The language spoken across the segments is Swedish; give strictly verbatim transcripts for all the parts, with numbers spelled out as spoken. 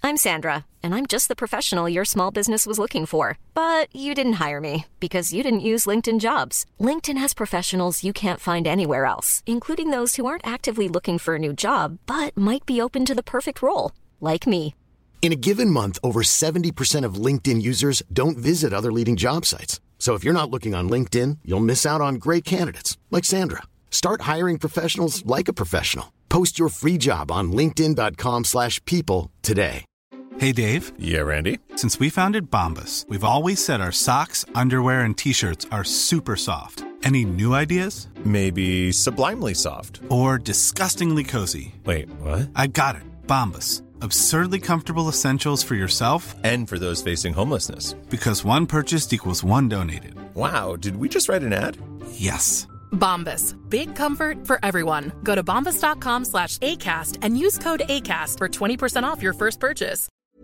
I'm Sandra, and I'm just the professional your small business was looking for. But you didn't hire me because you didn't use LinkedIn Jobs. LinkedIn has professionals you can't find anywhere else, including those who aren't actively looking for a new job, but might be open to the perfect role, like me. In a given month, over seventy percent of LinkedIn users don't visit other leading job sites. So if you're not looking on LinkedIn, you'll miss out on great candidates like Sandra. Start hiring professionals like a professional. Post your free job on linkedin dot com slash people today. Hey, Dave. Yeah, Randy. Since we founded Bombas, we've always said our socks, underwear, and T-shirts are super soft. Any new ideas? Maybe sublimely soft. Or disgustingly cozy. Wait, what? I got it. Bombas. Absurdly comfortable essentials for yourself and for those facing homelessness. Because one purchased equals one donated. Wow, did we just write an ad? Yes. Bombas. Big comfort for everyone. Go to bombas dot com slash ACAST and use code ACAST for twenty percent off your first purchase.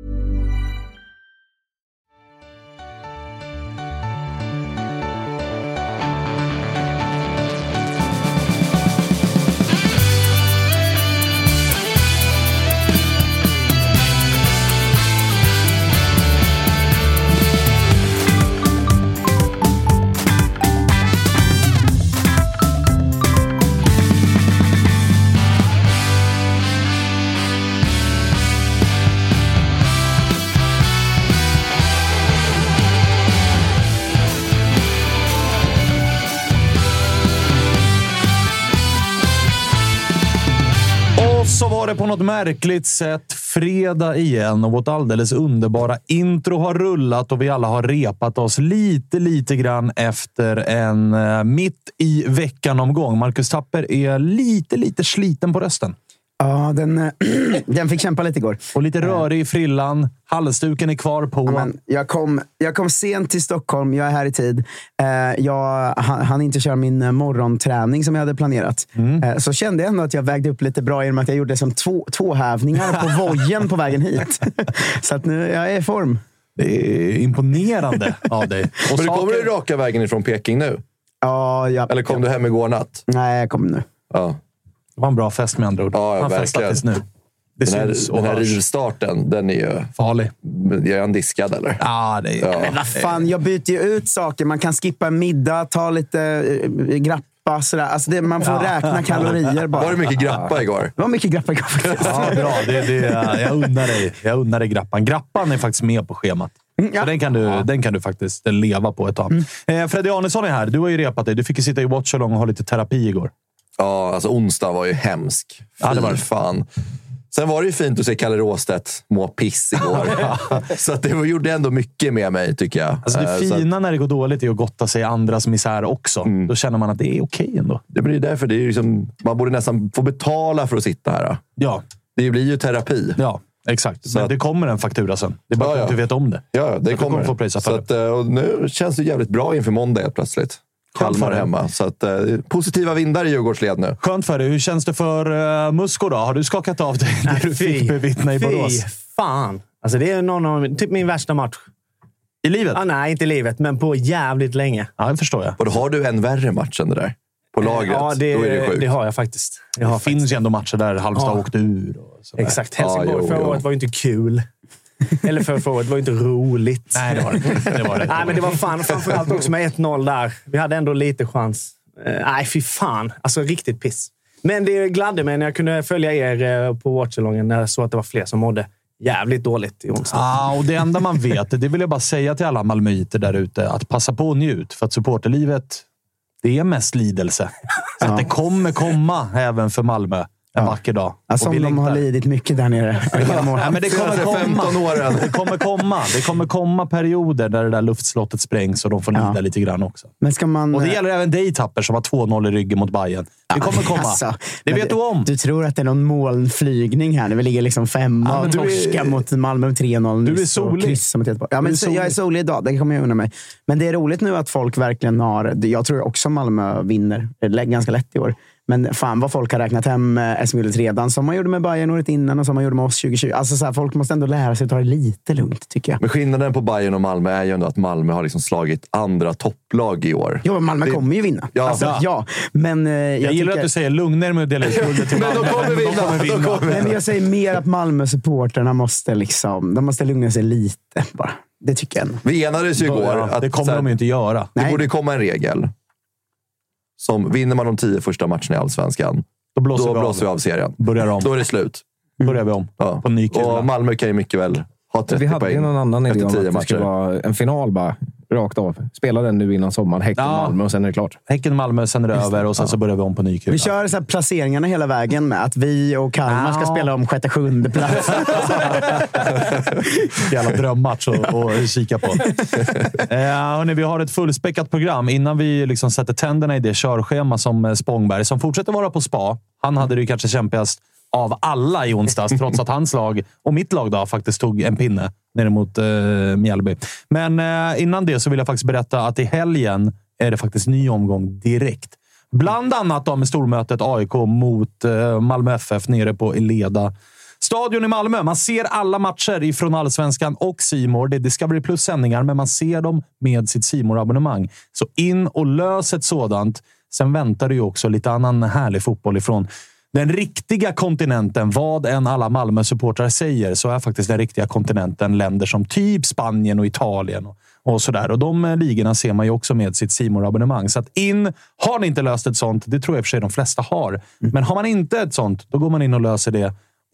Så var det på något märkligt sätt fredag igen och vårt alldeles underbara intro har rullat och vi alla har repat oss lite, lite grann efter en uh, mitt i veckan-omgång. Marcus Tapper är lite, lite sliten på rösten. Ja, den, den fick kämpa lite igår. Och lite rörig i frillan. Halsduken är kvar på. Ja, men jag, kom, jag kom sent till Stockholm. Jag är här i tid. Eh, jag hann inte köra min morgonträning som jag hade planerat. Mm. Eh, så kände jag ändå att jag vägde upp lite bra genom att jag gjorde som två, två hävningar på vojen på vägen hit. Så att nu jag är i form. Det är imponerande av dig. Och men kommer du raka vägen ifrån Peking nu? Ja, ja. Eller kom ja. du hem igår natt? Nej, jag kom nu. Ja. Det var en bra fest med andra ord. Ja, Han festar tills nu. Det den här, den här rivstarten, den är ju... farlig. Är han diskad, eller? Ja, det är... Ja. Men vad fan, jag byter ju ut saker. Man kan skippa en middag, ta lite äh, grappa, sådär. Alltså det, man får ja. räkna kalorier bara. Var det mycket grappa igår? Det var mycket grappa igår. Ja, bra. Det, det, jag, unnar dig, jag unnar dig grappan. Grappan är faktiskt med på schemat. Ja. Så den kan, du, ja. den kan du faktiskt leva på ett tag. Mm. Eh, Freddy Arnesson är här. Du har ju repat dig. Du fick ju sitta i watchalong och ha lite terapi igår. Ja, alltså onsdag var ju hemsk. Fy ja, det var det. Fan. Sen var det ju fint att se Kalle Råstedt må piss igår. Så att det gjorde ändå mycket med mig, tycker jag. Alltså det fina att... när det går dåligt är att gotta sig i andras misär också. Mm. Då känner man att det är okej ändå. Det blir därför det är liksom, man borde nästan få betala för att sitta här. Ja. Det blir ju terapi. Ja, exakt. Så men att... det kommer en faktura sen. Det är bara ja, ja. att du vet om det. Ja, det kommer. kommer få prisa för så att, och nu känns det jävligt bra inför måndag helt plötsligt. Kalmar hemma. Så att, eh, positiva vindar i Djurgårdsled nu. Skönt för dig. Hur känns det för uh, Musko då? Har du skakat av dig det du fick bevittna i Borås? Fy fan. Alltså det är någon av, typ min värsta match. I livet? Ah, nej, inte i livet. Men på jävligt länge. Ja, det förstår jag. Och då har du en värre match än det där? På lagret? Ja, det, då är det sjukt. Det har jag faktiskt. Jag har det faktiskt. finns ju ändå matcher där Halmstad ja. åkte ur. Och exakt. Helsingborg ja, förra året var ju inte kul. Eller för förra året var ju inte roligt. Nej, det var det. det, var det. Nej, men det var fan. Framförallt också med ett noll där. Vi hade ändå lite chans. Uh, nej, fy fan. Alltså riktigt piss. Men det gladde mig när jag kunde följa er på watchalongen när jag såg att det var fler som mådde jävligt dåligt i onsdag. Ja, och det enda man vet, det vill jag bara säga till alla malmöiter där ute, att passa på och njut. För att supporterlivet, det är mest lidelse. Så ja. att det kommer komma även för Malmö. En ja. vacker dag. Alltså om de har lidit mycket där nere. Ja, men det kommer komma. Det kommer komma. Det kommer komma perioder där det där luftslottet sprängs och de får lida ja. lite grann också. Men ska man... Och det gäller även dig, Tapper, som har två noll i ryggen mot Bayern. Det kommer komma. Alltså, det vet du om. Du tror att det är någon molnflygning här. När vi ligger liksom femma ja, och torska är... mot Malmö tre noll. Du är solig. Ja, men är jag är solig idag. Det kommer jag unna mig. Men det är roligt nu att folk verkligen har... Jag tror också Malmö vinner ganska lätt i år. Men fan vad folk har räknat hem S M-guldet redan. Som man gjorde med Bayern året innan och som man gjorde med oss tjugo tjugo. Alltså så här, folk måste ändå lära sig att ta det lite lugnt, tycker jag. Men skillnaden på Bayern och Malmö är ju ändå att Malmö har liksom slagit andra topplag i år. Jo, Malmö det... kommer ju vinna. Ja, alltså, ja. ja. Men, eh, jag, jag gillar tycker... att du säger lugner med att dela ut guldet till Malmö. Men de kommer vinna. De kommer vinna. De kommer vinna. Men jag säger mer att Malmö-supporterna måste liksom, de måste lugna sig lite bara. Det tycker jag. Vi enades ju igår. Ja, att, det kommer här, de ju inte göra. Det Nej. borde komma en regel. Som vinner man de tio första matcherna i Allsvenskan, Då blåser, då vi, blåser av. vi av serien. Börjar om. Då är det slut. Börjar vi om. Ja. På ny kula. Och Malmö kan ju mycket väl ha trettio Vi hade poäng ju någon annan idé efter om tio att det skulle matcher. vara en final bara, rakt av. Spela den nu innan sommaren, Häcken Ja. Malmö och sen är det klart. Häcken Malmö, sen är det över och sen så börjar vi om på ny kula. Vi kör så här placeringarna hela vägen med att vi och Kalmar ska Ja. spela om sjätte, sjunde plats. Jävla drömmatch att, att kika på. eh, hörni, vi har ett fullspäckat program. Innan vi liksom sätter tänderna i det körschema som Spångberg, som fortsätter vara på spa. Han hade det ju kanske kämpigast av alla i onsdags, trots att hans lag och mitt lag då faktiskt tog en pinne ner mot eh, Mjällby. Men eh, innan det så vill jag faktiskt berätta att i helgen är det faktiskt ny omgång direkt. Bland annat då med stormötet A I K mot eh, Malmö F F nere på Eleda stadion i Malmö. Man ser alla matcher ifrån Allsvenskan och C More. Det är Discovery Plus-sändningar, men man ser dem med sitt C More-abonnemang. Så in och lös ett sådant. Sen väntar det ju också lite annan härlig fotboll ifrån den riktiga kontinenten. Vad än alla Malmö-supportrar säger, så är faktiskt den riktiga kontinenten länder som typ Spanien och Italien och, och sådär. Och de ligorna ser man ju också med sitt C More-abonnemang. Så att in, har ni inte löst ett sånt, det tror jag i och för sig de flesta har. Men har man inte ett sånt, då går man in och löser det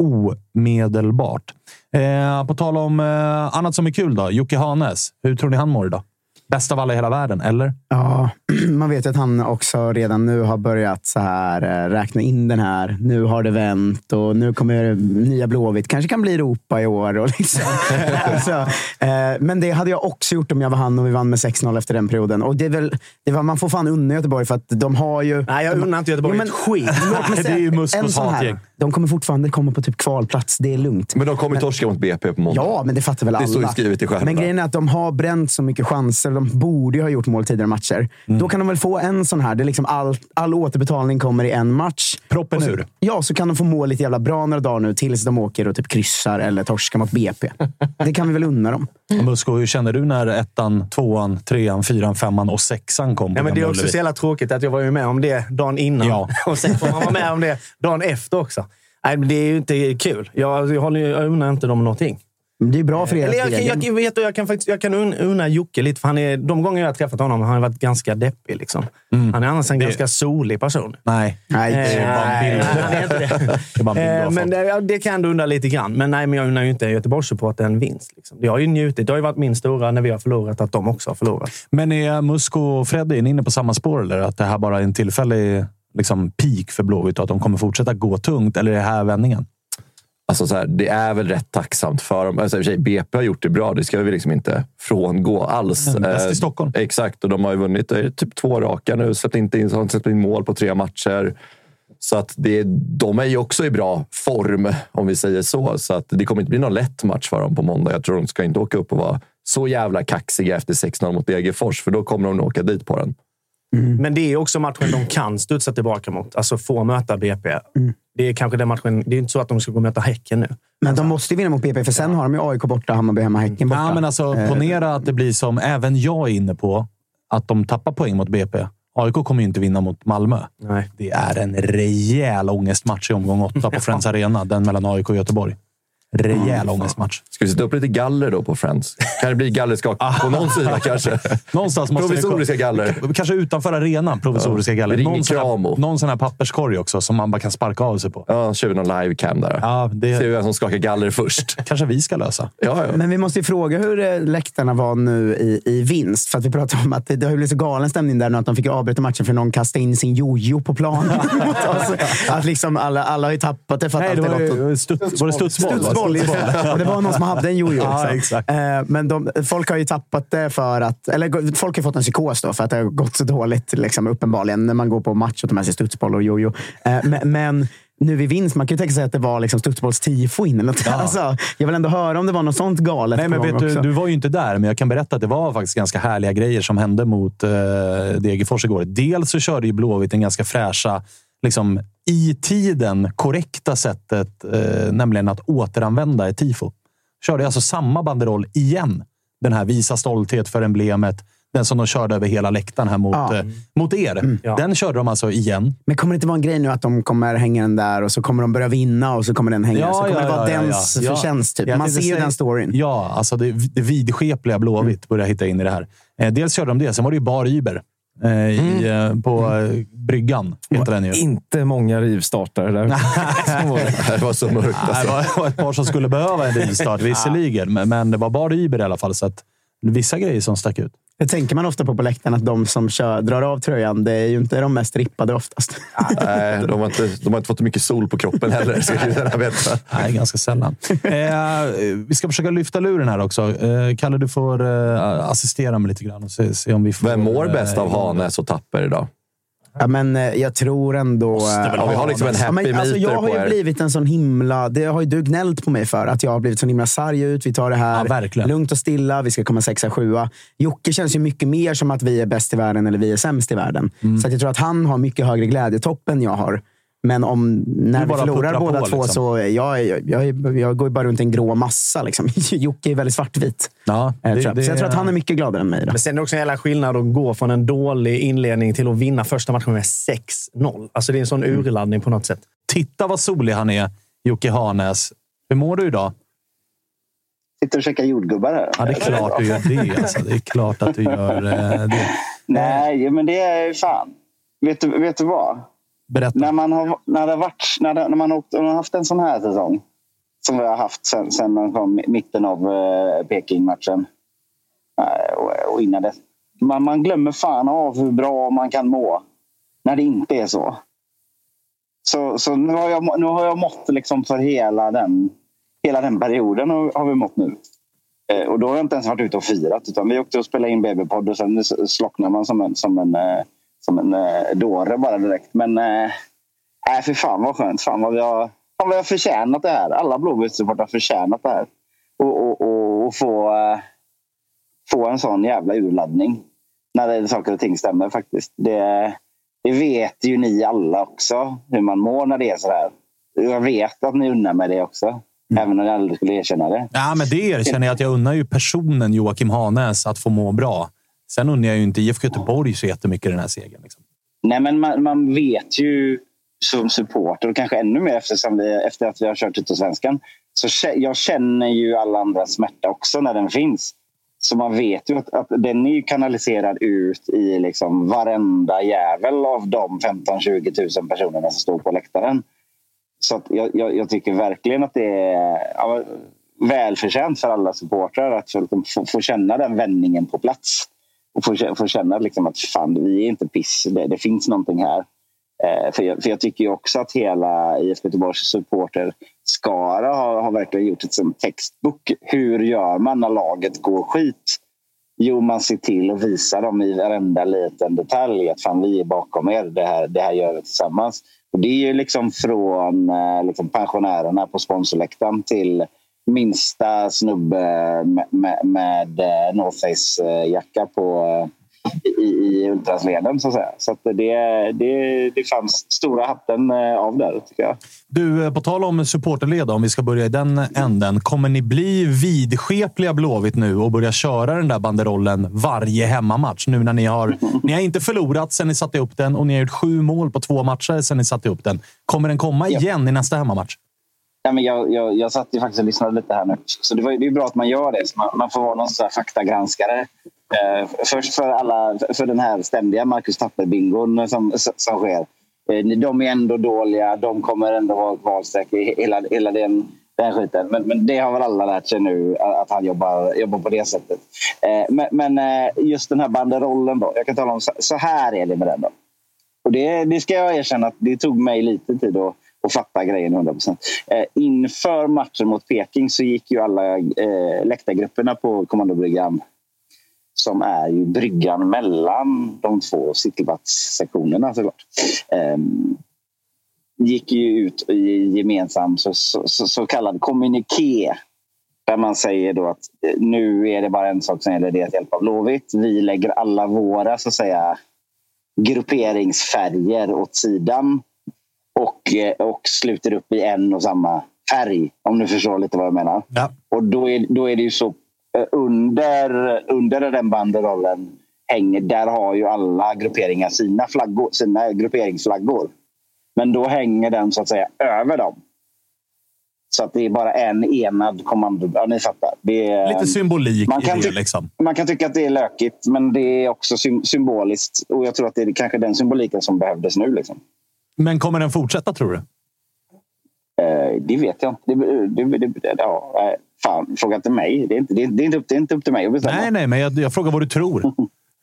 omedelbart. Eh, på tal om eh, annat som är kul då. Jocke Hanes, hur tror ni han mår idag? Bäst av alla i hela världen, eller? Ja, man vet ju att han också redan nu har börjat så här äh, räkna in den här. Nu har det vänt och nu kommer nya Blåvitt. Kanske kan bli Europa i år. Och liksom. alltså, äh, men det hade jag också gjort om jag var han och vi vann med sex noll efter den perioden. Och det är väl, det var, man får fan unna Göteborg för att de har ju... Nej, jag unnar inte Göteborg. Jo, men, skit. Det är ju Muskos hatgäng. De kommer fortfarande komma på typ kvalplats. Det är lugnt. Men de kommer men, torska mot B P på måndag. Ja, men det fattar väl alla. Det står ju skrivet i stjärnorna. Men grejen är att de har bränt så mycket chanser. De borde ju ha gjort mål tidigare matcher. Mm. Då kan de väl få en sån här. Det är liksom all, all återbetalning kommer i en match. Proppen så, ur. Ja, så kan de få mål lite jävla bra några dagar nu tills de åker och typ kryssar eller torskar mot B P. Det kan vi väl unna dem. Och Musko, hur känner du när ettan, tvåan, trean, fyran, femman och sexan kom? Ja, men det är också så jävla tråkigt att jag var ju med om det dagen innan. Ja. Och sen får man vara med om det dagen efter också. Nej, men det är ju inte kul. Jag, jag, håller, jag unnar inte dem någonting. Det är bra för er. Eller jag, jag, jag vet, jag kan faktiskt jag kan unna Jocke lite, för han är, de gånger jag har träffat honom har han varit ganska deppig liksom. Mm. Han är annars en det... ganska solig person. Nej, nej, det är bara en bild. Nej, han är inte det. Det är bara en bild eh, men det, det kan du undra lite grann. Men nej, men jag unnar ju inte Göteborgs-support en vinst. Liksom. Det har ju njutit. Det har ju varit min stora när vi har förlorat att de också har förlorat. Men är Musko och Freddy inne på samma spår, eller att det här bara är en tillfällig liksom, peak för Blåvitt och att de kommer fortsätta gå tungt, eller är det här vändningen? Alltså så här, det är väl rätt tacksamt för dem. Alltså, i och för sig, B P har gjort det bra. Det ska vi liksom inte frångå alls. Bäst i Stockholm. Eh, exakt, och de har ju vunnit typ två raka nu. Släppt inte in, har släppt in mål på tre matcher. Så att det, de är ju också i bra form, om vi säger så. Så att det kommer inte bli någon lätt match för dem på måndag. Jag tror de ska inte åka upp och vara så jävla kaxiga efter sex noll mot Degerfors. För då kommer de att åka dit på den. Mm. Men det är också matchen de kan studsa tillbaka mot. Alltså få möta B P. Mm. Det är kanske den matchen. Det är inte så att de ska gå och möta Häcken nu. Men de måste vinna mot B P, för sen har de ju A I K borta, Hammarby hemma, Häcken borta. Ja, men alltså ponera att det blir som även jag är inne på, att de tappar poäng mot B P. A I K kommer ju inte vinna mot Malmö. Nej. Det är en rejäl ångestmatch i omgång åtta på Friends Arena. Den mellan A I K och Göteborg. Rejäl mm, ångestmatch. Ska vi sätta upp lite galler då på Friends? Kan det bli gallerskak på någon sida kanske? Någonstans måste provisoriska det, galler. Kanske utanför arenan, provisoriska ja, galler. Någon sån, här, någon sån här papperskorg också som man bara kan sparka av sig på. Ja, kör vi någon livecam där. Ja, det... Ser vi vem som skakar galler först. Kanske vi ska lösa. Ja, ja. Men vi måste ju fråga hur läktarna var nu i, i vinst. För att vi pratade om att det, det har blivit så galen stämning där nu att de fick avbryta matchen för någon kastade in sin jojo på planen. alltså, att liksom alla, alla har ju tappat det för att Nej, allt det var, är ju studs, var det studsboll? Studsboll, och det var någon som hade en jojo. Ja, exakt. Men de, folk har ju tappat det för att, eller folk har fått en psykos då för att det har gått så dåligt liksom, uppenbarligen när man går på match och tar med sig studsboll och jojo. Men, men nu i vinst, man kan ju tänka sig att det var liksom studsbolls-tifo in eller något. Ja. Alltså, jag vill ändå höra om det var något sånt galet. Nej, men vet du, du var ju inte där, men jag kan berätta att det var faktiskt ganska härliga grejer som hände mot eh, Degerfors igår. Dels så körde ju Blåvitt en ganska fräscha liksom i tiden korrekta sättet, eh, nämligen att återanvända ett tifo. Körde alltså samma banderoll igen. Den här visa stolthet för emblemet. Den som de körde över hela läktaren här mot, ja. eh, mot er. Mm. Den körde de alltså igen. Men kommer det inte vara en grej nu att de kommer hänga den där och så kommer de börja vinna och så kommer den hänga? Ja, så kommer ja, det vara ja, dens ja, ja. förtjänst. Typ. Ja, Man ser ju säga, den storyn. Ja, alltså det, det vidskepliga Blåvitt börjar hitta in i det här. Eh, dels körde de det, sen var det ju Bar Iber. Eh, i, mm. eh, på eh, bryggan. Heter den ju. Inte många rivstartare där. Det var så mörkt. Alltså. Det var ett par som skulle behöva en rivstart, visserligen. Men, men det var Bar Iber i alla fall. Så att vissa grejer som stack ut. Det tänker man ofta på på läktaren att de som kör, drar av tröjan, det är ju inte de mest rippade oftast. Nej, de har inte, de har inte fått så mycket sol på kroppen heller. Ska jag veta. Nej, ganska sällan. Eh, vi ska försöka lyfta luren här också. Eh, Kalle, du får eh, assistera mig lite grann och se, se om vi får... Vem mår bäst av Hanes och Tapper idag? Ja, men jag tror ändå... Ja, vi har liksom en happy ja, men, alltså, jag har ju på blivit en sån himla... Det har ju du gnällt på mig för. Att jag har blivit så himla sarg ut. Vi tar det här ja, lugnt och stilla. Vi ska komma sexa, sjua. Jocke känns ju mycket mer som att vi är bäst i världen eller vi är sämst i världen. Mm. Så att jag tror att han har mycket högre glädjetopp än jag har. Men om när vi förlorar båda på, två liksom. Så jag, jag, jag, jag går ju bara runt en grå massa. Liksom. Jocke är väldigt svartvit. Ja, det, jag det, så jag tror att han är mycket gladare än mig. Då. Men sen är det också en jävla skillnad att gå från en dålig inledning till att vinna första matchen med sex noll. Alltså det är en sån urladdning på något sätt. Titta vad solig han är, Jocke Hanes. Hur mår du idag? Sitter och käkar jordgubbar här. Ja, det är klart du gör det. Alltså. Det är klart att du gör eh, det. Nej, men det är fan. Vet du, vet du vad? Berätta. När man har, när det varit, när, det, när man har, när man har haft en sån här säsong som vi har haft sen, sen man kom mitten av uh, Peking-matchen uh, och, och innan det. Man, man glömmer fan av hur bra man kan må när det inte är så. Så, så nu, har jag, nu har jag mått liksom för hela den, hela den perioden har, har vi mått nu. Uh, och då har jag inte ens varit ute och firat utan vi åkte och spelade in B B-podd och sen slocknar man som en... Som en uh, som en eh, dåre bara direkt. Men eh, äh, för fan vad skönt. Fan vad vi har, fan vad vi har förtjänat det här. Alla Blåvitt-supportrar har förtjänat det här. Och, och, och, och få, eh, få en sån jävla urladdning. När det är saker och ting stämmer faktiskt. Det, det vet ju ni alla också. Hur man mår när det är så här. Jag vet att ni unnar mig det också. Mm. Även om jag aldrig skulle erkänna det. Ja, men det erkänner jag att jag unnar ju personen Joakim Hanes att få må bra. Sen undrar jag ju inte I F K Göteborg så jättemycket den här segern. Liksom. Nej, men man, man vet ju som supporter och kanske ännu mer eftersom vi, efter att vi har kört ut i Svenskan. Så jag känner ju alla andra smärta också när den finns. Så man vet ju att, att den är kanaliserad ut i liksom varenda jävel av de femton till tjugo tusen personerna som står på läktaren. Så att jag, jag, jag tycker verkligen att det är ja, välförtjänt för alla supportrar att få, få känna den vändningen på plats. Och få, få känna liksom att fan, vi är inte piss. Det, det finns någonting här. Eh, för, jag, för jag tycker ju också att hela I F K Göteborgs supporter skara har, har verkligen gjort ett som textbok. Hur gör man när laget går skit? Jo, man ser till att visa dem i varenda liten detalj att fan, vi är bakom er. Det här, det här gör vi tillsammans. Och det är ju liksom från eh, liksom pensionärerna på sponsorläktaren till minsta snubbe med, med, med North Face-jacka på, i, i ultrasleden så att säga. Så att det, det, det fanns stora hatten av där tycker jag. Du, på tal om supporterled, om vi ska börja i den änden. Kommer ni bli vidskepliga Blåvitt nu och börja köra den där banderollen varje hemmamatch? Nu när ni har, ni har inte förlorat sen ni satte upp den och ni har gjort sju mål på två matcher sen ni satte upp den. Kommer den komma igen i nästa hemmamatch? Ja, men jag, jag, jag satt ju faktiskt och lyssnade lite här nu. Så det, var, det är bra att man gör det. Så man, man får vara någon sån här faktagranskare. Eh, först för, alla, för den här ständiga Marcus Tapper-bingon som, som sker. Eh, de är ändå dåliga. De kommer ändå vara valsträck i hela, hela den, den skiten. Men, men det har väl alla lärt sig nu att han jobbar, jobbar på det sättet. Eh, men men eh, just den här banderollen då. Jag kan tala om så, så här är det med den då. Och det, det ska jag erkänna att det tog mig lite tid att och fatta grejen hundra procent. Eh, inför matchen mot Peking så gick ju alla eh, läktargrupperna på kommandobryggan som är ju bryggan mellan de två cityvats-sektionerna såklart. Eh, gick ju ut i gemensam så, så, så, så kallad kommuniké där man säger då att eh, nu är det bara en sak som gäller, det att hjälpa Blåvitt. Vi lägger alla våra så att säga grupperingsfärger åt sidan och, och sluter upp i en och samma färg, om du förstår lite vad jag menar. Ja. Och då är, då är det ju så under, under den banderollen hänger, där har ju alla grupperingar sina flaggor, sina grupperingsflaggor. Men då hänger den så att säga över dem. Så att det är bara en enad kommando. Ja, ni fattar. Det är, lite symbolik man kan i det ty- liksom. Man kan tycka att det är lökigt, men det är också sy- symboliskt. Och jag tror att det är kanske den symboliken som behövdes nu. Liksom. Men kommer den fortsätta, tror du? Eh, det vet jag inte. Det, det, det, det, ja, fan, fråga inte mig. Det är inte, det är, det är inte, upp, det är inte upp till mig att bestämma. Nej, nej, men jag, jag frågar vad du tror.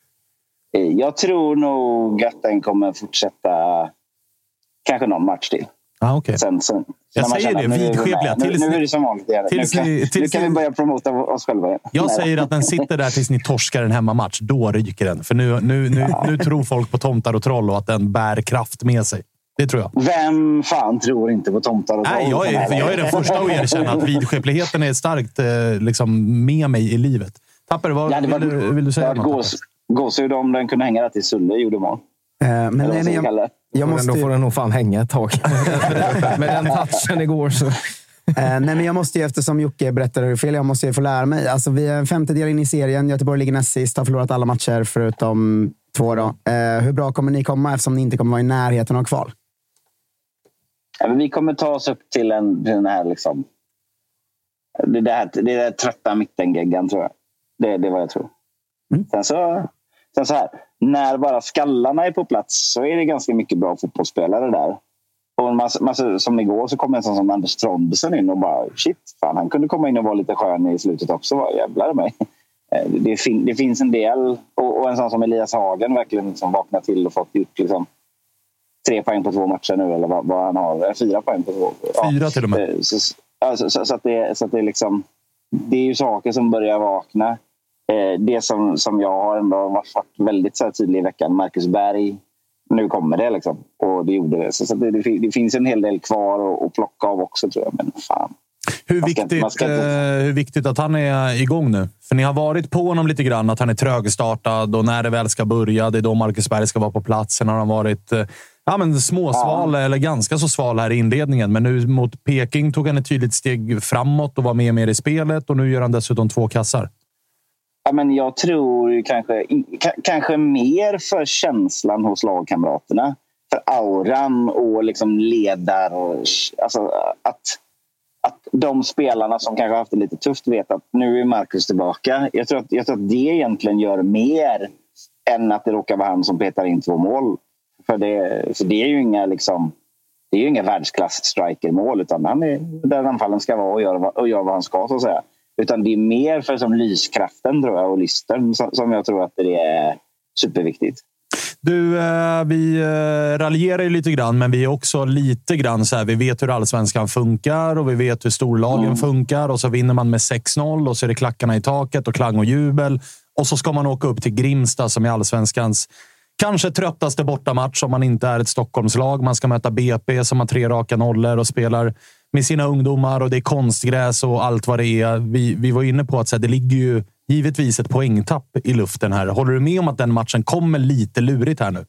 Jag tror nog att den kommer fortsätta kanske någon match till. Ah, okay. Sen, sen, jag säger det, vidskepliga. Nu, nu är det som vanligt. Nu kan, ni, nu kan vi börja promota oss själva. Jag Nej. säger att den sitter där tills ni torskar en hemmamatch. Då ryker den. För nu, nu, nu, ja. nu tror folk på tomtar och troll och att den bär kraft med sig. Det tror jag. Vem fan tror inte på tomtar och troll? Nej, jag är, jag är den första att erkänna att vidskepligheten är starkt liksom, med mig i livet. Tapper, vad ja, var, vill, du, vill du säga? Det var gåshud om den kunde hänga där till Sulle gjorde mål. Uh, men nej, nej, jag, jag måste... Då får den nog fan hänga ett tag. Med den touchen igår så... Uh, nej, men jag måste ju, eftersom Jocke berättade hur fel, jag måste ju få lära mig. Alltså, vi är en femtedel in i serien. Göteborg ligger näst sist, har förlorat alla matcher förutom två. Då. Uh, hur bra kommer ni komma eftersom ni inte kommer vara i närheten av kval? Ja, men vi kommer ta oss upp till en, den här liksom... Det där, det där trötta mittengeggan, tror jag. Det, det är vad jag tror. Mm. Sen så... Sen så här, när bara skallarna är på plats så är det ganska mycket bra fotbollsspelare där. Och massa, massa, som igår så kom en sån som Anders Trondsen in och bara shit, fan, han kunde komma in och vara lite skön i slutet också. Vad jävlar mig. Det, fin, det finns en del och, och en sån som Elias Hagen verkligen liksom vaknat till och fått ut liksom tre poäng på två matcher nu eller vad, vad han har. Fyra poäng på två. Fyra ja. till och med. Så, alltså, så, så, att det, så att det liksom det är ju saker som börjar vakna. Det som, som jag har ändå varit väldigt så här tydlig i veckan. Marcus Berg, nu kommer det liksom. Och det gjorde det. Så, så det, det, det finns en hel del kvar att, att plocka av också, tror jag. Men fan. Hur viktigt, inte, inte... eh, hur viktigt att han är igång nu? För ni har varit på honom lite grann. Att han är trögstartad och när det väl ska börja, det är då Marcus Berg ska vara på plats. Sen har han varit eh, ja, men småsval ja. eller ganska så sval här i inledningen. Men nu mot Peking tog han ett tydligt steg framåt och var med mer i spelet. Och nu gör han dessutom två kassar. Ja, men jag tror kanske, k- kanske mer för känslan hos lagkamraterna. För auran och liksom ledar. Alltså att, att de spelarna som kanske har haft det lite tufft vet att nu är Marcus tillbaka. Jag tror att, jag tror att det egentligen gör mer än att det råkar vara han som petar in två mål. För det, för det är ju inga, liksom, det är ju inga världsklass-strikermål utan han är där anfallen ska vara och gör, och gör vad han ska, så att säga. Utan det är mer för som lyskraften, tror jag, och lysten som, som jag tror att det är superviktigt. Du, vi raljerar ju lite grann, men vi är också lite grann så här, vi vet hur allsvenskan funkar och vi vet hur storlagen mm. funkar och så vinner man med sex noll och så är det klackarna i taket och klang och jubel och så ska man åka upp till Grimsta som är allsvenskans kanske tröttaste bortamatch om man inte är ett Stockholmslag. Man ska möta B P som har tre raka nollor och spelar med sina ungdomar och det är konstgräs och allt vad det är. Vi, vi var inne på att så här, det ligger ju givetvis ett poängtapp i luften här. Håller du med om att den matchen kommer lite lurigt här nu?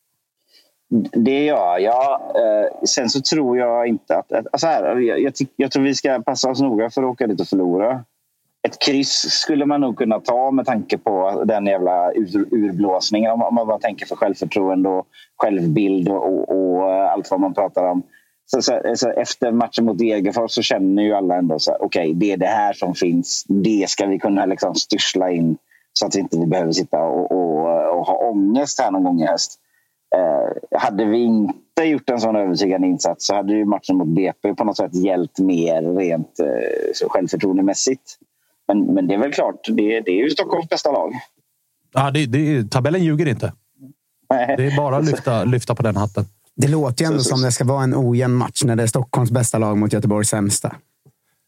Det gör jag. Eh, sen så tror jag inte att... Alltså här, jag, jag, jag tror vi ska passa oss noga för att åka dit och förlora. Ett kryss skulle man nog kunna ta med tanke på den jävla ur, urblåsningen. Om, om man bara tänker för självförtroende och självbild och, och, och allt vad man pratar om. Så, så, så efter matchen mot Degerfors så känner ju alla ändå så okej, okay, det är det här som finns. Det ska vi kunna liksom styrsla in så att vi inte behöver sitta och, och, och ha ångest här någon gång i höst. Eh, hade vi inte gjort en sån övertygande insats så hade ju matchen mot B P på något sätt hjälpt mer rent eh, självförtroendemässigt. Men, men det är väl klart, det, det är ju Stockholms bästa lag. Ja, det, det, tabellen ljuger inte. Nej. Det är bara att lyfta, lyfta på den hatten. Det låter ju ändå så, så, som det ska vara en ojämn match när det är Stockholms bästa lag mot Göteborgs sämsta.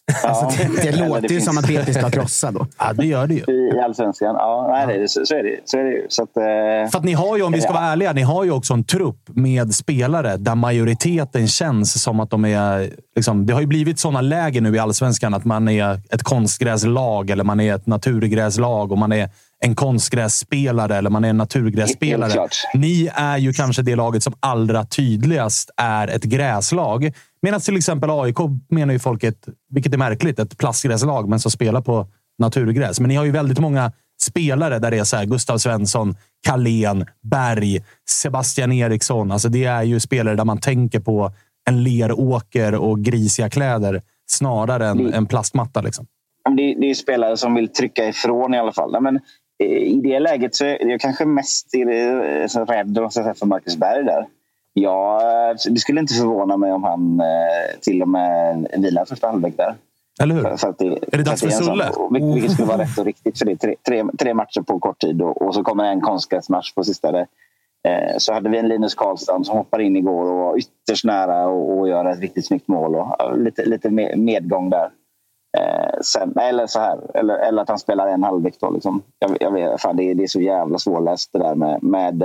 Ja, alltså, det, det låter det ju finns... som att B P ska krossa då. Ja, det gör det ju. I Allsvenskan, ja. Nej, det är, så, så är det, så är det ju. Så att, eh... För att ni har ju, om vi ska vara ärliga, ni har ju också en trupp med spelare där majoriteten känns som att de är... Liksom, det har ju blivit sådana lägen nu i Allsvenskan att man är ett konstgräslag eller man är ett naturgräslag och man är en konstgrässpelare eller man är en naturgrässpelare. Ni är ju kanske det laget som allra tydligast är ett gräslag. Medan till exempel A I K menar ju folk ett, vilket är märkligt, ett plastgräslag men som spelar på naturgräs. Men ni har ju väldigt många spelare där det är så här Gustav Svensson, Carlén, Berg, Sebastian Eriksson. Alltså det är ju spelare där man tänker på en leråker och grisiga kläder snarare än en plastmatta liksom. Det, det är spelare som vill trycka ifrån i alla fall. Men i det läget så är jag kanske mest rädd för Marcus Berg där. Ja, det skulle inte förvåna mig om han till och med vilar första halvlek där. Eller hur? För, för att det, är det dags för, för Sulle? Sån, vilket skulle vara rätt och riktigt. För det är tre, tre, tre matcher på kort tid och, och så kommer en konstgräsmatch på sista där. Eh, så hade vi en Linus Karlsson som hoppar in igår och var ytterst nära och, och gör ett riktigt snyggt mål. Och, och lite, lite medgång där. Eh, sen, eller så här. Eller, eller att han spelar en halvlek då. Liksom. Jag, jag vet, fan, det, det är så jävla svårläst det där med... med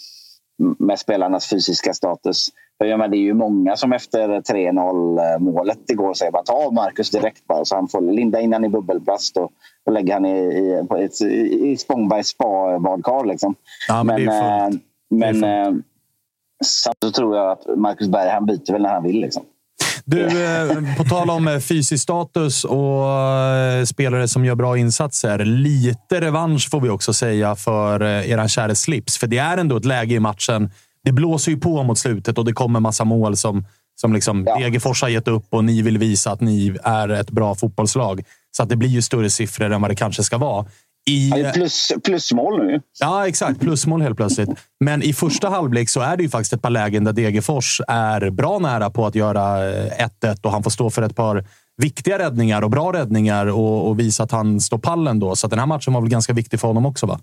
med spelarnas fysiska status. För jag menar, det är ju många som efter tre noll målet igår säger bara ta av Marcus direkt bara, så han får linda in han i bubbelplast och, och lägga han i, i, på ett, i, i Spångbergs spa-badkar liksom. Ja, men men, äh, men äh, så tror jag att Marcus Berg, han byter väl när han vill liksom. Du, på tal om fysisk status och spelare som gör bra insatser. Lite revansch får vi också säga för eran kära Slips. För det är ändå ett läge i matchen. Det blåser ju på mot slutet och det kommer massa mål som, som liksom ja. Degerfors har gett upp och ni vill visa att ni är ett bra fotbollslag. Så att det blir ju större siffror än vad det kanske ska vara. I... Ja, plus, plusmål nu. Ja, exakt. Plusmål helt plötsligt. Men i första halvlek så är det ju faktiskt ett par lägen där Degerfors är bra nära på att göra ett ett och han får stå för ett par viktiga räddningar och bra räddningar och, och visa att han står pallen då. Så att den här matchen var väl ganska viktig för honom också, va?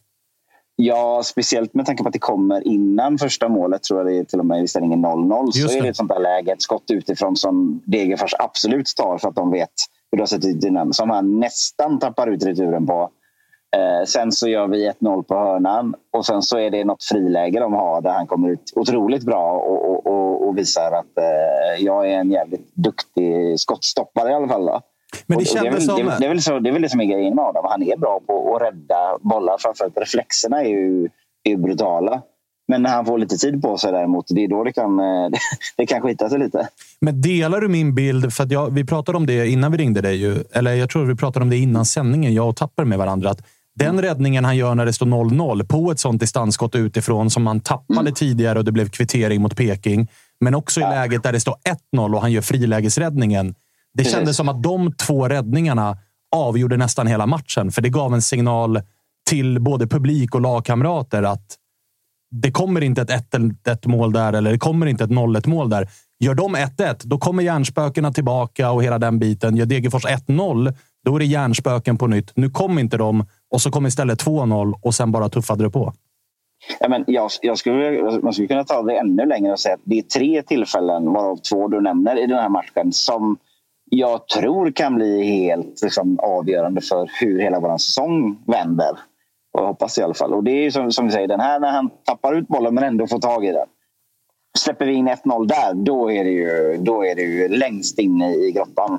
Ja, speciellt med tanke på att det kommer innan första målet, tror jag det är till och med i ställningen noll noll. Så är det ett sånt där läge, ett skott utifrån som Degerfors absolut tar för att de vet hur det har sett ut innan. Som han nästan tappar ut returen på. Eh, sen så gör vi ett noll på hörnan och sen så är det något friläge de har där han kommer ut otroligt bra och, och, och, och visar att eh, jag är en jävligt duktig skottstoppare i alla fall då. Men det, det, är väl, som... det, det, är väl så, det är väl det som är grejen med Adam. Han är bra på att rädda bollar, framförallt reflexerna är ju, är ju brutala. Men när han får lite tid på sig däremot, det är då det kan, det kan skita sig lite. Men delar du min bild? För att jag, vi pratade om det innan vi ringde dig ju. Eller jag tror vi pratade om det innan sändningen. Jag och Tapper med varandra. Att den räddningen han gör när det står noll noll på ett sånt distansskott utifrån som man tappade mm. tidigare och det blev kvittering mot Peking. Men också ja. i läget där det står ett noll och han gör frilägesräddningen. Det Precis. kändes som att de två räddningarna avgjorde nästan hela matchen. För det gav en signal till både publik och lagkamrater att det kommer inte ett ett ett mål där eller det kommer inte ett noll ett mål där. Gör de ett ett, då kommer hjärnspökena tillbaka och hela den biten. Gör Degerfors ett noll, då är det hjärnspöken på nytt. Nu kommer inte de och så kommer istället två noll och sen bara tuffade det på. Ja, men jag, jag skulle, man skulle kunna ta det ännu längre och säga att det är tre tillfällen, varav två du nämner i den här matchen, som jag tror kan bli helt liksom, avgörande för hur hela vår säsong vänder. Och jag hoppas i alla fall. Och det är ju som, som vi säger, den här när han tappar ut bollen men ändå får tag i den. Släpper vi in ett noll där, då är det ju, då är det ju längst inne i grottan.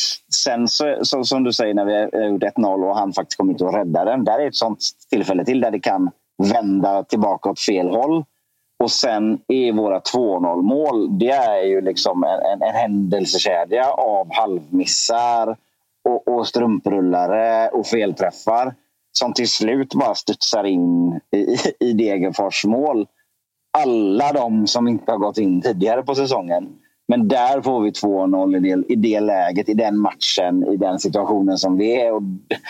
Sen så, så, som du säger, när vi har gjort ett noll och han faktiskt kommer ut och räddar den. Där är ett sånt tillfälle till där det kan vända tillbaka åt fel håll. Och sen är våra två noll mål, det är ju liksom en, en, en händelsekedja av halvmissar och, och strumprullare och felträffar som till slut bara studsar in i, i Degerfors mål. Alla de som inte har gått in tidigare på säsongen. Men där får vi två noll i det, i det läget, i den matchen, i den situationen som vi är. Och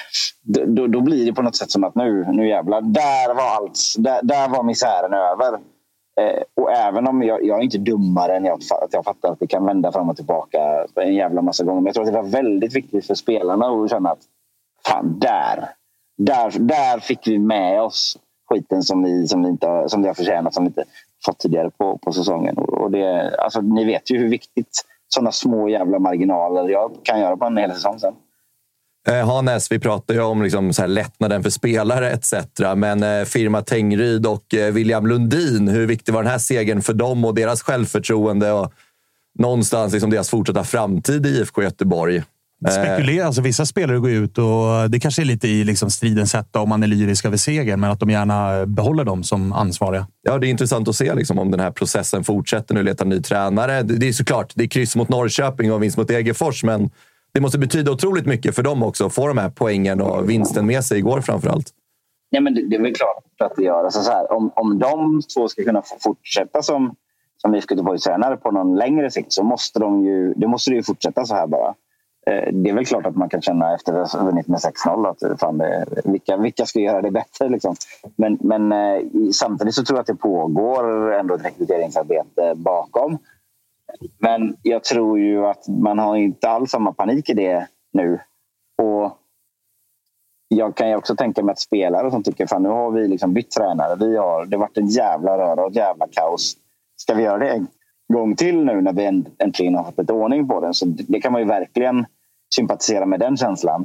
då, då blir det på något sätt som att nu, nu jävlar, där var allt, där, där var misären över. Eh, och även om jag, jag är inte dummare än jag, att jag fattar att det kan vända fram och tillbaka en jävla massa gånger. Men jag tror att det var väldigt viktigt för spelarna att känna att fan, där, där, där fick vi med oss skiten som vi, som vi, inte, som vi har förtjänat, som vi inte fått tidigare på, på säsongen. Och det, alltså, ni vet ju hur viktigt sådana små jävla marginaler jag kan göra på en hel säsong sen. Eh, Hannes, vi pratar ju om liksom så här lättnaden för spelare et cetera. Men eh, firma Tengryd och eh, William Lundin, hur viktig var den här segern för dem och deras självförtroende och någonstans liksom deras fortsatta framtid i I F K Göteborg? Spekulera, alltså vissa spelare går ut och det kanske är lite i liksom stridens hetta om man är lyrisk över segern, men att de gärna behåller dem som ansvariga. Ja, det är intressant att se liksom, om den här processen fortsätter nu, letar ny tränare. Det är såklart, det är kryss mot Norrköping och vinst mot Degerfors, men det måste betyda otroligt mycket för dem också att få de här poängen och vinsten med sig igår framförallt. Ja, men det, det är väl klart att det gör. Alltså så här, om, om de två ska kunna fortsätta som, som I F K Göteborgs tränare på någon längre sikt, så måste de ju, det måste det ju fortsätta så här bara. Det är väl klart att man kan känna efter att ha vunnit med sex noll att fan det, vilka, vilka ska göra det bättre liksom. Men, men eh, samtidigt så tror jag att det pågår ändå ett rekryteringsarbete bakom. Men jag tror ju att man har inte alls samma panik i det nu. Och jag kan ju också tänka mig att spelare som tycker fan nu har vi liksom bytt tränare. Vi har, det har varit en jävla röra och ett jävla kaos. Ska vi göra det en gång till nu när vi äntligen har fått lite ordning på den? Så det kan man ju verkligen sympatisera med den känslan.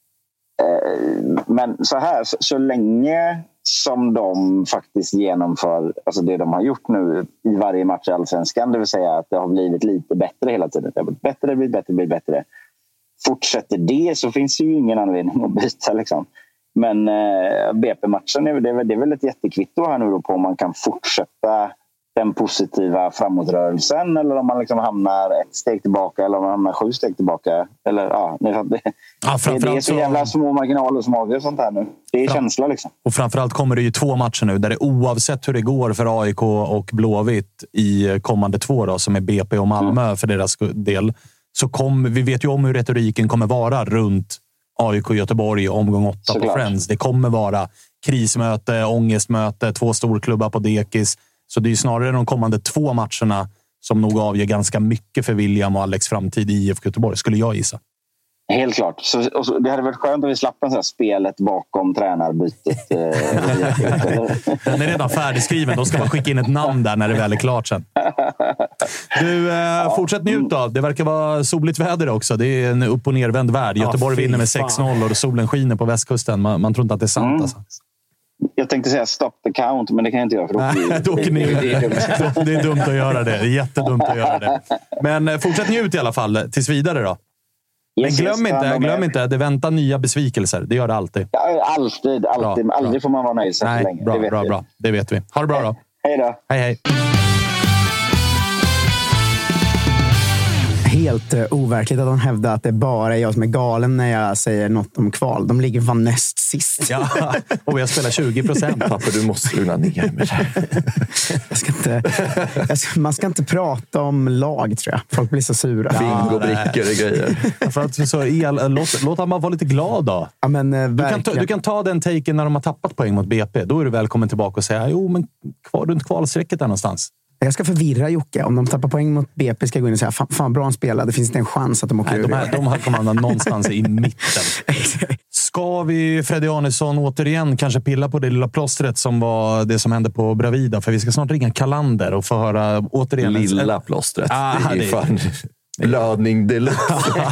Men så här, så, så länge som de faktiskt genomför alltså det de har gjort nu i varje match i Allsvenskan, det vill säga att det har blivit lite bättre hela tiden. Det har blivit bättre, det blir bättre, det blir bättre. Fortsätter det så finns det ju ingen anledning att byta liksom. Men eh, B P-matchen är, det är, det är väl ett jättekvitto här nu då på om man kan fortsätta den positiva framåtrörelsen eller om man liksom hamnar ett steg tillbaka eller om man hamnar sju steg tillbaka. Eller, ja, det, ja, det, det är så jävla små marginaler som avgör sånt här nu. Det är fram, känsla liksom. Och framförallt kommer det ju två matcher nu där det oavsett hur det går för A I K och Blåvitt i kommande två då, som är B P och Malmö mm. för deras del, så kom, vi vet ju om hur retoriken kommer vara runt A I K Göteborg omgång åtta så på klart. Friends. Det kommer vara krismöte, ångestmöte, två storklubbar på dekis. Så det är ju snarare de kommande två matcherna som nog avgör ganska mycket för William och Alex framtid i I F K Göteborg, skulle jag gissa. Helt klart. Så, och så, det hade varit skönt om vi slapp en sån här spelet bakom tränarbytet. Den är redan färdigskriven. Då ska man skicka in ett namn där när det väl är klart sen. Du, eh, ja. fortsätt njut då. Det verkar vara soligt väder också. Det är en upp- och nervänd värld. Göteborg ja, vinner med sex noll och solen skiner på västkusten. Man, man tror inte att det är sant mm. alltså. Jag tänkte säga stop the count, men det kan jag inte göra. För Nej, då det, det, det, är dumt. det är dumt att göra det. Det är jättedumt att göra det. Men fortsätt njut i alla fall, tills vidare då. Men glöm inte, glöm inte, det väntar nya besvikelser. Det gör det alltid. Ja, alltid, alltid. Bra, aldrig bra. Får man vara nöjd så Nej, länge. Bra, det vet bra, vi. bra. Det vet vi. Ha det bra då. Hej då. Hej, hej. Helt uh, overkligt att de hävdar att det bara är jag som är galen när jag säger något om kval. De ligger fan näst sist. Ja, och jag spelar tjugo procent. Pappa, du måste lugna ner med det. jag ska inte, jag ska, man ska inte prata om lag, tror jag. Folk blir så sura. Bingo-brickor och grejer. För att, så, el, låt, låt han bara vara lite glad då. Ja, men, uh, du, kan ta, du kan ta den taken när de har tappat poäng mot B P. Då är du välkommen tillbaka och säga jo, men kvar, runt kvalsträcket där någonstans. Jag ska förvirra Jocke. Om de tappar poäng mot B P ska jag gå in och säga fan, fan bra han spelar. Det finns inte en chans att de åker Nej, ur. De här, de här kommer hamna någonstans i mitten. Ska vi, Freddy Arnesson, återigen kanske pilla på det lilla plåstret som var det som hände på Bravida? För vi ska snart ringa Kalander och få höra återigen... Lilla plåstret. Ah, det är det... fan... Blödning deluxe.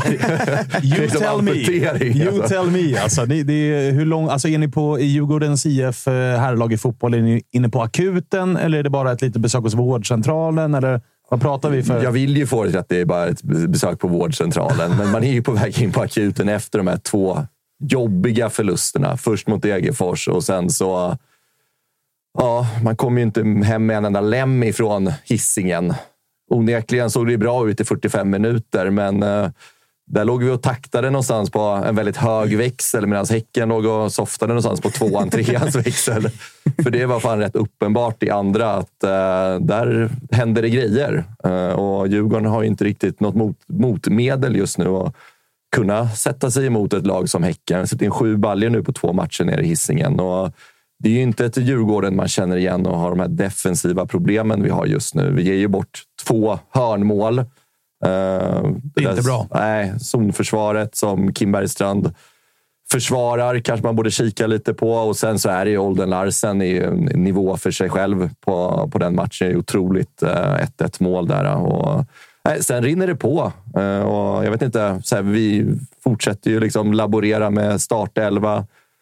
you tell me. You tell me. Alltså, det, det är, hur lång, alltså, är ni på i Djurgårdens I F herrlag i fotboll? Är ni inne på akuten? Eller är det bara ett litet besök hos vårdcentralen? Eller vad pratar vi för? Jag vill ju få det att det är bara ett besök på vårdcentralen. Men man är ju på väg in på akuten efter de här två jobbiga förlusterna. Först mot Degerfors och sen så... Ja, man kommer ju inte hem med en enda lem ifrån Hisingen. Onekligen såg det bra ut i fyrtiofem minuter, men eh, där låg vi och taktade någonstans på en väldigt hög växel medan Häcken låg och softade någonstans på tvåan, treans växel. För det var fan rätt uppenbart i andra att eh, där händer det grejer. Eh, och Djurgården har ju inte riktigt något mot, motmedel just nu att kunna sätta sig emot ett lag som Häcken. Sätter in sju baljor nu på två matcher nere i Hisingen och det är ju inte ett Djurgården man känner igen och har de här defensiva problemen vi har just nu. Vi ger ju bort två hörnmål. Uh, det är inte där, bra. Nej, zonförsvaret som Kim Bergstrand försvarar kanske man borde kika lite på. Och sen så är det ju Olden Larsen i nivå för sig själv på, på den matchen. Det är otroligt uh, ett ett mål där. Och Nej, sen rinner det på. Uh, och jag vet inte, så här, vi fortsätter ju liksom laborera med startelva.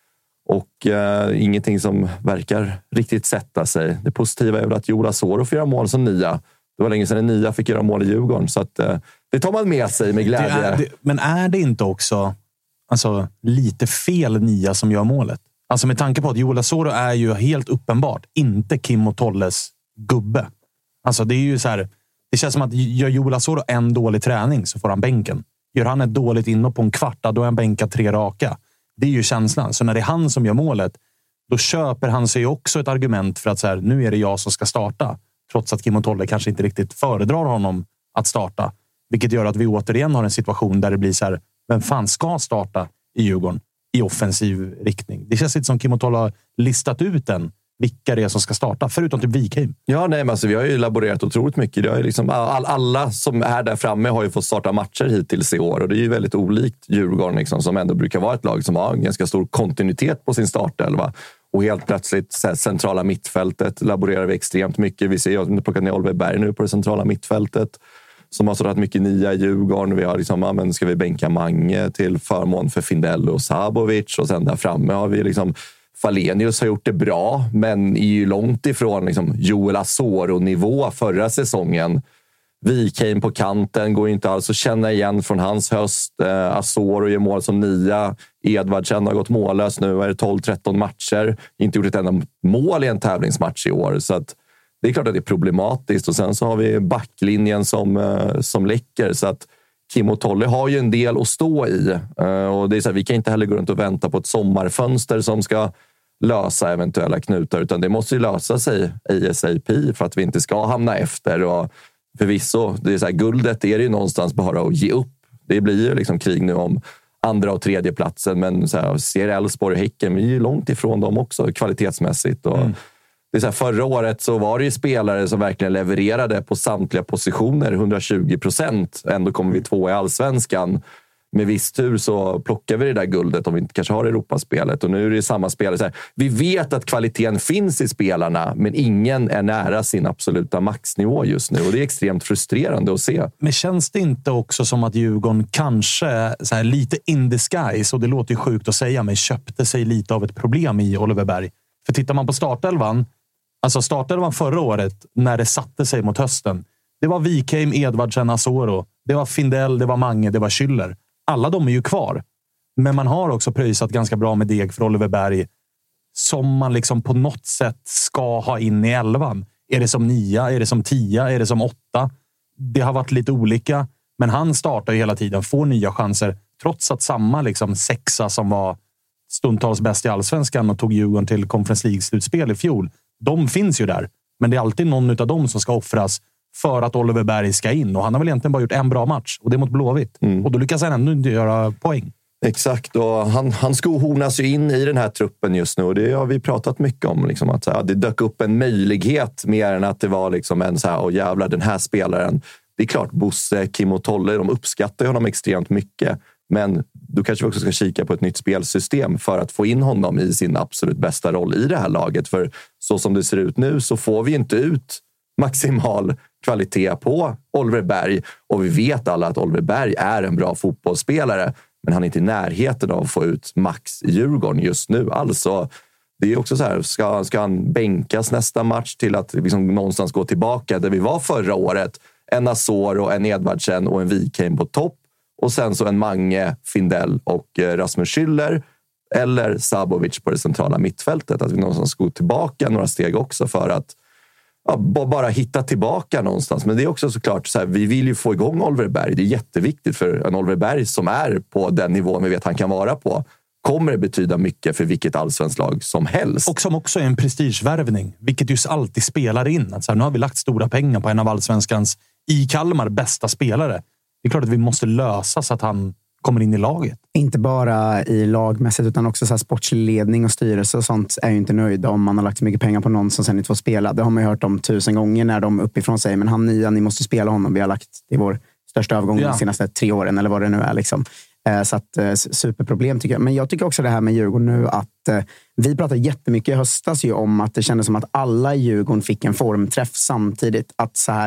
Och uh, ingenting som verkar riktigt sätta sig. Det positiva är väl att Joel Asoro får göra mål som nia. Det var länge sedan en nia fick göra mål i Djurgården. Så att, uh, det tar man med sig med glädje. Det är, det, men är det inte också alltså, lite fel nia som gör målet? Alltså med tanke på att Joel Asoro är ju helt uppenbart inte Kim och Tolles gubbe. Alltså det är ju så här... Det känns som att gör Joel Asoro en dålig träning så får han bänken. Gör han ett dåligt inhopp på en kvart, då är han bänkat tre raka. Det är ju känslan. Så när det är han som gör målet, då köper han sig också ett argument för att så här, nu är det jag som ska starta. Trots att Kim och Tolle kanske inte riktigt föredrar honom att starta. Vilket gör att vi återigen har en situation där det blir så här, vem fan ska starta i Djurgården i offensiv riktning? Det känns inte som Kim och Tolle har listat ut den. Vilka det är som ska starta, förutom till Wikheim. Ja, nej, men alltså, vi har ju laborerat otroligt mycket. Det är liksom, all, alla som är där framme har ju fått starta matcher hittills i år. Och det är ju väldigt olikt Djurgården liksom, som ändå brukar vara ett lag som har en ganska stor kontinuitet på sin startelva. Och helt plötsligt så här, centrala mittfältet laborerar vi extremt mycket. Vi ser ju att vi plockat ner Oliver Berg nu på det centrala mittfältet. Som har startat mycket nya i Djurgården. Vi har liksom, ja, men ska vi bänka Mange till förmån för Findell och Sabovic. Och sen där framme har vi liksom... Falenius har gjort det bra, men är ju långt ifrån liksom Joel Asoro-nivå förra säsongen. Wikheim på kanten går inte alls att känna igen från hans höst. Eh, Asoro gör mål som nia. Edvardsen har gått mållös nu. Är det tolv tretton matcher. Inte gjort ett enda mål i en tävlingsmatch i år. Så att det är klart att det är problematiskt. Och sen så har vi backlinjen som, eh, som läcker. Så att Kim och Tolle har ju en del att stå i. Uh, och det är så här, vi kan inte heller gå runt och vänta på ett sommarfönster som ska lösa eventuella knutar. Utan det måste ju lösa sig A S A P för att vi inte ska hamna efter. Och förvisso, det är så här, guldet är det ju någonstans bara att ge upp. Det blir ju liksom krig nu om andra och tredje platsen. Men så här, ser Elfsborg och Häcken, vi är ju långt ifrån dem också kvalitetsmässigt. Och mm. Det är så här, förra året så var det ju spelare som verkligen levererade på samtliga positioner, hundratjugo procent. Ändå kommer vi två i allsvenskan. Med viss tur så plockar vi det där guldet om vi inte kanske har Europaspelet. Och nu är det samma spelare. Så här, vi vet att kvaliteten finns i spelarna, men ingen är nära sin absoluta maxnivå just nu. Och det är extremt frustrerande att se. Men känns det inte också som att Djurgården kanske så här, lite in disguise, och det låter ju sjukt att säga, men köpte sig lite av ett problem i Oliver Berg? För tittar man på startelvan, alltså startelvan förra året när det satte sig mot hösten, det var Wikheim, Edvardsen, Asoro. Det var Findell, det var Mange, det var Schüller. Alla de är ju kvar. Men man har också pröjsat ganska bra med deg för Oliver Berg som man liksom på något sätt ska ha in i elvan. Är det som nia? Är det som tia? Är det som åtta? Det har varit lite olika. Men han startar ju hela tiden, får nya chanser. Trots att samma liksom sexa som var stundtals bäst i allsvenskan och tog Djurgården till Conference League-slutspel i fjol. De finns ju där. Men det är alltid någon av dem som ska offras för att Oliver Berg ska in. Och han har väl egentligen bara gjort en bra match. Och det är mot Blåvitt. Mm. Och då lyckas han ändå inte göra poäng. Exakt. Och han, han skohornas ju in i den här truppen just nu. Och det har vi pratat mycket om. Liksom, att ja, det dök upp en möjlighet mer än att det var liksom en så här, åh jävlar, den här spelaren. Det är klart, Bosse, Kim och Tolle, de uppskattar honom extremt mycket. Men då kanske vi också ska kika på ett nytt spelsystem för att få in honom i sin absolut bästa roll i det här laget. För så som det ser ut nu så får vi inte ut maximal kvalitet på Oliver Berg. Och vi vet alla att Oliver Berg är en bra fotbollsspelare. Men han är inte i närheten av att få ut max i Djurgården just nu. Alltså, det är också så här, ska, ska han bänkas nästa match till att liksom någonstans gå tillbaka där vi var förra året? En Asoro, en Edvardsen och en Wikheim på topp. Och sen så en Mange, Findell och Rasmus Schüller. Eller Sabovic på det centrala mittfältet. Att vi någonstans går tillbaka några steg också för att ja, bara hitta tillbaka någonstans. Men det är också såklart så här, vi vill ju få igång Oliver Berg. Det är jätteviktigt för en Oliver Berg som är på den nivån vi vet han kan vara på. Kommer det betyda mycket för vilket allsvenskt lag som helst. Och som också är en prestigevärvning. Vilket just alltid spelar in. Att så här, nu har vi lagt stora pengar på en av allsvenskans i Kalmar bästa spelare. Det är klart att vi måste lösa så att han kommer in i laget. Inte bara i lagmässigt utan också så här sportslig ledning och styrelse och sånt är ju inte nöjda om man har lagt så mycket pengar på någon som sen inte får spela. Det har man ju hört om tusen gånger när de uppifrån säger men han nya, ni måste spela honom. Vi har lagt, det är vår största övergång ja. de senaste tre åren eller vad det nu är liksom. Så att superproblem tycker jag. Men jag tycker också det här med Djurgården nu att vi pratade jättemycket i höstas ju om att det kändes som att alla i Djurgården fick en formträff samtidigt. Att så här,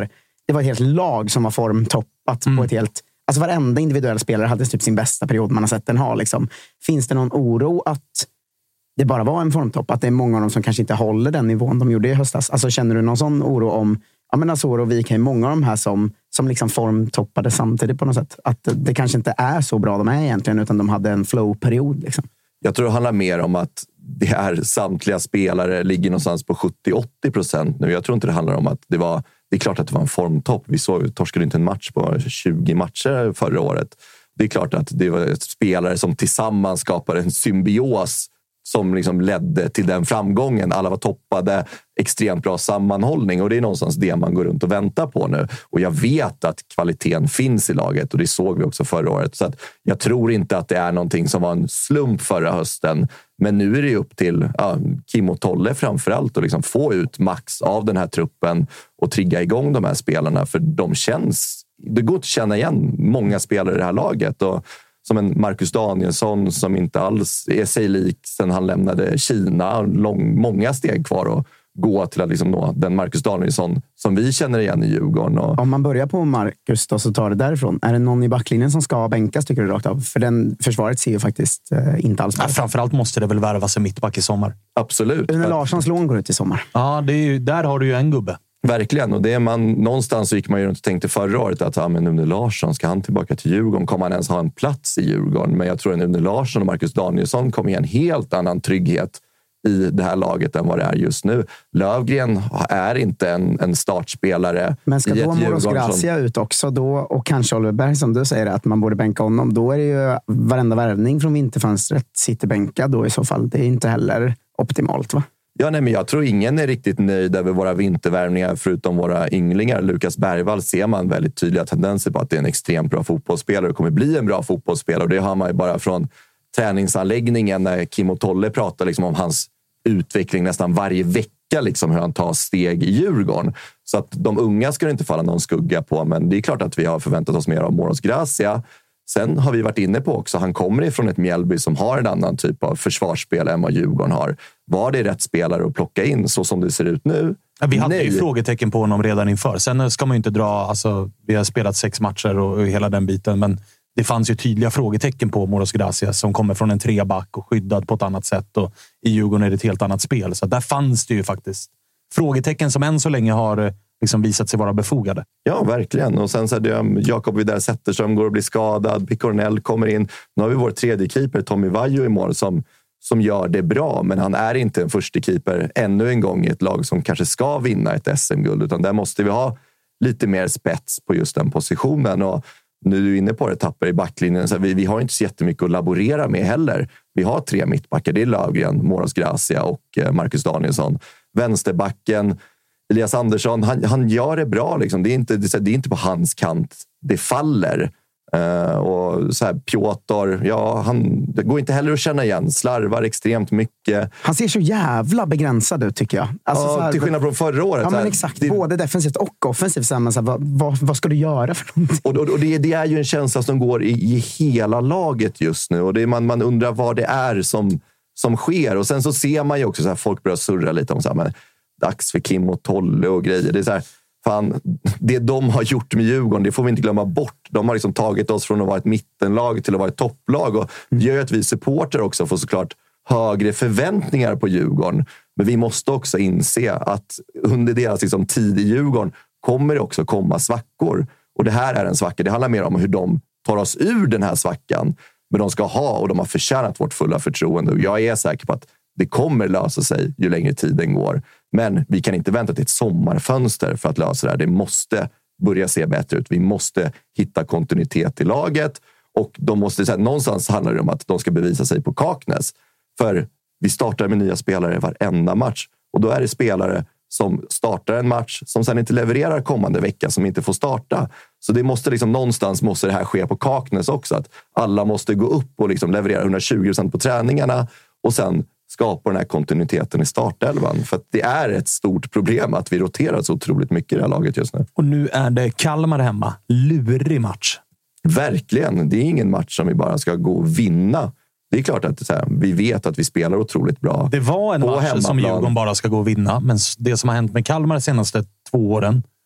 det var ett helt lag som var formtoppat mm. på ett helt... Alltså varenda individuell spelare hade typ sin bästa period man har sett den ha. Liksom. Finns det någon oro att det bara var en formtopp? Att det är många av dem som kanske inte håller den nivån de gjorde i höstas? Alltså känner du någon sån oro om... Ja, men Azor och Wikheim, många av de här som, som liksom formtoppade samtidigt på något sätt. Att det kanske inte är så bra de är egentligen, utan de hade en flow-period. Liksom. Jag tror det handlar mer om att det är samtliga spelare ligger någonstans på sjuttio till åttio procent nu. Jag tror inte det handlar om att det var... Det är klart att det var en formtopp. Vi såg, torskade inte en match på tjugo matcher förra året. Det är klart att det var spelare som tillsammans skapade en symbios som liksom ledde till den framgången. Alla var toppade, extremt bra sammanhållning, och det är någonstans det man går runt och väntar på nu. Och jag vet att kvaliteten finns i laget, och det såg vi också förra året. Så att jag tror inte att det är någonting som var en slump förra hösten. Men nu är det upp till ja, Kim och Tolle framförallt att liksom få ut max av den här truppen och trigga igång de här spelarna, för de känns... Det går att känna igen många spelare i det här laget, och som en Marcus Danielsson som inte alls är sig lik sen han lämnade Kina. Lång, många steg kvar att gå till att liksom nå den Marcus Danielsson som vi känner igen i Djurgården. Och... Om man börjar på Marcus då, så tar det därifrån. Är det någon i backlinjen som ska bänkas, tycker du, rakt av? För den försvaret ser ju faktiskt eh, inte alls bra. Ja, framförallt måste det väl värvas en mittback i sommar. Absolut. Une Larssons lån går ut i sommar. Ja, det är ju, där har du ju en gubbe. Verkligen, och det är man, någonstans gick man ju runt och tänkte förra året att ja, men Une Larsson, ska han tillbaka till Djurgården? Kommer han ens ha en plats i Djurgården? Men jag tror att Une Larsson och Marcus Danielsson kommer ge en helt annan trygghet i det här laget än vad det är just nu. Lövgren är inte en, en startspelare. Men ska i då Moros Gracia ut också då, och kanske Oliver Berg, som du säger att man borde bänka honom, då är det ju varenda värvning från vinterfönstret sitter bänkad då i så fall. Det är inte heller optimalt, va? Ja, nej, men jag tror ingen är riktigt nöjd över våra vintervärvningar förutom våra ynglingar. Lukas Bergvall ser man väldigt tydliga tendenser på att det är en extremt bra fotbollsspelare och kommer bli en bra fotbollsspelare. Och det har man ju bara från träningsanläggningen när Kim och Tolle pratar liksom om hans utveckling nästan varje vecka, liksom hur han tar steg i Djurgården. Så att de unga ska det inte falla någon skugga på, men det är klart att vi har förväntat oss mer av Moros Gracia. Sen har vi varit inne på också, han kommer ifrån ett Mjällby som har en annan typ av försvarsspel än vad Djurgården har. Var det rätt spelare att plocka in så som det ser ut nu? Ja, vi hade Nej. ju frågetecken på honom redan inför. Sen ska man ju inte dra, alltså, vi har spelat sex matcher och, och hela den biten, men det fanns ju tydliga frågetecken på Moros Gracia som kommer från en treback och skyddad på ett annat sätt, och i Djurgården är det ett helt annat spel. Så där fanns det ju faktiskt frågetecken som än så länge har liksom visat sig vara befogade. Ja, verkligen. Och sen så är det Jakob Widar Zetterström går och blir skadad. Picornell kommer in. Nu har vi vår tredje keeper Tommy Vaiho i mål som, som gör det bra. Men han är inte en första keeper ännu en gång i ett lag som kanske ska vinna ett S M-guld. Utan där måste vi ha lite mer spets på just den positionen. Och nu är du inne på det, tappar i backlinjen. Så vi, vi har inte så jättemycket att laborera med heller. Vi har tre mittbackar. Det är Lövgren, Moros Gracia och Marcus Danielsson. Vänsterbacken Elias Andersson, han, han gör det bra. Liksom. Det, är inte, det är inte på hans kant det faller. Uh, och så här, Piotr, ja, han, det går inte heller att känna igen. Slarvar extremt mycket. Han ser så jävla begränsad ut, tycker jag. Alltså, ja, så här, till skillnad från förra året. Ja, men exakt. Det, både defensivt och offensivt. Så här, men så här, vad, vad, vad ska du göra för någonting? Och, och, och det, det är ju en känsla som går i, i hela laget just nu. Och det är, man, man undrar vad det är som, som sker. Och sen så ser man ju också så här, folk börjar surra lite om så här, men dags för Kim och Tolle och grejer. Det är så här, fan, det de har gjort med Djurgården, det får vi inte glömma bort. De har liksom tagit oss från att vara ett mittenlag till att vara ett topplag. Och det gör ju att vi supporter också får såklart högre förväntningar på Djurgården. Men vi måste också inse att under deras liksom tid i Djurgården kommer det också komma svackor. Och det här är en svacka. Det handlar mer om hur de tar oss ur den här svackan. Men de ska ha, och de har förtjänat vårt fulla förtroende. Och jag är säker på att det kommer lösa sig ju längre tiden går. Men vi kan inte vänta till ett sommarfönster för att lösa det här. Det måste börja se bättre ut. Vi måste hitta kontinuitet i laget. Och de måste, så här, någonstans handlar det om att de ska bevisa sig på Kaknäs. För vi startar med nya spelare varenda match. Och då är det spelare som startar en match som sen inte levererar kommande vecka, som inte får starta. Så det måste liksom, någonstans måste det här ske på Kaknäs också. Att alla måste gå upp och liksom leverera hundratjugo procent på träningarna och sen skapa den här kontinuiteten i startelvan. För att det är ett stort problem att vi roterar så otroligt mycket i det här laget just nu. Och nu är det Kalmar hemma. Lurig match. Verkligen. Det är ingen match som vi bara ska gå och vinna. Det är klart att så här, vi vet att vi spelar otroligt bra. Det var en match som Djurgården bara ska gå och vinna. Men det som har hänt med Kalmar de senaste två åren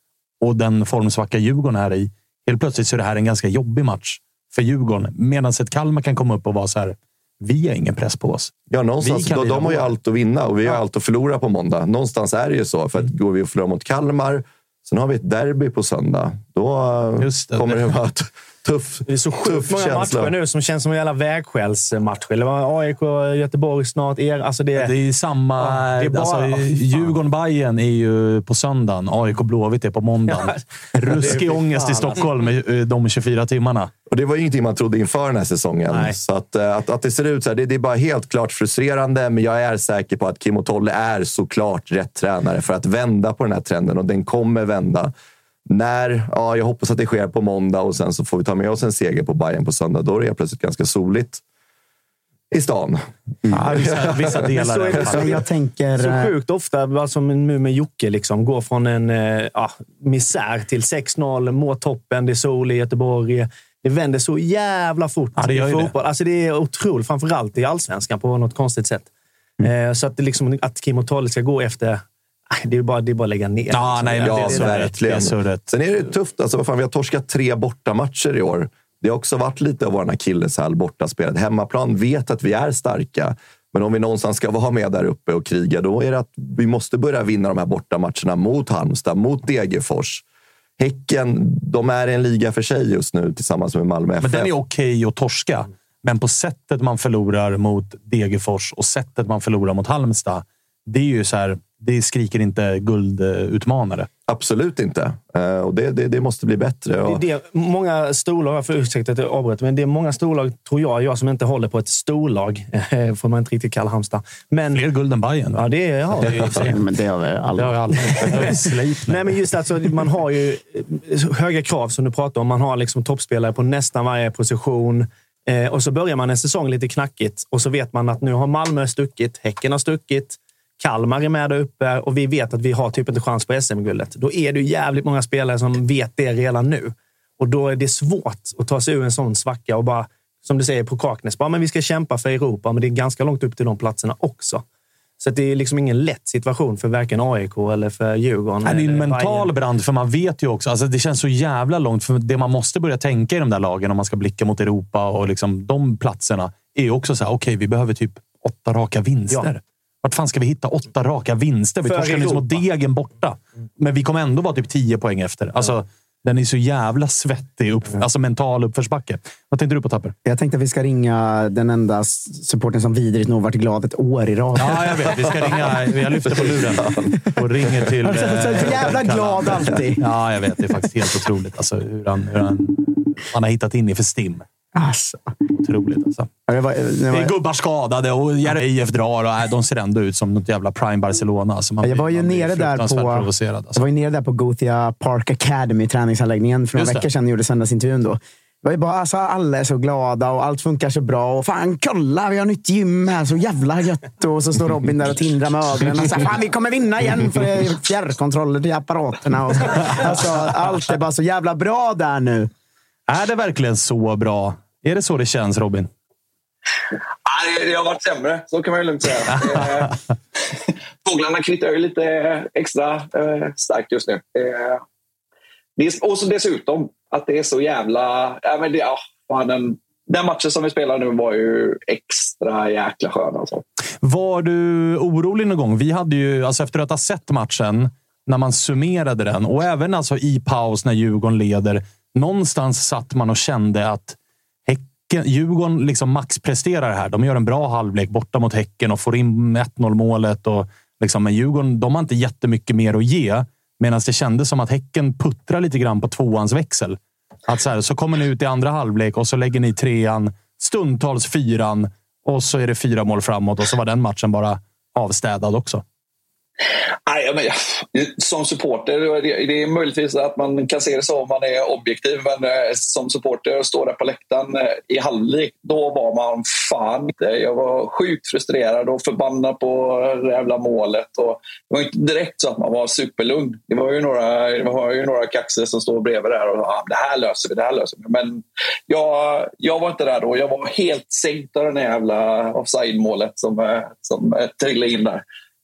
och den formsvacka Djurgården är i. Helt plötsligt så är det här en ganska jobbig match för Djurgården. Medan ett Kalmar kan komma upp och vara så här, vi har ingen press på oss. Ja, någonstans, de, de har ju allt att vinna och vi har ja. allt att förlora på måndag. Någonstans är det ju så, för att går vi och förlorar mot Kalmar, sen har vi ett derby på söndag. Då det, kommer det vara ett tuff, det är så sjukt många känsla. Matcher nu som känns som en jävla vägskällsmatch. Eller A I K, Göteborg snart. Er, alltså det, det är samma... Ja, det är bara, alltså, Djurgården-Bajen är ju på söndagen. A I K Blåvitt är på måndagen. Ja, ruskig ångest i Stockholm med de tjugofyra timmarna. Och det var ju ingenting man trodde inför den här säsongen. Nej. Så att, att, att det ser ut så här, det, det är bara helt klart frustrerande. Men jag är säker på att Kim och Tolle är såklart rätt tränare för att vända på den här trenden. Och den kommer vända. När, ja, jag hoppas att det sker på måndag och sen så får vi ta med oss en seger på Bayern på söndag. Då är det plötsligt ganska soligt i stan. Mm. Ja, vissa, vissa delar. Så, är det, så, jag tänker, så sjukt ofta, bara som nu med Jocke, liksom, går från en ja, misär till sex noll mot toppen. Det är sol i Göteborg. Det vänder så jävla fort ja, det i fotboll. Det. Alltså, det är otroligt, framförallt i Allsvenskan på något konstigt sätt. Mm. Eh, så att, det liksom, att Kim och Tolle ska gå efter... Det är bara, det är bara att lägga ner. Ja, nej, ja, det är så verkligen. Det är så rätt. Sen är det tufft. Alltså, vad fan, vi har torskat tre bortamatcher i år. Det har också varit lite av våran akilleshäl bortaspelet. Hemmaplan vet att vi är starka. Men om vi någonstans ska vara med där uppe och kriga, då är det att vi måste börja vinna de här bortamatcherna mot Halmstad, mot Degerfors. Häcken, de är en liga för sig just nu tillsammans med Malmö F F. Men den är okej att torska. Men på sättet man förlorar mot Degerfors och sättet man förlorar mot Halmstad, det är ju så här... Det skriker inte guldutmanare. Absolut inte. Uh, och det, det, det måste bli bättre. Och... Det, det, många storlag, för ursäkta att jag avbryter, men det är många storlag, tror jag, jag som inte håller på ett storlag. Får man inte riktigt kalla Halmstad. Men, fler guld än Bayern. Ja, det har vi. Ja, men det har vi aldrig. Det har vi aldrig. Nej, men just alltså, man har ju höga krav som du pratar om. Man har liksom toppspelare på nästan varje position. Eh, och så börjar man en säsong lite knackigt. Och så vet man att nu har Malmö stuckit, Häcken har stuckit. Kalmar är med där uppe och vi vet att vi har typ inte chans på S M-guldet. Då är det ju jävligt många spelare som vet det redan nu. Och då är det svårt att ta sig ur en sån svacka och bara, som du säger på Kaknäs, bara, men vi ska kämpa för Europa, men det är ganska långt upp till de platserna också. Så att det är liksom ingen lätt situation för varken A I K eller för Djurgården. Nej, det är en mental brand, för man vet ju också, alltså det känns så jävla långt, för det man måste börja tänka i de där lagen om man ska blicka mot Europa och liksom de platserna är ju också så här, okej, okay, vi behöver typ åtta raka vinster. Ja. Vart fan ska vi hitta åtta raka vinster? Vi torskar liksom mot Degen borta. Men vi kommer ändå vara typ tio poäng efter. Alltså, den är så jävla svettig. Upp, alltså mental uppförsbacke. Vad tänkte du på, Tapper? Jag tänkte att vi ska ringa den enda supporten som vidrigt nog varit glad ett år i rad. Ja, jag vet. Vi ska ringa... Jag lyfter på luren och ringer till... Han är så, så jävla glad alltid. Ja, jag vet. Det är faktiskt helt otroligt. Alltså, hur han, hur han, han har hittat in i för stim. Alltså. Otroligt alltså. Ja, det, var, det, var... det är gubbar skadade och Jeremejeff drar och äh, de ser ändå ut som något jävla Prime Barcelona. Alltså man, jag var ju man nere där på alltså. Jag var ju nere där på Gothia Park Academy, träningsanläggningen för några veckor sedan, gjorde söndagsintervjun då. Det var ju bara, alltså, alla är så glada och allt funkar så bra. Och fan, kolla, vi har nytt gym här, så jävla gött. Och så står Robin där och tindrar med ögonen och säger, fan, vi kommer vinna igen för det är fjärrkontroller till apparaterna. Och så. Alltså, allt är bara så jävla bra där nu. Är det verkligen så bra? Är det så det känns, Robin? Nej, det har varit sämre. Så kan man ju lugnt säga. Fåglarna kvittrar ju lite extra eh, starkt just nu. Eh, det är, och så dessutom att det är så jävla... Ja, men det, ja, den, den matchen som vi spelar nu var ju extra jäkla skön. Alltså. Var du orolig någon gång? Vi hade ju, alltså efter att ha sett matchen, när man summerade den, och även alltså i paus när Djurgården leder, någonstans satt man och kände att Häcken, Djurgården liksom maxpresterar här. De gör en bra halvlek borta mot Häcken och får in ett noll målet. Och liksom, men Djurgården, de har inte jättemycket mer att ge. Medan det kändes som att Häcken puttrar lite grann på tvåans växel. Att så, här, så kommer ni ut i andra halvlek och så lägger ni trean, stundtals fyran, och så är det fyra mål framåt och så var den matchen bara avstädad också. Nej, men, som supporter, det är möjligtvis att man kan se det så om man är objektiv, men som supporter och står där på läktaren i halvlek, då var man fan inte. Jag var sjukt frustrerad och förbannad på det jävla målet, och det var inte direkt så att man var superlugn. Det var ju några, det var ju några kaxer som står bredvid där och ah, det här löser vi, det här löser vi. Men jag, jag var inte där då. Jag var helt sänkt av den jävla offside-målet som, som trillade in där.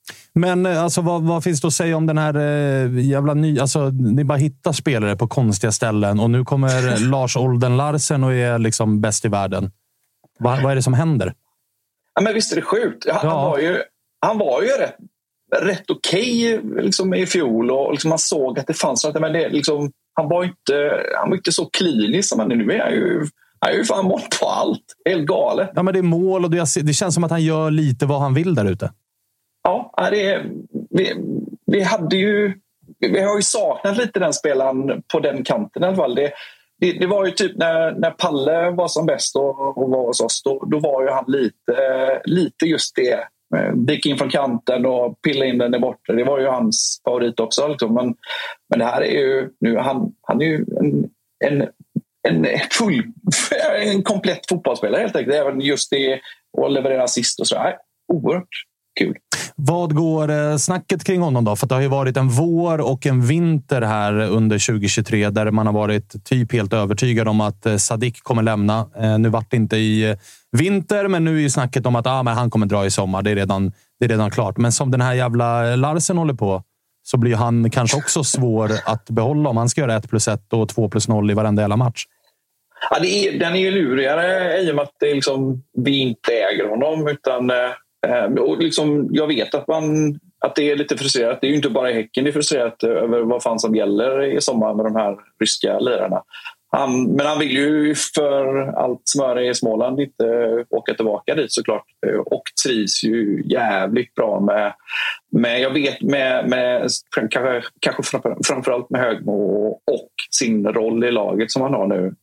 Men alltså, vad, vad finns det att säga om den här eh, jävla ny... Alltså, ni bara hittar spelare på konstiga ställen och nu kommer Lars Olden Larsen och är liksom bäst i världen. Va, vad är det som händer? Ja, men visst är det sjukt. Han, ja. han, var, ju, han var ju rätt, rätt okej okay, liksom, i fjol och liksom, man såg att det fanns något. Men det, liksom, han, var inte, han var inte så klinisk som han är nu. Han är ju, han är ju fan mål på allt. Helt galet. Ja, men det är mål och det, det känns som att han gör lite vad han vill där ute. Ja, det är, vi, vi hade ju vi har ju saknat lite den spelaren på den kanten i alla fall. Det, det, det var ju typ när, när Palle var som bäst och, och var hos oss, då, då var ju han lite, lite just det. Gick in från kanten och pilla in den där borta. Det var ju hans favorit också. Liksom. Men, men det här är ju nu, han, han är ju en, en, en, full, en komplett fotbollsspelare helt enkelt. Även just det att leverera assist och så. Nej, oerhört kul. Vad går snacket kring honom då? För det har ju varit en vår och en vinter här under tjugo tjugotre där man har varit typ helt övertygad om att Sadik kommer lämna. Nu vart det inte i vinter, men nu är ju snacket om att ah, men han kommer dra i sommar. Det är, redan, det är redan klart. Men som den här jävla Larsen håller på så blir han kanske också svår att behålla om han ska göra ett plus ett och två plus noll i varenda jävla match. Ja, det är, den är ju lurigare i och med att det liksom, vi inte äger honom utan... Och liksom, jag vet att, man, att det är lite frustrerat. Det är ju inte bara i Häcken det är frustrerat över vad fan som gäller i sommar med de här ryska lirarna. Han, men han vill ju för allt smör i Småland inte åka tillbaka dit såklart. Och trivs ju jävligt bra med, med jag vet, med, med kanske, kanske framför, framförallt med Högmo och sin roll i laget som han har nu.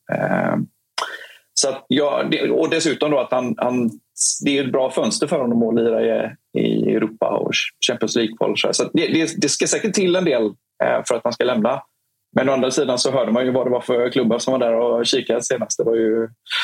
Så att, ja, och dessutom då att han, han det är ett bra fönster för honom att lira i, i Europa och Champions League-kval. Så det, det, det ska säkert till en del för att han ska lämna. Men å andra sidan så hörde man ju vad det var för klubbar som var där och kikade senast. Det var ju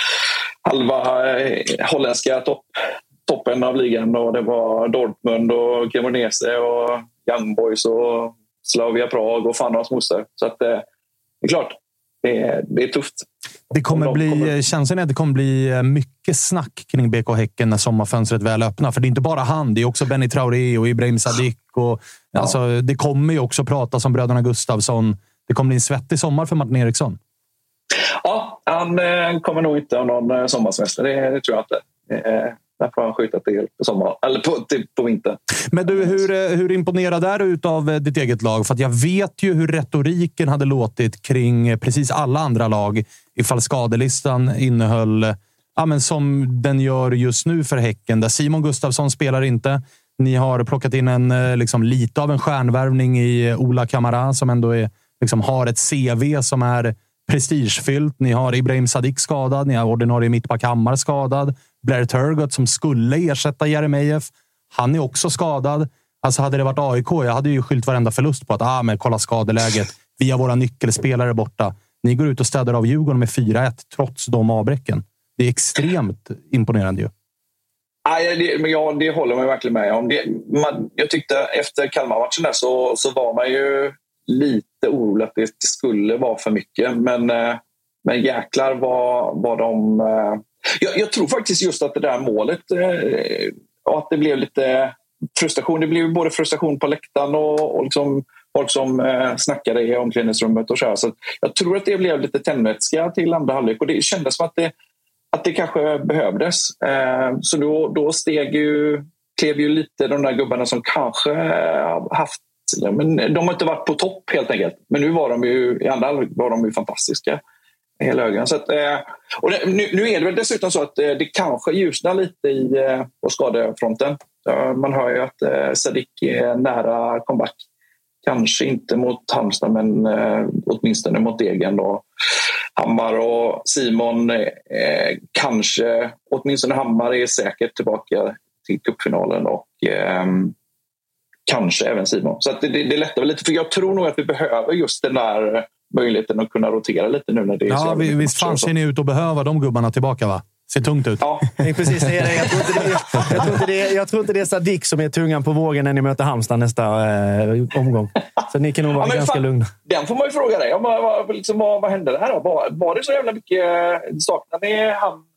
halva holländska topp, toppen av ligan och det var Dortmund och Cremonese och Young Boys och Slavia Prag och fan och hans moster. Så att, det är klart, det är, det är tufft. Det kommer bli, kommer... Känslan är att det kommer bli mycket snack kring B K Häcken när sommarfönstret väl öppnar. För det är inte bara han, det är också Benny Traoré och Ibrahim Sadik. Och, ja. Alltså, det kommer ju också pratas om bröderna Gustafsson. Det kommer bli en svettig sommar för Martin Eriksson. Ja, han eh, kommer nog inte ha någon eh, sommarsemester. Det, det tror jag inte. Eh, därför har han skjutit det på sommar eller på, till, på vintern. Men du, hur, hur imponerad är du av ditt eget lag? För att jag vet ju hur retoriken hade låtit kring precis alla andra lag ifall skadelistan innehöll ja, men som den gör just nu för Häcken. Där Simon Gustafsson spelar inte. Ni har plockat in en liksom, lite av en stjärnvärvning i Ola Kamara som ändå är, liksom, har ett C V som är prestigefyllt. Ni har Ibrahim Sadik skadad. Ni har ordinarie mittback Hammar skadad. Blair Turgott som skulle ersätta Jeremejeff. Han är också skadad. Alltså hade det varit A I K, jag hade ju skyllt varenda förlust på att ah, men kolla skadeläget. Vi har våra nyckelspelare borta. Ni går ut och städar av Djurgården med fyra ett trots de avbräcken. Det är extremt imponerande ju. Nej, det, men ja, det håller man verkligen med om. Det, man, jag tyckte efter Kalmar-matchen där så, så var man ju lite orolig att det skulle vara för mycket. Men, men jäklar vad, vad de... Jag, jag tror faktiskt just att det där målet och att det blev lite frustration. Det blev både frustration på läktaren och, och liksom folk som eh, snackade i omklädningsrummet och så här. Så jag tror att det blev lite tändvätska till andra halvlek och det kändes som att det, att det kanske behövdes. Eh, så då, då steg ju, klev ju lite de där gubbarna som kanske haft, men de har inte varit på topp helt enkelt. Men nu var de ju, i andra halvlek var de ju fantastiska. Hela ögonen. Så att, eh, och det, nu, nu är det väl dessutom så att eh, det kanske ljusnar lite i, eh, på skadefronten. Uh, man hör ju att eh, Sadik är nära comeback. Kanske inte mot Halmstad men eh, åtminstone mot Degen och Hammar och Simon eh, kanske, åtminstone Hammar är säkert tillbaka till cupfinalen och eh, kanske även Simon. Så att det, det, det lättar väl lite, för jag tror nog att vi behöver just den där möjligheten att kunna rotera lite nu när det är ja, så. Vi, visst fan ser ni ut att behöva de gubbarna tillbaka, va? Ser tungt ut. Ja, precis. Det är det. Jag, tror inte det, jag, tror inte det, jag tror inte det är Sadik som är tungan på vågen när ni möter Halmstad nästa eh, omgång. Så ni kan nog vara ja, ganska fan, lugna. Den får man ju fråga dig. Ja, vad, liksom, vad, vad hände det här då? Var, var det så jävla mycket... Saknade ni han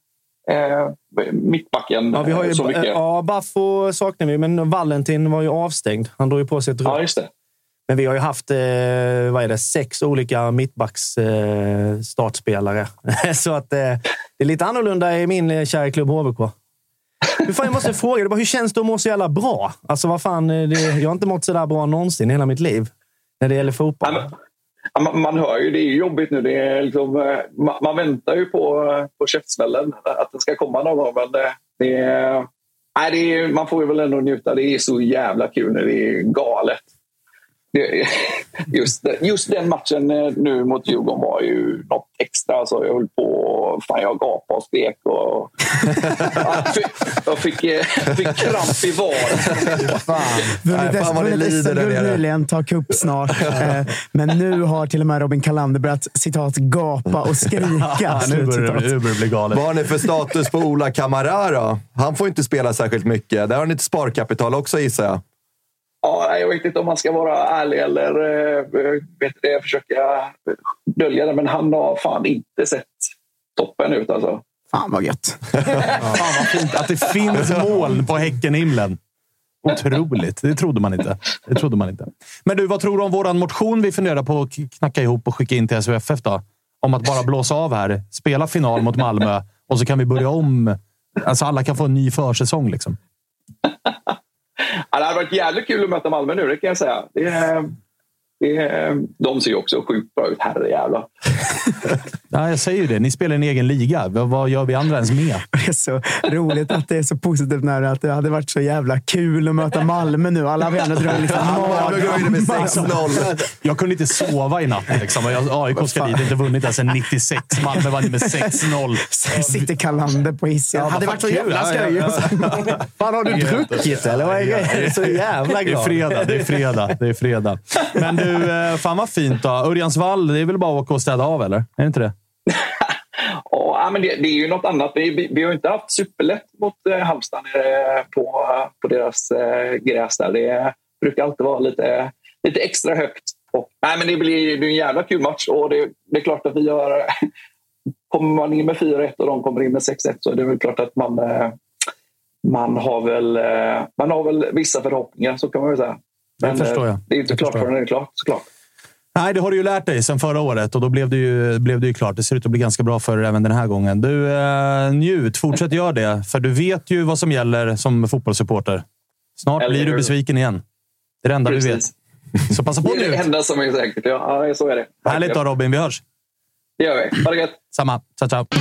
eh, mittbacken Ja, vi har ju, så mycket. Ja, Baffo saknar vi, men Valentin var ju avstängd. Han drog ju på sig ett rött. Ja, just det. Men vi har ju haft eh, vad är det, sex olika mittbacks eh, startspelare. Så att eh, det är lite annorlunda i min eh, kära klubb H V K. Hur fan, jag måste fråga dig, hur känns det att må så jävla bra? Alltså vad fan, det, jag har inte mått så där bra någonsin i hela mitt liv. När det gäller fotboll. Ja, men, man, man hör ju, det är jobbigt nu. Det är liksom, man, man väntar ju på, på käftsmällen. Att det ska komma någon gång. Men det, det, är, nej, det är, man får ju väl ändå njuta. Det är så jävla kul när det är galet. Det, just, just den matchen nu mot Djurgården var ju något extra. Alltså, jag höll på, fan jag gapade och skrek. Och, jag fick, jag fick, fick kramp i vaden. Vunnit S M-guld nyligen, ta kupp snart. Men nu har till och med Robin Kalander börjat citat gapa och skrika. Ja, nu börjar det bli galet. Vad har ni för status på Ola Kamara då? Han får inte spela särskilt mycket. Där har ni ett sparkapital också, gissar jag. Ja, jag vet inte om man ska vara ärlig eller vet det, försöka dölja det, men han har fan inte sett toppen ut alltså. Fan vad gött. Fan vad fint att det finns moln på Häckenhimlen. Otroligt. Det trodde man inte. Det trodde man inte. Men du, vad tror du om våran motion vi funderar på att knacka ihop och skicka in till S V F F då? Om att bara blåsa av här, spela final mot Malmö och så kan vi börja om. Alltså alla kan få en ny försäsong liksom. Ja, det hade varit jävligt kul att möta Malmö nu, det kan jag säga. Det är, det är, de ser ju också sjukt bra ut, herrejävlar. Ja, jag säger ju det. Ni spelar en egen liga. Vad gör vi andra ens med? Det är så roligt att det är så positivt när det, att det hade varit så jävla kul att möta Malmö nu. Alla vi andra drar liksom med sex noll. Jag kunde inte sova i natt. Liksom. A I K ska dit, inte vunnit där sedan nittiosex. Malmö vann med sex noll. Sitter Kalander på hissen. Ja, hade varit så jävla skoj. Ja, ja, ja. Fan, har du druckit eller? Vad är det? Så jävla glad. Det är fredag, det är fredag, det är fredag. Men du, fan vad fint då. Örjansvall, det är väl bara att åka och städa av, eller? Är det inte det? Ja, men det, det är ju något annat. Vi, vi, vi har inte haft superlätt mot eh, Halmstad eh, på, på deras eh, gräs där. Det brukar alltid vara lite, lite extra högt. Och, nej, men det blir, det blir en jävla kul match. Och det, det är klart att vi gör... Kommer man in med fyra ett och de kommer in med sex ett så är det väl klart att man, eh, man, har väl, eh, man har väl vissa förhoppningar, så kan man väl säga. Men det förstår jag. Det är inte det klart förrän det är klart, såklart. Nej, det har du ju lärt dig sedan förra året och då blev det ju, blev det ju klart. Det ser ut att bli ganska bra för även den här gången. Du, eh, njut. Fortsätt gör det. För du vet ju vad som gäller som fotbollssupporter. Snart Eller blir du besviken igen. Det är det enda Precis. du vet. Så passa på nu. Det är det enda som är säkert. Ja, ja så är det. Tack. Härligt då, Robin. Vi hörs. Det gör vi. Ha det gött. Samma. Ciao, ciao.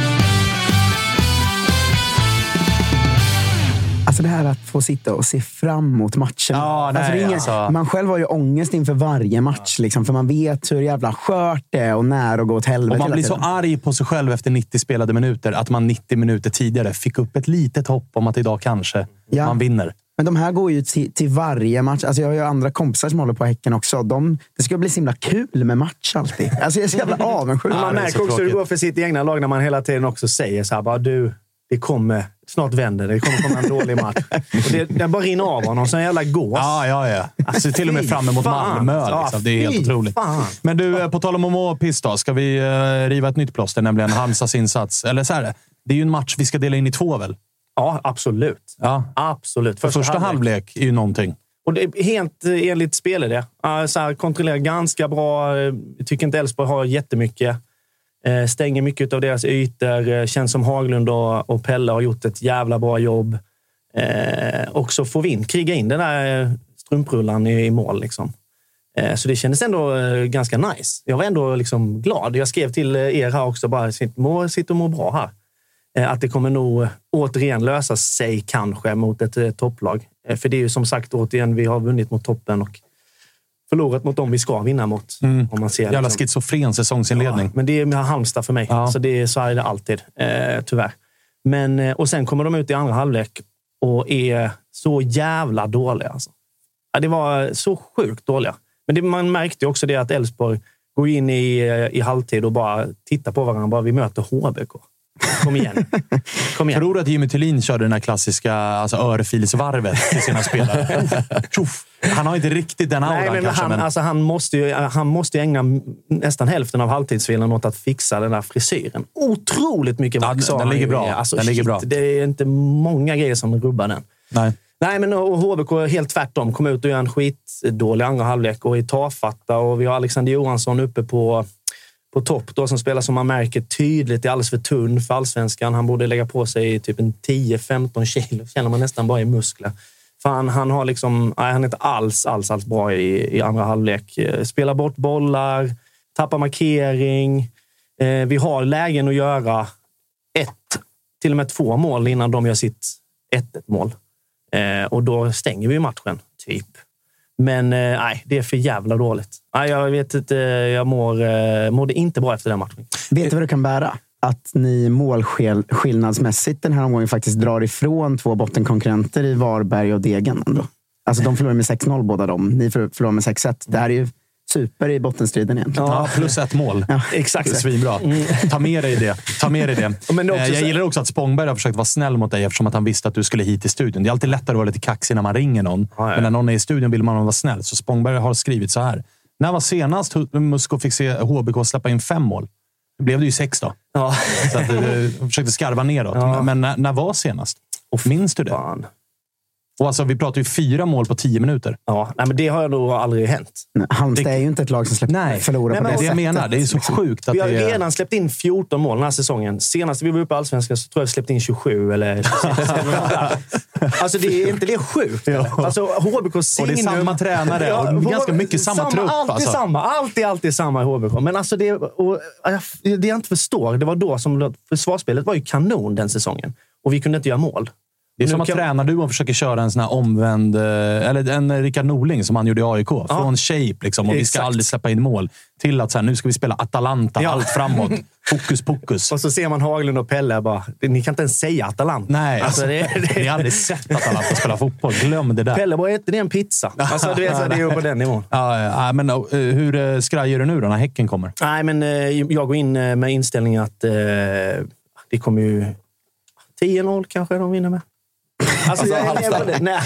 Alltså det här att få sitta och se fram emot matchen. Ja, nej, alltså det är ingen, alltså. Man själv har ju ångest inför varje match. Liksom, för man vet hur jävla skört det är och när och gå åt helvete. Och man blir så arg på sig själv efter nittio spelade minuter. Att man nittio minuter tidigare fick upp ett litet hopp om att idag kanske ja. man vinner. Men de här går ju till, till varje match. Alltså jag har ju andra kompisar som håller på Häcken också. De, det ska bli så himla kul med match alltid. Alltså jag är så jävla avundsjuk. Man märker också hur det går för sitt egna lag när man hela tiden också säger så här, bara du... Det kommer, snart vänder det. Det kommer komma en dålig match. Och det, det bara rinner av honom. Så en jävla gås. Ja, ja, ja. Alltså, till och med fram emot Malmö. Liksom. Det är helt otroligt. Fan. Men du, på tal om att må piss då. Ska vi uh, riva ett nytt plåster, nämligen Halmstads insats? Eller så här, det är ju en match vi ska dela in i två, väl? Ja, absolut. Ja. Absolut. Första, första halvlek. halvlek är ju någonting. Och det är helt enligt spelidé. Så här, kontrollerar ganska bra. Jag tycker inte Elfsborg har jättemycket. Stänger mycket av deras ytor. Känns som Haglund och Pelle har gjort ett jävla bra jobb. Eh, och så får vi in, kriga in den där strumprullan i, i mål. Liksom. Eh, så det kändes ändå eh, ganska nice. Jag var ändå liksom glad. Jag skrev till er här också, bara sitt, sitt och må bra här. Eh, att det kommer nog återigen lösa sig kanske mot ett eh, topplag. Eh, för det är ju som sagt återigen, vi har vunnit mot toppen och förlorat mot dem vi ska vinna mot. Mm. Om man ser, jävla liksom. schizofren säsongsinledning. Ja, men det är Halmstad för mig. Ja. Så, det är, så är det alltid, eh, tyvärr. Men, eh, och sen kommer de ut i andra halvlek och är så jävla dåliga. Alltså. Ja, det var så sjukt dåliga. Men det, man märkte också det att Elfsborg går in i, i halvtid och bara tittar på varandra. Bara, vi möter H B K. Kom igen. Kom igen. Tror du att Jimmy Tillin körde den här klassiska alltså, örfilsvarvet till sina spelare? Han har inte riktigt den auran. Nej, men kanske. Han, Men... Alltså, han, måste ju, han måste ju ägna nästan hälften av halvtidsvilan åt att fixa den där frisyren. Otroligt mycket vax. Ja, den ligger bra. Alltså, den shit, ligger bra. Det är inte många grejer som rubbar den. Nej. Nej, men och H B K helt tvärtom. Kom ut och gör en skitdålig andra halvlek och är tafatta. Och vi har Alexander Johansson uppe på, på topp då, som spelar som man märker tydligt är alldeles för tunn för allsvenskan. Han borde lägga på sig typ en tio femton kilo. Känner man nästan bara i muskler. För han, han har liksom, nej, han är inte alls, alls, alls bra i, i andra halvlek. Spelar bort bollar, tappar markering. Eh, vi har lägen att göra ett, till och med två mål innan de gör sitt ett ett mål. Eh, och då stänger vi matchen, typ. Men eh, nej, det är för jävla dåligt. Nej, jag vet inte, jag mår, eh, mådde inte bra efter den matchen. Vet du vad du kan bära? Att ni målskillnadsmässigt den här omgången faktiskt drar ifrån två bottenkonkurrenter i Varberg och Degen ändå. Alltså de förlorar med sex noll båda dem. Ni förlorar med sex ett. Det här är ju super i bottenstriden egentligen. Ja, plus ett mål. Ja. Exakt. Svinbra. Ta med dig det. Ta med dig det. Men det också jag gillar också att Spångberg har försökt vara snäll mot dig eftersom att han visste att du skulle hit i studion. Det är alltid lättare att vara lite kaxig när man ringer någon. Ja, ja. Men när någon är i studion vill man vara snäll. Så Spångberg har skrivit så här. När var senast Musko fick se H B K släppa in fem mål? Det blev det ju sex då. Ja. Så att du försökte skarva neråt. Ja. Men när, när var senast? Och minns du det? Fan. Och alltså, vi pratar ju fyra mål på tio minuter. Ja, nej, men det har ju nog aldrig hänt. Nej, Halmstad det... är ju inte ett lag som släpper nej. förlorar nej, på det sättet. Det jag menar, det är så sjukt. Att vi har det är... redan släppt in fjorton mål den här säsongen. Senast vi var uppe i Allsvenskan så tror jag vi släppte in tjugosju eller tjugosex. Alltså det är inte det sjukt. Ja. Alltså H B K signum... Och det är samma tränare och ja, ganska mycket samma, samma trupp. Alltid alltså. samma. Alltid, alltid samma i H B K. Men alltså det, och, det jag inte förstår, det var då som försvarsspelet var ju kanon den säsongen. Och vi kunde inte göra mål. Det är som att kan... tränarduon försöker köra en sån här omvänd... Eller en Rickard Norling som han gjorde i A I K. Ja. Från shape liksom. Och exakt. Vi ska aldrig släppa in mål. Till att så här, nu ska vi spela Atalanta. Ja. Allt framåt. Fokus, fokus. Och så ser man Haglund och Pelle bara... Ni kan inte ens säga Atalanta. Nej, alltså, det, det... ni har aldrig sett Atalanta spela fotboll. Glöm det där. Pelle bara, äter det en pizza? Alltså, du vet, så det är ju på den nivån. Ja, ja, men hur skrajar du nu då när Häcken kommer? Nej, men jag går in med inställningen att eh, det kommer ju... tio noll kanske de vinner med. Alltså, alltså Halmstad. Nej.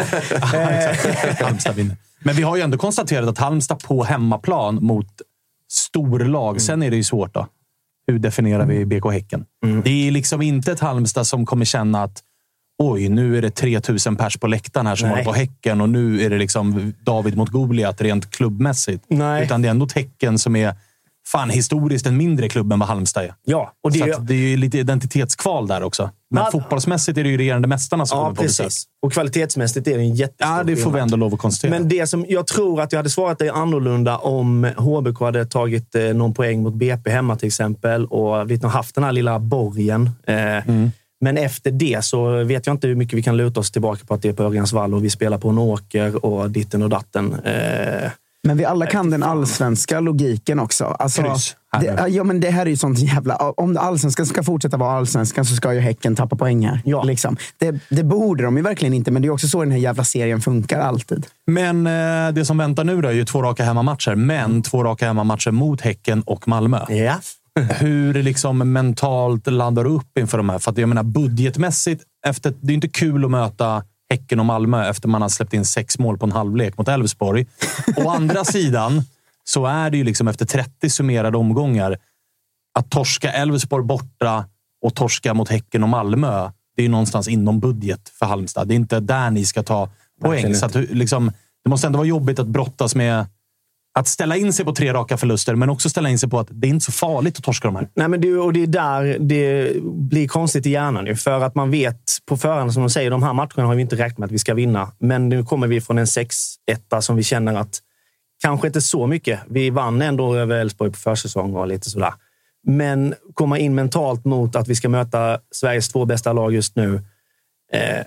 Halmstad vinner. Men vi har ju ändå konstaterat att Halmstad på hemmaplan mot storlag. Mm. Sen är det ju svårt då. Hur definierar vi B K Häcken? Mm. Det är liksom inte ett Halmstad som kommer känna att oj, nu är det tre tusen pers på läktaren här som håller på Häcken och nu är det liksom David mot Goliat rent klubbmässigt. Nej. Utan det är ändå Häcken som är fan historiskt en mindre klubb än vad Halmstad är. Ja, och det, så är, det är ju lite identitetskval där också. Men ja, fotbollsmässigt är det ju regerande mästarna som ja, kommer på precis. besök. Och kvalitetsmässigt är det en jättestor. Ja, det får vi ändå lov att konstatera. Men det som jag tror att jag hade svarat dig annorlunda om H B K hade tagit eh, någon poäng mot B P hemma till exempel och vi har haft den här lilla borgen. Eh, mm. Men efter det så vet jag inte hur mycket vi kan luta oss tillbaka på att det är på Örjansvall och vi spelar på en åker och ditten och datten. Eh, Men vi alla kan den allsvenska logiken också. Alltså, det, ja, men det här är ju sånt jävla... Om allsvenskan ska fortsätta vara allsvenskan så ska ju Häcken tappa poäng här. Ja. Liksom. Det, det borde de ju verkligen inte, men det är också så den här jävla serien funkar alltid. Men eh, det som väntar nu då är ju två raka hemmamatcher, men två raka hemmamatcher mot Häcken och Malmö. Ja. Hur liksom mentalt laddar du upp inför de här? För att jag menar budgetmässigt, efter, det är inte kul att möta Häcken och Malmö efter man har släppt in sex mål på en halvlek mot Elfsborg. Å andra sidan så är det ju liksom efter trettio summerade omgångar att torska Elfsborg borta och torska mot Häcken och Malmö. Det är ju någonstans inom budget för Halmstad. Det är inte där ni ska ta poäng. Så att, liksom, det måste ändå vara jobbigt att brottas med att ställa in sig på tre raka förluster, men också ställa in sig på att det är inte så farligt att torska de här. Nej, men det, och det är där det blir konstigt i hjärnan nu. För att man vet på förhand, som de säger, de här matcherna har vi inte räknat med att vi ska vinna. Men nu kommer vi från en sex ett som vi känner att kanske inte så mycket. Vi vann ändå över Elfsborg på försäsong och lite sådär. Men komma in mentalt mot att vi ska möta Sveriges två bästa lag just nu. Eh,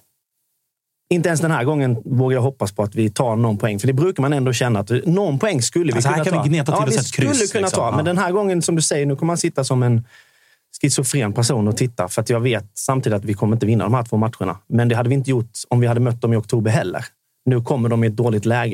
Inte ens den här gången vågar jag hoppas på att vi tar någon poäng. För det brukar man ändå känna att någon poäng skulle vi alltså, kunna här ta. Kan vi gneta till ja, och vi sätta skulle kryss, kunna liksom. ta. Men den här gången, som du säger, nu kommer man sitta som en schizofren person och titta. För att jag vet samtidigt att vi kommer inte vinna de här två matcherna. Men det hade vi inte gjort om vi hade mött dem i oktober heller. Nu kommer de i ett dåligt läge.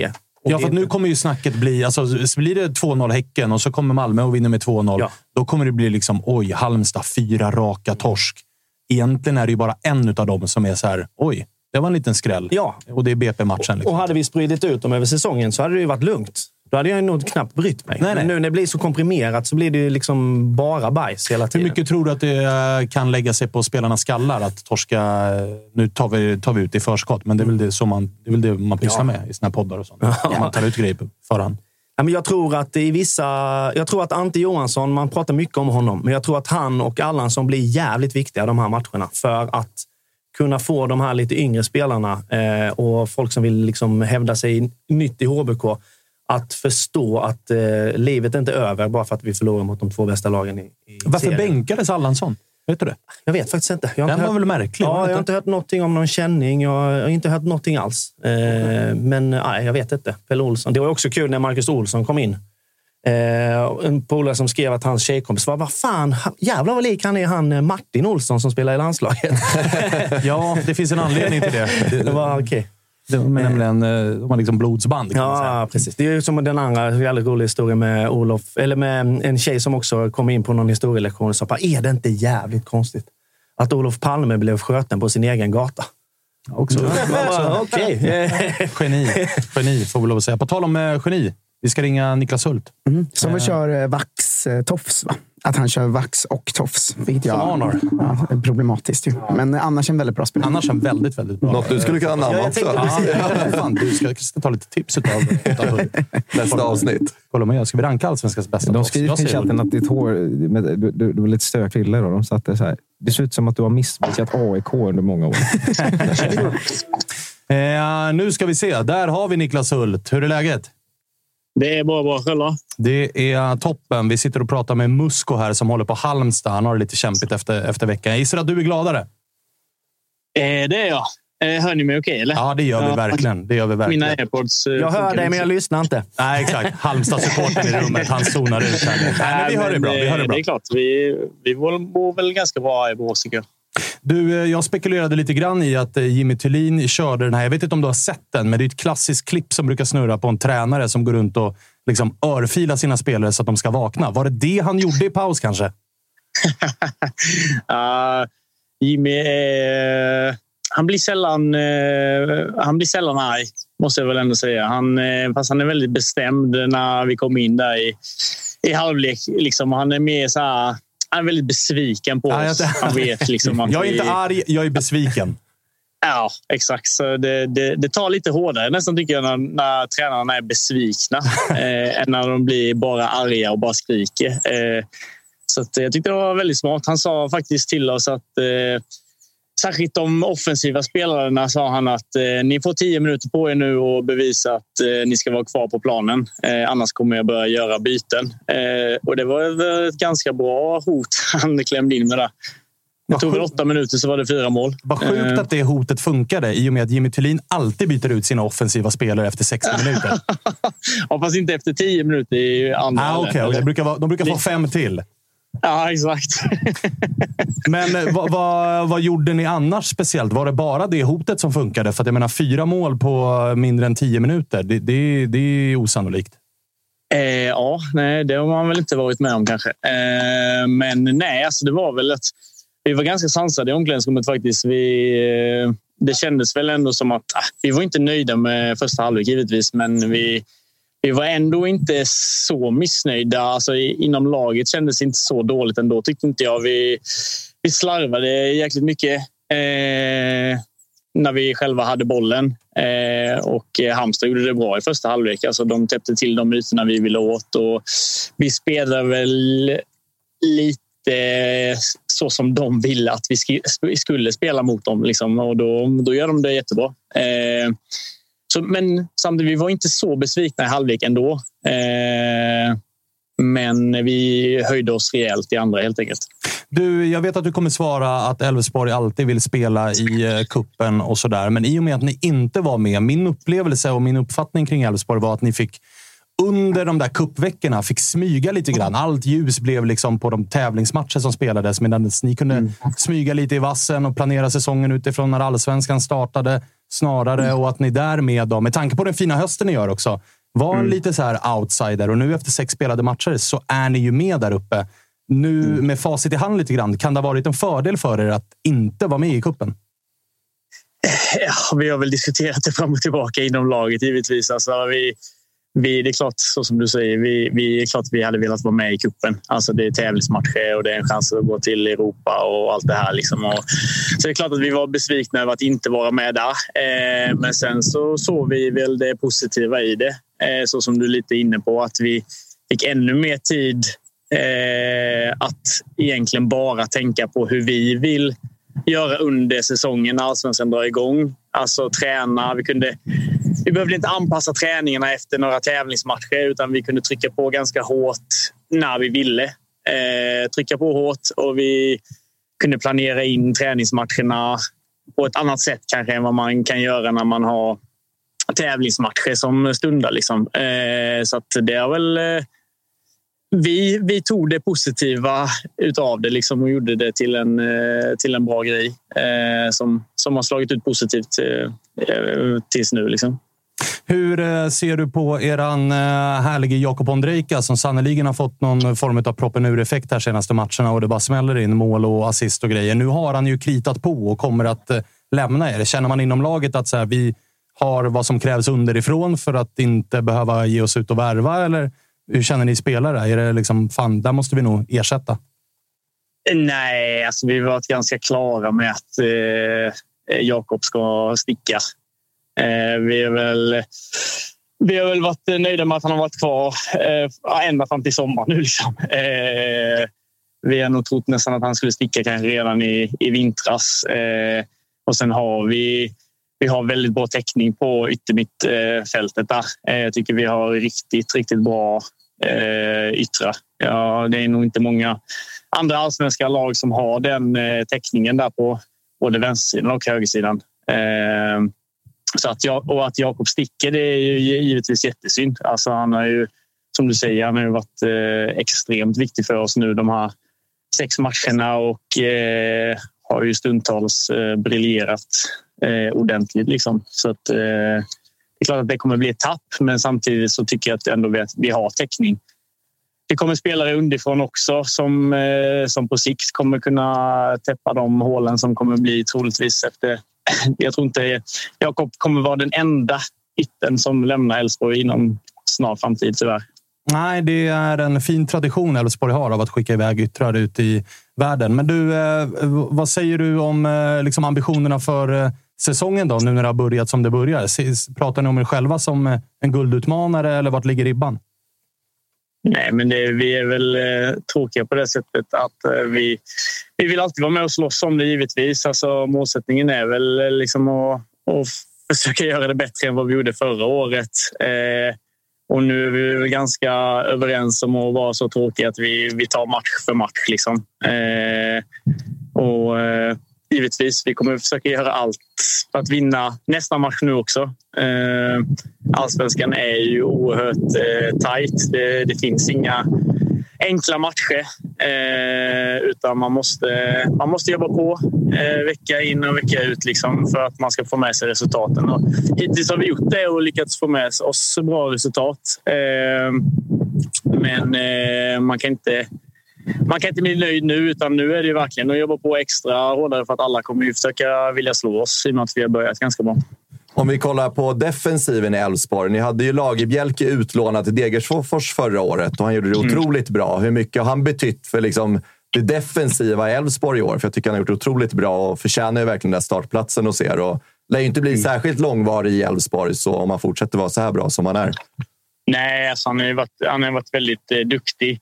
Ja, för att nu kommer ju snacket bli... Alltså, blir det två noll Häcken och så kommer Malmö och vinner med två noll. Ja. Då kommer det bli liksom, oj, Halmstad, fyra raka torsk. Egentligen är det ju bara en av dem som är så här, oj, det var en liten skräll. Ja. Och det är B P-matchen. Liksom. Och hade vi spridit ut dem över säsongen så hade det ju varit lugnt. Då hade jag nog knappt brytt mig. Nej, nej. Men nu när det blir så komprimerat så blir det ju liksom bara bajs hela tiden. Hur mycket tror du att det kan lägga sig på spelarnas skallar? Att torska... Nu tar vi, tar vi ut i förskott, men det är väl det, som man, det, är väl det man pysslar ja. med i såna här poddar och sånt. Ja. Man tar ut grejer på förhand. Ja, men jag tror att i vissa... Jag tror att Ante Johansson, man pratar mycket om honom, men jag tror att han och Allansson blir jävligt viktiga de här matcherna för att kunna få de här lite yngre spelarna eh, och folk som vill liksom hävda sig nytt i H B K att förstå att eh, livet inte är över bara för att vi förlorar mot de två bästa lagen i, i Varför serien. Bänkades Allansson? Vet du det? Jag vet faktiskt inte. Jag har Den inte var hört, väl märklig? Ja, jag har inte hört någonting om någon känning. Jag har inte hört någonting alls. Eh, okay. Men nej, jag vet inte. Pelle Olsson. Det var också kul när Marcus Olsson kom in. Eh, en polare som skrev att hans tjejkompis var, vad fan, jävlar vad lik han är han Martin Olsson som spelar i landslaget. Ja, det finns en anledning till det. Det, det var okej. Okay. De är nämligen de har liksom blodsband. Kan ja, man säga. Precis. Det är ju som den andra jävligt rolig historia med Olof, eller med en tjej som också kom in på någon historielektion och sa, är det inte jävligt konstigt att Olof Palme blev sköten på sin egen gata? Också. Ja, okej. Geni. Geni, får vi lov att säga. På tal om eh, geni, vi ska ringa Niklas Hult. Mm. Som vi kör eh, vax eh, tofs, va? Att han kör vax och tofs. Vilket jag, Honor. Ja, är problematiskt ju. Men annars en väldigt bra spelare. Annars en väldigt, väldigt bra. Något du skulle kunna namna ja, också. Ja, fan, du ska, ska ta lite tips utav, utav nästa avsnitt. Kolla med, ska vi ranka Allsvenskans bästa? De skriver i chatten att ditt hår, du, du, du var lite stökville då. De satte så här. Det ser ut som att du har missbrukat A I K under många år. eh, nu ska vi se. Där har vi Niklas Hult. Hur är läget? Det är bara bra själva. Det är toppen. Vi sitter och pratar med Musko här som håller på Halmstad. Han har det lite kämpigt efter, efter veckan. Jag gissar att du är gladare? Eh, det är jag. Eh, hör ni mig okej, okay, eller? Ja, det gör vi ja, verkligen. Det gör vi verkligen. Mina AirPods... Eh, jag hör dig, men jag lyssnar inte. Nej, exakt. Halmstad-supporten i rummet. Han zonar ut här. Nej, men vi hör det bra. Vi hör det bra. Det är klart. Vi, vi mår väl ganska bra i Borås, tycker jag. Du, jag spekulerade lite grann i att Jimmy Thulin körde den här. Jag vet inte om du har sett den, men det är ett klassiskt klipp som brukar snurra på en tränare som går runt och liksom örfilar sina spelare så att de ska vakna. Var det det han gjorde i paus kanske? uh, Jimmy, eh, han blir sällan eh, han blir sällan arg, måste jag väl ändå säga. Han, eh, fast han är väldigt bestämd när vi kom in där i, i halvlek. Liksom. Han är mer så här... Han är väldigt besviken på oss. Han vet liksom att jag är vi... inte arg, jag är besviken. Ja, exakt. Så det, det, det tar lite hårdare nästan tycker jag när, när tränarna är besvikna eh, än när de blir bara arga och bara skriker. Eh, så att, jag tyckte det var väldigt smart. Han sa faktiskt till oss att eh, särskilt de offensiva spelarna sa han att eh, ni får tio minuter på er nu och bevisa att eh, ni ska vara kvar på planen. Eh, annars kommer jag börja göra byten. Eh, och det var ett ganska bra hot han klämde in med det. Det tog väl åtta minuter så var det fyra mål. Vad sjukt eh. att det hotet funkade i och med att Jimmy Thulin alltid byter ut sina offensiva spelare efter sextio minuter. Ja, fast inte efter tio minuter i andra. Ah, okay. de brukar, vara, de brukar få fem till. Ja, exakt. Men vad, vad, vad gjorde ni annars speciellt? Var det bara det hotet som funkade? För att jag menar, fyra mål på mindre än tio minuter, det, det, det är osannolikt. Eh, ja, nej, det har man väl inte varit med om kanske. Eh, men nej, alltså det var väl att vi var ganska sansade i omklädningsrummet faktiskt. Vi, eh, det kändes väl ändå som att ah, vi var inte nöjda med första halvlek givetvis, men vi Vi var ändå inte så missnöjda. Alltså, inom laget kändes det inte så dåligt ändå, tyckte inte jag. Vi, vi slarvade jäkligt mycket eh, när vi själva hade bollen. Eh, och Halmstad gjorde det bra i första halvlek. Alltså, de täppte till de ytorna vi ville åt. Och vi spelade väl lite så som de ville att vi skulle spela mot dem. Liksom. Och då, då gör de det jättebra. Eh, Så, men samtidigt, vi var inte så besvikna i halvlek ändå. Eh, men vi höjde oss rejält i andra helt enkelt. Du, jag vet att du kommer svara att Elfsborg alltid vill spela i eh, kuppen och sådär. Men i och med att ni inte var med, min upplevelse och min uppfattning kring Elfsborg var att ni fick under de där kuppveckorna fick smyga lite grann. Allt ljus blev liksom på de tävlingsmatcher som spelades, medan ni kunde mm. smyga lite i vassen och planera säsongen utifrån när Allsvenskan startade snarare, och att ni därmed då, med tanke på den fina hösten ni gör också, var mm. lite så här outsider, och nu efter sex spelade matcher så är ni ju med där uppe. Nu mm. med facit i hand lite grann, kan det ha varit en fördel för er att inte vara med i kuppen? Ja, vi har väl diskuterat det fram och tillbaka inom laget givetvis. Alltså, vi, vi, det är klart, så som du säger, vi, vi är klart vi hade velat vara med i kuppen. Alltså, det är tävlingsmatcher och det är en chans att gå till Europa och allt det här. Liksom. Och, så det är klart att vi var besvikna över att inte vara med där. Eh, men sen så såg vi väl det positiva i det. Eh, så som du är lite inne på, att vi fick ännu mer tid eh, att egentligen bara tänka på hur vi vill göra under säsongen när Allsvenskan drar igång. Alltså träna. Vi, kunde, vi behövde inte anpassa träningarna efter några tävlingsmatcher, utan vi kunde trycka på ganska hårt när vi ville. Eh, trycka på hårt, och vi kunde planera in träningsmatcherna på ett annat sätt kanske än vad man kan göra när man har tävlingsmatcher som stundar. Liksom. Eh, så att det är väl... Eh, Vi, vi tog det positiva utav det liksom, och gjorde det till en, till en bra grej eh, som, som har slagit ut positivt eh, tills nu. Liksom. Hur eh, ser du på eran eh, härlige Jakob Ondrejka som sannoliken har fått någon form av proppen ur-effekt här senaste matcherna, och det bara smäller in mål och assist och grejer. Nu har han ju kritat på och kommer att eh, lämna er. Känner man inom laget att så här, vi har vad som krävs underifrån för att inte behöva ge oss ut och värva, eller hur känner ni spelare? Är det liksom, fan, där måste vi nog ersätta? Nej, alltså vi har varit ganska klara med att eh, Jakob ska sticka. Eh, vi, är väl, vi har väl varit nöjda med att han har varit kvar eh, ända fram till sommar nu. Liksom. Eh, vi har nog trott nästan att han skulle sticka kanske redan i, i vintras. Eh, och sen har vi... Vi har väldigt bra täckning på yttermittfältet där. Jag tycker vi har riktigt, riktigt bra eh, yttre. Ja, det är nog inte många andra allsvenska lag som har den eh, täckningen där på både vänstersidan och högersidan. Eh, så att jag, och att Jakob sticker, det är ju givetvis jättesynd. Alltså han har ju, som du säger, han har ju varit eh, extremt viktig för oss nu de här sex matcherna, och eh, har ju stundtals eh, briljerat Eh, ordentligt liksom. Så att, eh, det är klart att det kommer bli ett tapp, men samtidigt så tycker jag att ändå vi, vi har täckning. Det kommer spelare underifrån också som, eh, som på sikt kommer kunna täppa de hålen som kommer bli troligtvis efter. Jag tror inte Jakob kommer vara den enda ytten som lämnar Elfsborg inom snar framtid tyvärr. Nej, det är en fin tradition Elfsborg har av att skicka iväg yttrar ut i världen. Men du, eh, vad säger du om eh, liksom ambitionerna för eh, säsongen då, nu när det har börjat som det börjar? Pratar ni om er själva som eh, en guldutmanare, eller vart ligger ribban? Nej, men det, vi är väl eh, tråkiga på det sättet att eh, vi, vi vill alltid vara med och slåss om det givetvis. Alltså, målsättningen är väl eh, liksom att, att försöka göra det bättre än vad vi gjorde förra året. Eh, Och nu är vi ganska överens om att vara så tråkiga att vi, vi tar match för match. Liksom. Eh, och eh, givetvis, vi kommer försöka göra allt för att vinna nästa match nu också. Eh, Allsvenskan är ju oerhört eh, tajt. Det, det finns inga enkla matcher. Eh, utan man måste, man måste jobba på eh, vecka in och vecka ut liksom, för att man ska få med sig resultaten. Och hittills har vi gjort det och lyckats få med oss bra resultat. Eh, men eh, man kan inte man kan inte bli nöjd nu, utan nu är det ju verkligen att jobba på extra hårdare, för att alla kommer ju försöka vilja slå oss i och med att vi har börjat ganska bra. Om vi kollar på defensiven i Elfsborg. Ni hade ju Lagerbjälke utlånat till Degerfors förra året och han gjorde det mm. otroligt bra. Hur mycket har han betytt för liksom det defensiva i Elfsborg i år? För jag tycker han har gjort det otroligt bra och förtjänar ju verkligen den startplatsen och ser. Och lär ju inte bli mm. särskilt långvarig i Elfsborg så om han fortsätter vara så här bra som han är. Nej, alltså han har ju varit, han har varit väldigt eh, duktig.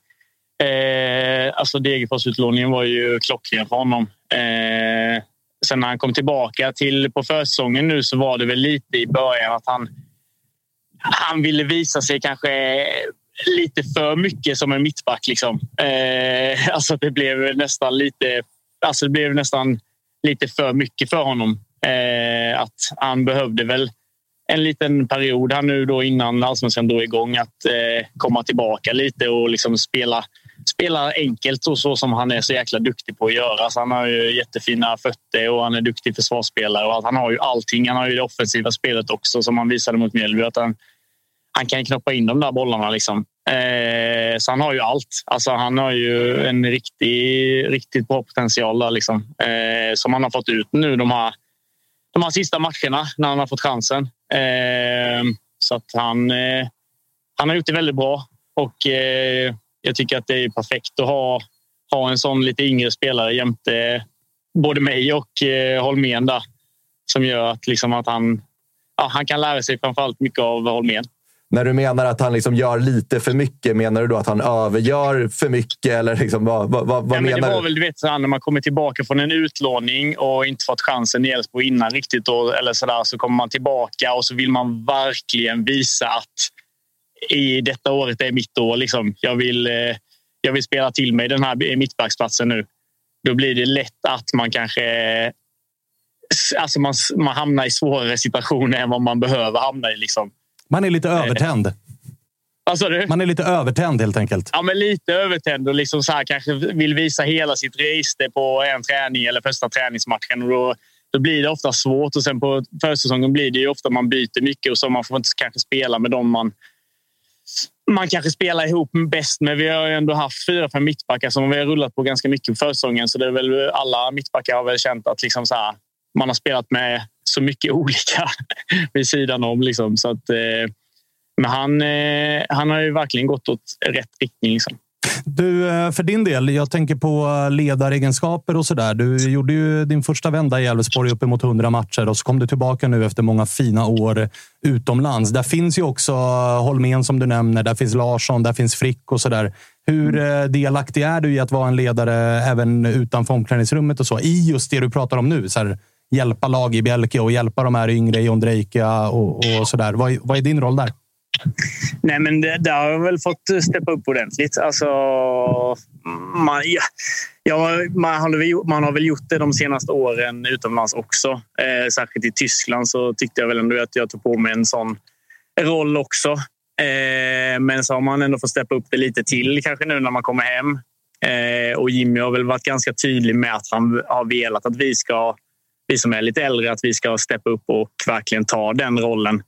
Eh, alltså Degerfors-utlåningen var ju klockren för honom. Eh, sen när han kom tillbaka till på försäsongen nu så var det väl lite i början att han han ville visa sig kanske lite för mycket som en mittback liksom. Eh, alltså det blev nästan lite alltså det blev nästan lite för mycket för honom. Eh, att han behövde väl en liten period här nu då innan Allsvenskan drog igång att eh, komma tillbaka lite och liksom spela, spela enkelt och så som han är så jäkla duktig på att göra. Så han har ju jättefina fötter och han är duktig försvarsspelare och att han har ju allting. Han har ju det offensiva spelet också som han visade mot Mjällby att han, han kan knoppa in de där bollarna liksom. Eh, så han har ju allt. Alltså han har ju en riktig, riktigt bra potential där liksom. Eh, som han har fått ut nu de här, de här sista matcherna när han har fått chansen. Eh, så att han, eh, han har gjort det väldigt bra och eh, jag tycker att det är perfekt att ha, ha en sån lite yngre spelare jämte både mig och eh, Holmén där, som gör att, liksom, att han, ja, han kan lära sig framförallt mycket av Holmén. När du menar att han liksom gör lite för mycket, menar du då att han övergör för mycket? Eller liksom, vad, vad, vad ja, menar det var du? väl, du vet, när man kommer tillbaka från en utlåning och inte fått chansen i Elfsborg innan riktigt då, eller så, där, så kommer man tillbaka och så vill man verkligen visa att i detta året är mitt år. Liksom. Jag, vill, jag vill spela till mig den här mittbacksplatsen nu. Då blir det lätt att man kanske alltså man, man hamnar i svårare situationer än vad man behöver hamna i. Liksom. Man är lite övertänd. Alltså, du? Man är lite övertänd helt enkelt. Ja, men lite övertänd och liksom så här, kanske vill visa hela sitt register på en träning eller första träningsmatchen. Och då, då blir det ofta svårt. Och sen på försäsongen blir det ju ofta man byter mycket och så man får inte kanske spela med dem man man kanske spelar ihop bäst med. Vi har ju ändå haft fyra, fem mittbackar som vi har rullat på ganska mycket på försäsongen. Så det är väl alla mittbackar har väl känt att liksom så här, man har spelat med så mycket olika vid sidan om. Liksom. Så att, eh, men han, eh, han har ju verkligen gått åt rätt riktning. Liksom. Du, för din del, jag tänker på ledaregenskaper och sådär. Du gjorde ju din första vända i Elfsborg uppemot hundra matcher och så kom du tillbaka nu efter många fina år utomlands. Där finns ju också Holmén som du nämner, där finns Larsson, där finns Frick och sådär. Hur mm. delaktig är du i att vara en ledare även utanför omklädningsrummet och så? I just det du pratar om nu, så här, hjälpa lag i Bjälke och hjälpa de här yngre i Ondrejka och, och sådär. Vad, vad är din roll där? Nej, men det, där har jag väl fått steppa upp ordentligt. Alltså, man, ja, ja, man, har väl, man har väl gjort det de senaste åren utomlands också. Eh, särskilt i Tyskland så tyckte jag väl ändå att jag tog på mig en sån roll också. Eh, men så har man ändå fått steppa upp det lite till kanske nu när man kommer hem. Eh, och Jimmy har väl varit ganska tydlig med att han har velat att vi ska, vi som är lite äldre, att vi ska steppa upp och verkligen ta den rollen.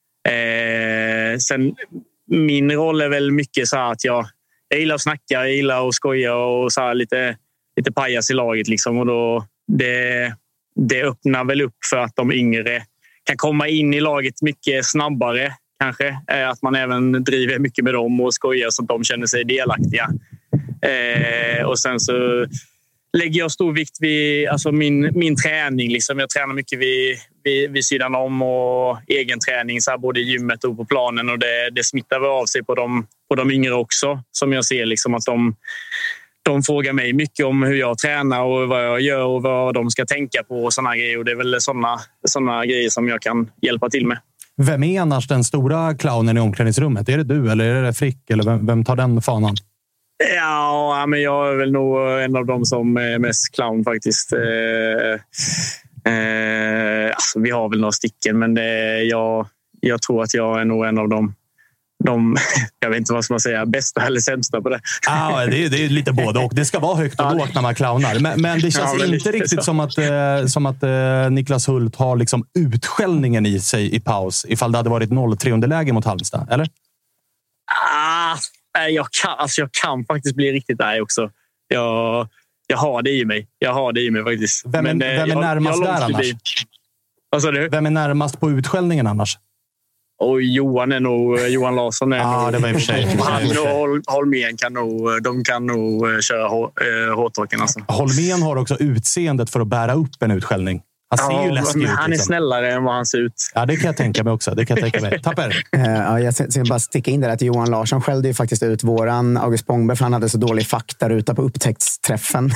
Eh, sen min roll är väl mycket så här att jag, jag gillar att snacka, jag gillar att skoja och så här lite, lite pajas i laget liksom, och då det, det öppnar väl upp för att de yngre kan komma in i laget mycket snabbare kanske, eh, att man även driver mycket med dem och skojar så att de känner sig delaktiga. Eh, och sen så lägger jag stor vikt vid alltså min, min träning. Liksom. Jag tränar mycket vid, vid, vid sidan om och egen träning, så här, både i gymmet och på planen. Och det, det smittar väl av sig på de, på de yngre också. Som jag ser liksom, att de, de frågar mig mycket om hur jag tränar och vad jag gör och vad de ska tänka på och såna grejer. Och det är väl såna, såna grejer som jag kan hjälpa till med. Vem är annars den stora clownen i omklädningsrummet? Är det du eller är det Frick? Eller vem, vem tar den fanan? Ja, men jag är väl nog en av dem som är mest clown faktiskt. Eh, eh, alltså, vi har väl några stycken, men det, jag, jag tror att jag är nog en av dem. De, jag vet inte vad man säga, bästa eller sämsta på det. Ah, det, är, det är lite både och. Det ska vara högt och lågt när man clownar. Men, men det känns ja, inte riktigt som att, eh, som att eh, Niklas Hult har liksom utskällningen i sig i paus ifall det hade varit noll tre underläge mot Halmstad, eller? Ah, jag, kan, alltså jag kan faktiskt bli riktigt arg också. Jag, jag har det i mig. Jag har det i mig faktiskt. Vem är, men, vem är jag, närmast jag där annars? Vad sa du? Vem är närmast på utskällningen annars? Och Johan är nog Johan Larsson är ah, nog, det var i och för sig. Han och Holmén kan nog de kan nog köra hårtorken alltså. Holmén har också utseendet för att bära upp en utskällning. Han ser ja, ju läskig ut. Han är liksom. snällare än vad han ser ut. Ja, det kan jag tänka mig också. Det kan jag tänka mig. Tapper. Uh, ja, jag ska bara sticka in där att Johan Larsson skällde ju faktiskt ut våran August Spångberg för han hade så dålig faktaruta på upptäcktsträffen.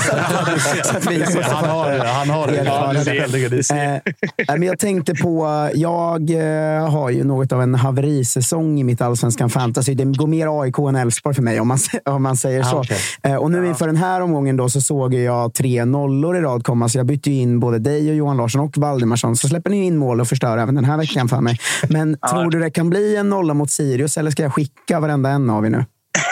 han har det. Han har det. Ja, det uh, men jag tänkte på, jag uh, har ju något av en haverisäsong i mitt allsvenskan fantasy. Det går mer A I K än Elfsborg för mig om man, om man säger ah, så. Okay. Uh, och nu inför den här omgången då så såg jag tre nollor i rad komma, så jag bytte in både dig och Johan Larsson och Valdimarsson, så släpper ni in mål och förstör även den här veckan för mig. Men ja. tror du det kan bli en nolla mot Sirius, eller ska jag skicka varenda en av er nu?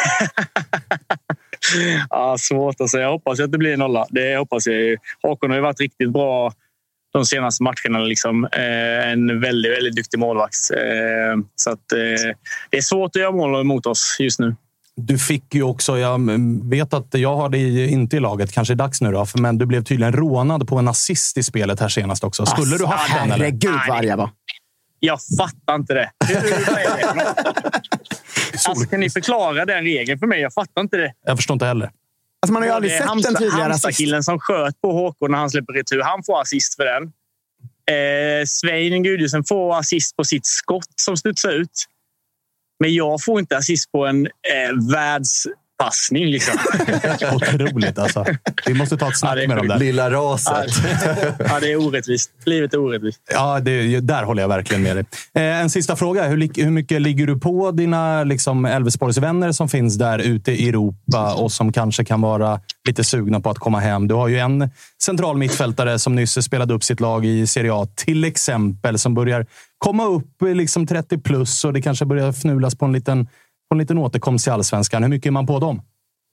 Ja, svårt att säga. Jag hoppas att det blir en nolla. Det hoppas jag. Håkon har ju varit riktigt bra de senaste matcherna. Liksom. Eh, en väldigt, väldigt duktig målvakt. Eh, så att, eh, det är svårt att göra mål mot oss just nu. Du fick ju också, jag vet att jag har det inte i laget, kanske dags nu då, men du blev tydligen rånad på en assist i spelet här senast också. Skulle alltså, du ha den eller? Herregud vad jag var. Jag fattar inte det. Hur, hur är det? Alltså, kan ni förklara den regeln för mig? Jag fattar inte det. Jag förstår inte heller. Alltså, man har ju aldrig sett Hamsta, en tydligare assist. Hamsta-killen som sköt på Håkon när han släpper retur, han får assist för den. Eh, Svein Gudjusen får assist på sitt skott som studsar ut. Men jag får inte assist på en eh, världspassning. Liksom. Otroligt alltså. Vi måste ta ett snack ja, med dem där. Lilla raset. Ja, det är orättvist. Livet är orättvist. Ja, det, där håller jag verkligen med dig. Eh, en sista fråga. Hur, hur mycket ligger du på dina liksom, Elfsborgsvänner som finns där ute i Europa och som kanske kan vara lite sugna på att komma hem? Du har ju en central mittfältare som nyss spelade upp sitt lag i Serie A till exempel, som börjar komma upp liksom trettio plus och det kanske börjar fnulas på en liten, på en liten återkomst i Allsvenskan. Hur mycket är man på dem?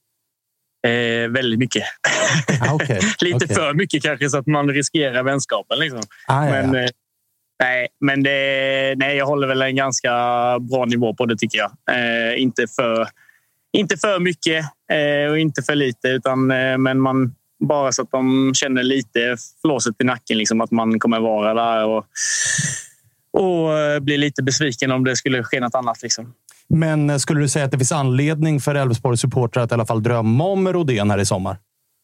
Eh, väldigt mycket. Ah, okay. Lite okay. för mycket kanske så att man riskerar vänskapen. Liksom. Ah, ja, men ja. Eh, nej, men det, nej, jag håller väl en ganska bra nivå på det tycker jag. Eh, inte, för, inte för mycket eh, och inte för lite, utan, eh, men man bara så att de känner lite flåset i nacken. Liksom, att man kommer vara där och och bli lite besviken om det skulle ske något annat. Liksom. Men skulle du säga att det finns anledning för Elfsborgs supportrar att i alla fall drömma om Rodén här i sommar?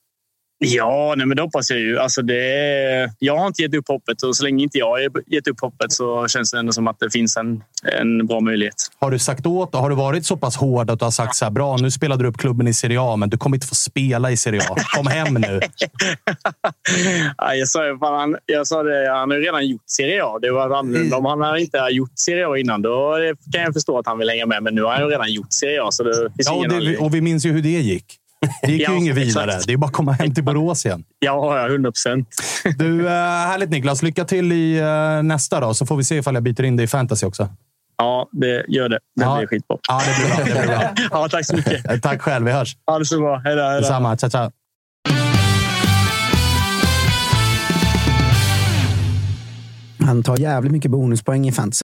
Ja, nej, men det hoppas jag ju. Alltså det, jag har inte gett upp hoppet och så länge inte jag har gett upp hoppet så känns det ändå som att det finns en, en bra möjlighet. Har du sagt åt, har du varit så pass hård att du har sagt så här, bra, nu spelade du upp klubben i Serie A men du kommer inte få spela i Serie A. Kom hem nu. Ja, jag, sa, han, jag sa det, han har ju redan gjort Serie A. Det var annorlunda. Om han har inte gjort Serie A innan, då kan jag förstå att han vill hänga med. Men nu har han ju redan gjort Serie A. Så det finns ja, ingen och, det, och vi minns ju hur det gick. Det gick ja, ju inget vidare. Exakt. Det är bara att komma hem till Borås igen. Ja, hundra procent. Du, härligt Niklas. Lycka till i nästa då. Så får vi se ifall jag byter in det i fantasy också. Ja, det gör det. Det ja. blir skitbra. Ja, det blir bra. Det blir bra. Ja, tack så mycket. Tack själv. Vi hörs. Ja, det är så bra. Hej då. Hej då. Detsamma. Ciao, ciao. Han tar jävligt mycket bonuspoäng i fantasy.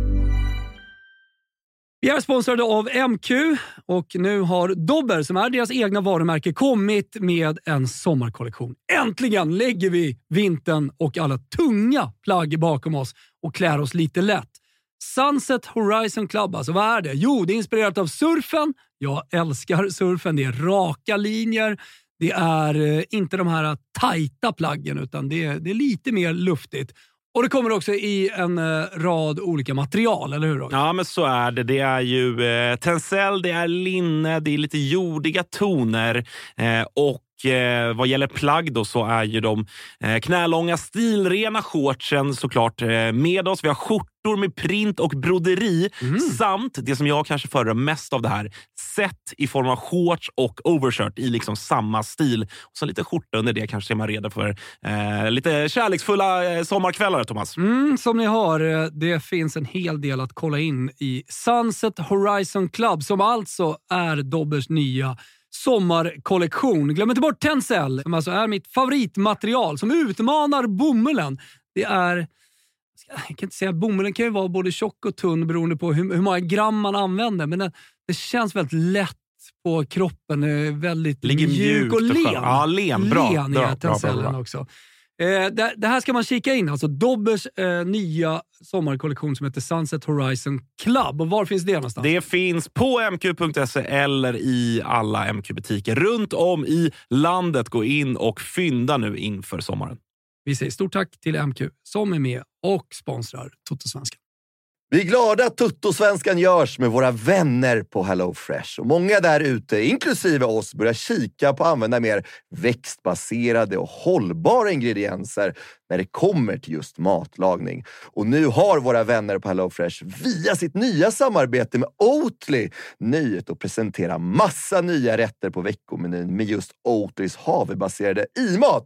Vi är sponsrade av M Q och nu har Dobber, som är deras egna varumärke, kommit med en sommarkollektion. Äntligen lägger vi vintern och alla tunga plagg bakom oss och klär oss lite lätt. Sunset Horizon Club, alltså vad är det? Jo, det är inspirerat av surfen. Jag älskar surfen. Det är raka linjer. Det är eh, inte de här tajta plaggen utan det är, det är lite mer luftigt. Och det kommer också i en eh, rad olika material, eller hur då? Ja, men så är det. Det är ju eh, tencel, det är linne, det är lite jordiga toner eh, och Eh, vad gäller plagg då så är ju de eh, knälånga stilrena shortsen såklart eh, med oss. Vi har skjortor med print och broderi mm. samt det som jag kanske föredrar mest av det här, set i form av shorts och overshirt i liksom samma stil. Och så lite skjorta under det kanske är man redo för eh, lite kärleksfulla eh, sommarkvällar, Thomas. Mm, som ni har, det finns en hel del att kolla in i Sunset Horizon Club som alltså är Dobbers nya sommarkollektion. Glöm inte bort tencel, som alltså är mitt favoritmaterial som utmanar bomullen. Det är, jag kan inte säga, bomullen kan ju vara både tjock och tunn beroende på hur, hur många gram man använder, men det, det känns väldigt lätt på kroppen, väldigt ligger mjuk och len. Ja, len. Bra. Len bra, är tencellen bra, bra. också. Eh, det, det här ska man kika in, alltså Dobbers eh, nya sommarkollektion som heter Sunset Horizon Club. Och var finns det någonstans? Det finns på m q punkt se eller i alla M Q-butiker runt om i landet. Gå in och fynda nu inför sommaren. Vi säger stort tack till M Q som är med och sponsrar Toto-svenskan. Vi är glada att Toto-svenskan görs med våra vänner på HelloFresh. Och många där ute, inklusive oss, börjar kika på att använda mer växtbaserade och hållbara ingredienser när det kommer till just matlagning. Och nu har våra vänner på HelloFresh via sitt nya samarbete med Oatly nöjet att presentera massa nya rätter på veckomenyn med just Oatlys havrebaserade i-mat.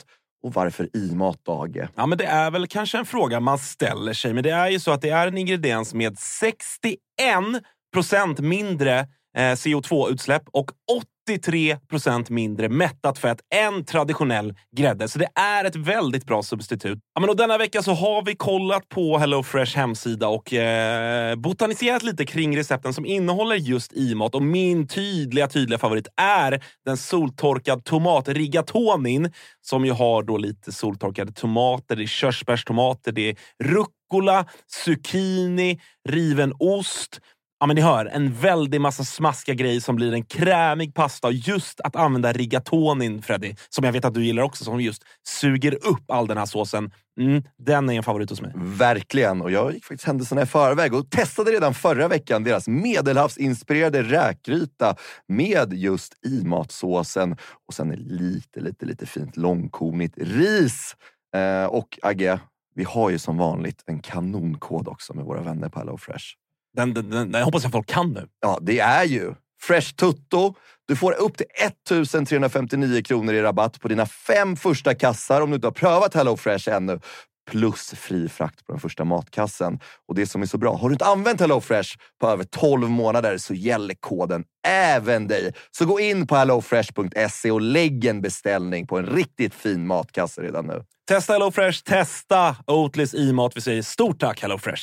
Och varför i-mat, Dage? Ja, men det är väl kanske en fråga man ställer sig. Men det är ju så att det är en ingrediens med sextioen procent mindre eh, C O två-utsläpp och åttiotre procent mindre mättat fett än traditionell grädde. Så det är ett väldigt bra substitut. Ja, men och denna vecka så har vi kollat på HelloFresh hemsida och eh, botaniserat lite kring recepten som innehåller just i-mat. Och min tydliga, tydliga favorit är den soltorkad tomat rigatonin som ju har då lite soltorkade tomater, det är körsbärstomater, det är rucola, zucchini, riven ost. Ja, men ni hör, en väldigt massa smaskiga grejer som blir en krämig pasta. Och just att använda rigatonin, Freddy, som jag vet att du gillar också, som just suger upp all den här såsen. Mm, den är en favorit hos mig. Verkligen, och jag gick faktiskt händelserna i förväg och testade redan förra veckan deras medelhavsinspirerade räkgryta med just i-matsåsen. Och sen lite, lite, lite fint långkornigt ris. Eh, och Agge, vi har ju som vanligt en kanonkod också med våra vänner på HelloFresh. Den, den, den, jag hoppas att folk kan nu. Ja, det är ju Fresh Tutto. Du får upp till ettusen trehundrafemtionio kronor i rabatt på dina fem första kassar om du inte har prövat HelloFresh ännu. Plus fri frakt på den första matkassen. Och det som är så bra, har du inte använt HelloFresh på över tolv månader så gäller koden även dig. Så gå in på hellofresh punkt se och lägg en beställning på en riktigt fin matkasse redan nu. Testa HelloFresh, testa Oatlys i-mat. Vi säger stort tack HelloFresh.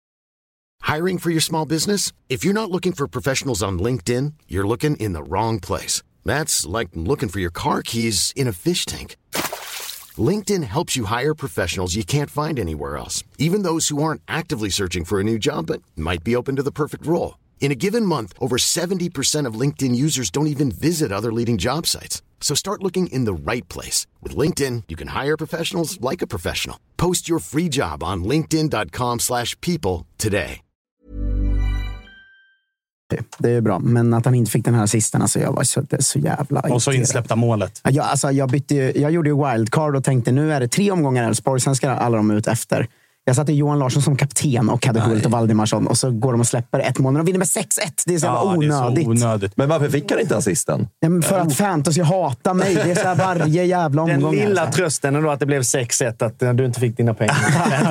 Hiring for your small business? If you're not looking for professionals on LinkedIn, you're looking in the wrong place. That's like looking for your car keys in a fish tank. LinkedIn helps you hire professionals you can't find anywhere else, even those who aren't actively searching for a new job but might be open to the perfect role. In a given month, over seventy percent of LinkedIn users don't even visit other leading job sites. So start looking in the right place. With LinkedIn, you can hire professionals like a professional. Post your free job on linkedin dot com slash people today. Det är bra, men att han inte fick den här assisten, alltså jag var så, så jävla och så insläppta målet. Jag, alltså, jag, bytte, jag gjorde ju wildcard och tänkte nu är det tre omgångar Elfsborg, sen ska alla de ut efter. Jag satte Johan Larsson som kapten och hade Hult och Valdimarsson och så går de och släpper ett mål och vinner med sex ett. Det är så jävla ja, onödigt. Det är så onödigt. Men varför fick han inte assisten? Ja, men för att fantasy hatar mig. Det är så här varje jävla omgång. Den lilla trösten är då att det blev sex ett, att du inte fick dina pengar.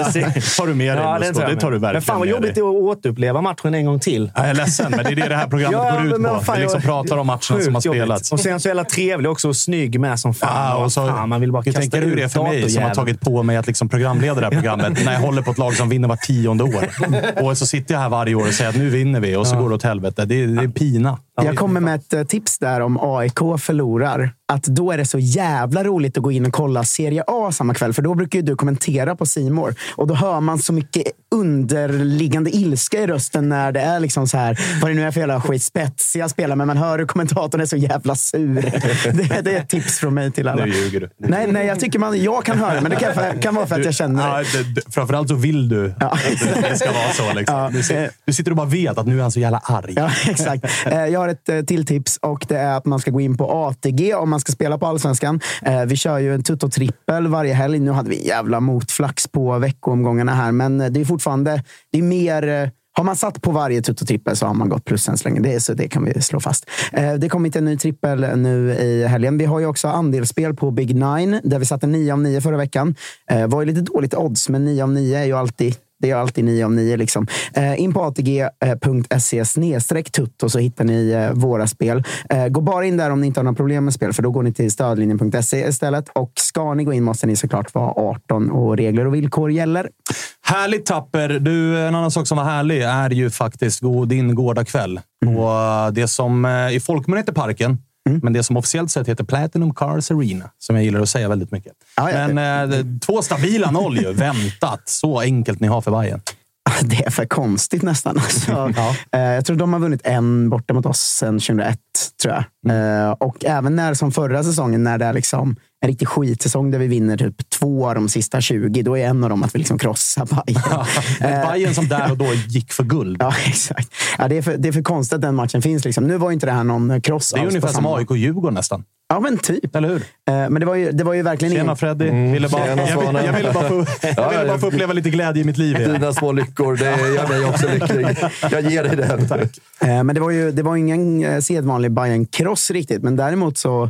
Tar du med dig? Ja, det, det tar du verkligen. Men fan vad jobbigt det är att återuppleva matchen en gång till. Jag är ledsen, men det är det det här programmet ja, går ut på. Fan, vi liksom pratar om matchen som har spelats. Och sen så jävla trevlig också och snygg med som fan. Ja, och så, fan man vill bara kasta tänker du det för mig som har tagit på mig att liksom programleda det här programmet när jag håller på ett lag som vinner var tionde år. Och så sitter jag här varje år och säger att nu vinner vi och så ja. går det åt helvete. Det är, det är pina. Jag kommer med ett tips där om A I K förlorar. Att då är det så jävla roligt att gå in och kolla Serie A samma kväll. För då brukar ju du kommentera på C More. Och då hör man så mycket underliggande ilska i rösten när det är liksom så här, vad det nu är för jävla skit, spetsiga spelar, men man hör hur kommentatorn är så jävla sur. Det, det är ett tips från mig till alla. Nu ljuger du. Nej, nej, jag tycker man, jag kan höra, men det kan, kan vara för att jag känner det. Ja, det, framförallt så vill du ja. att det ska vara så. Liksom. Ja. Du, sitter, du sitter och bara vet att nu är han så jävla arg. Ja, exakt. Jag har ett till tips och det är att man ska gå in på A T G om man ska spela på Allsvenskan. Vi kör ju en tutto-trippel varje helg. Nu hade vi jävla motflax på veckoomgångarna här, men det är fortfarande, det är mer, har man satt på varje tutto-trippel så har man gått plus än så länge. Det, är, så det kan vi slå fast. Det kommer inte en ny trippel nu i helgen. Vi har ju också andelsspel på Big Nine där vi satte nio av nio förra veckan. Det var ju lite dåligt odds, men nio av nio är ju alltid Det är alltid nio av nio liksom. Eh, in på atg punkt se snedstreck tutto så hittar ni eh, våra spel. Eh, gå bara in där om ni inte har några problem med spel, för då går ni till stödlinjen punkt se istället. Och ska ni gå in måste ni såklart vara arton och regler och villkor gäller. Härligt Tapper. Du, en annan sak som var härlig är ju faktiskt din gårdagkväll. Mm. Och det som eh, i folkmun heter Parken. Mm. Men det som officiellt sett heter Platinum Cars Arena, som jag gillar att säga väldigt mycket. Ah, ja. Men eh, två stabila noll ju. Väntat. Så enkelt ni har för Bayern. Det är för konstigt nästan. Alltså, ja. eh, jag tror de har vunnit en borta mot oss sedan tjugohundraett, tror jag. Mm. Eh, och även när som förra säsongen, när det är liksom en riktig skitsäsong där vi vinner typ två av de sista tjugo, då är en av dem att vi liksom krossar Bayern. Ja, Bayern som där och då gick för guld. Ja, exakt. Ja, det, är för, det är för konstigt att den matchen finns. Liksom. Nu var ju inte det här någon kross. Det är ungefär som A I K-Djurgården nästan. Ja, men typ. Eller hur? Eh, men det var ju, det var ju verkligen... Tjena Freddy. Mm, ville bara, tjena, jag, vill, jag ville bara, få, jag ville bara få uppleva lite glädje i mitt liv. Dina små lyckor, det gör mig också lycklig. Jag ger dig det. Tack. Eh, men det var ju det var ingen sedvanlig Bayern-kross riktigt. Men däremot så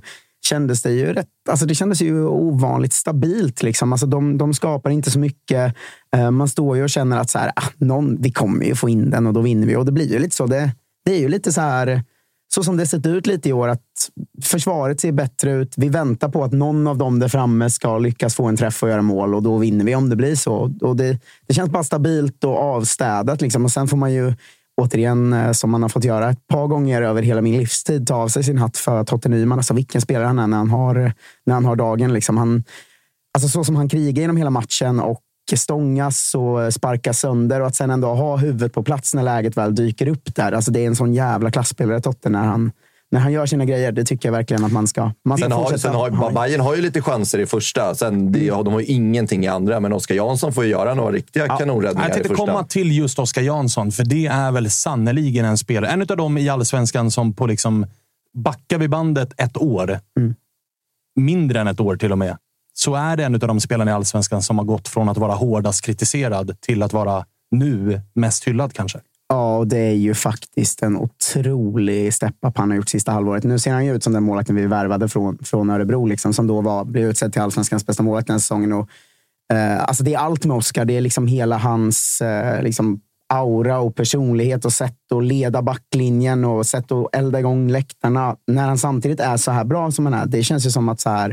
kändes det ju rätt, alltså det kändes ju ovanligt stabilt liksom. Alltså de, de skapar inte så mycket. Uh, man står ju och känner att så här, ah, någon, vi kommer ju få in den och då vinner vi. Och det blir ju lite så. Det, det är ju lite så här, så som det sett ut lite i år, att försvaret ser bättre ut. Vi väntar på att någon av dem där framme ska lyckas få en träff och göra mål och då vinner vi om det blir så. Och det, det känns bara stabilt och avstädat liksom. Och sen får man ju återigen, som man har fått göra ett par gånger över hela min livstid, ta av sig sin hatt för Totte Nyman. Alltså vilken spelare han är när han har, när han har dagen. Liksom. Han, alltså så som han krigar genom hela matchen och stångas och sparkas sönder och att sen ändå ha huvudet på plats när läget väl dyker upp där. Alltså det är en sån jävla klassspelare, Totte, när han, när han gör sina grejer. Det tycker jag verkligen att man ska, man ska sen fortsätta. Har, sen har, Bayern har ju lite chanser i första. Sen, det, de har ju ingenting i andra. Men Oskar Jansson får ju göra några riktiga ja. kanonräddningar Jag tänkte i första. komma till just Oskar Jansson. För det är väl sannoliken en spelare. En av dem i Allsvenskan som på liksom backar vid bandet ett år. Mm. Mindre än ett år till och med. Så är det en av de spelarna i Allsvenskan som har gått från att vara hårdast kritiserad till att vara nu mest hyllad kanske. Ja, det är ju faktiskt en otrolig step-up han har gjort sista halvåret. Nu ser han ju ut som den målvakten vi värvade från, från Örebro, liksom, som då var, blev utsedd till Allsvenskans bästa målvakt den säsongen. Och, eh, alltså det är allt med Oskar. Det är liksom hela hans eh, liksom aura och personlighet och sätt att leda backlinjen och sätt att elda igång läktarna. När han samtidigt är så här bra som han är. Det känns ju som att så här...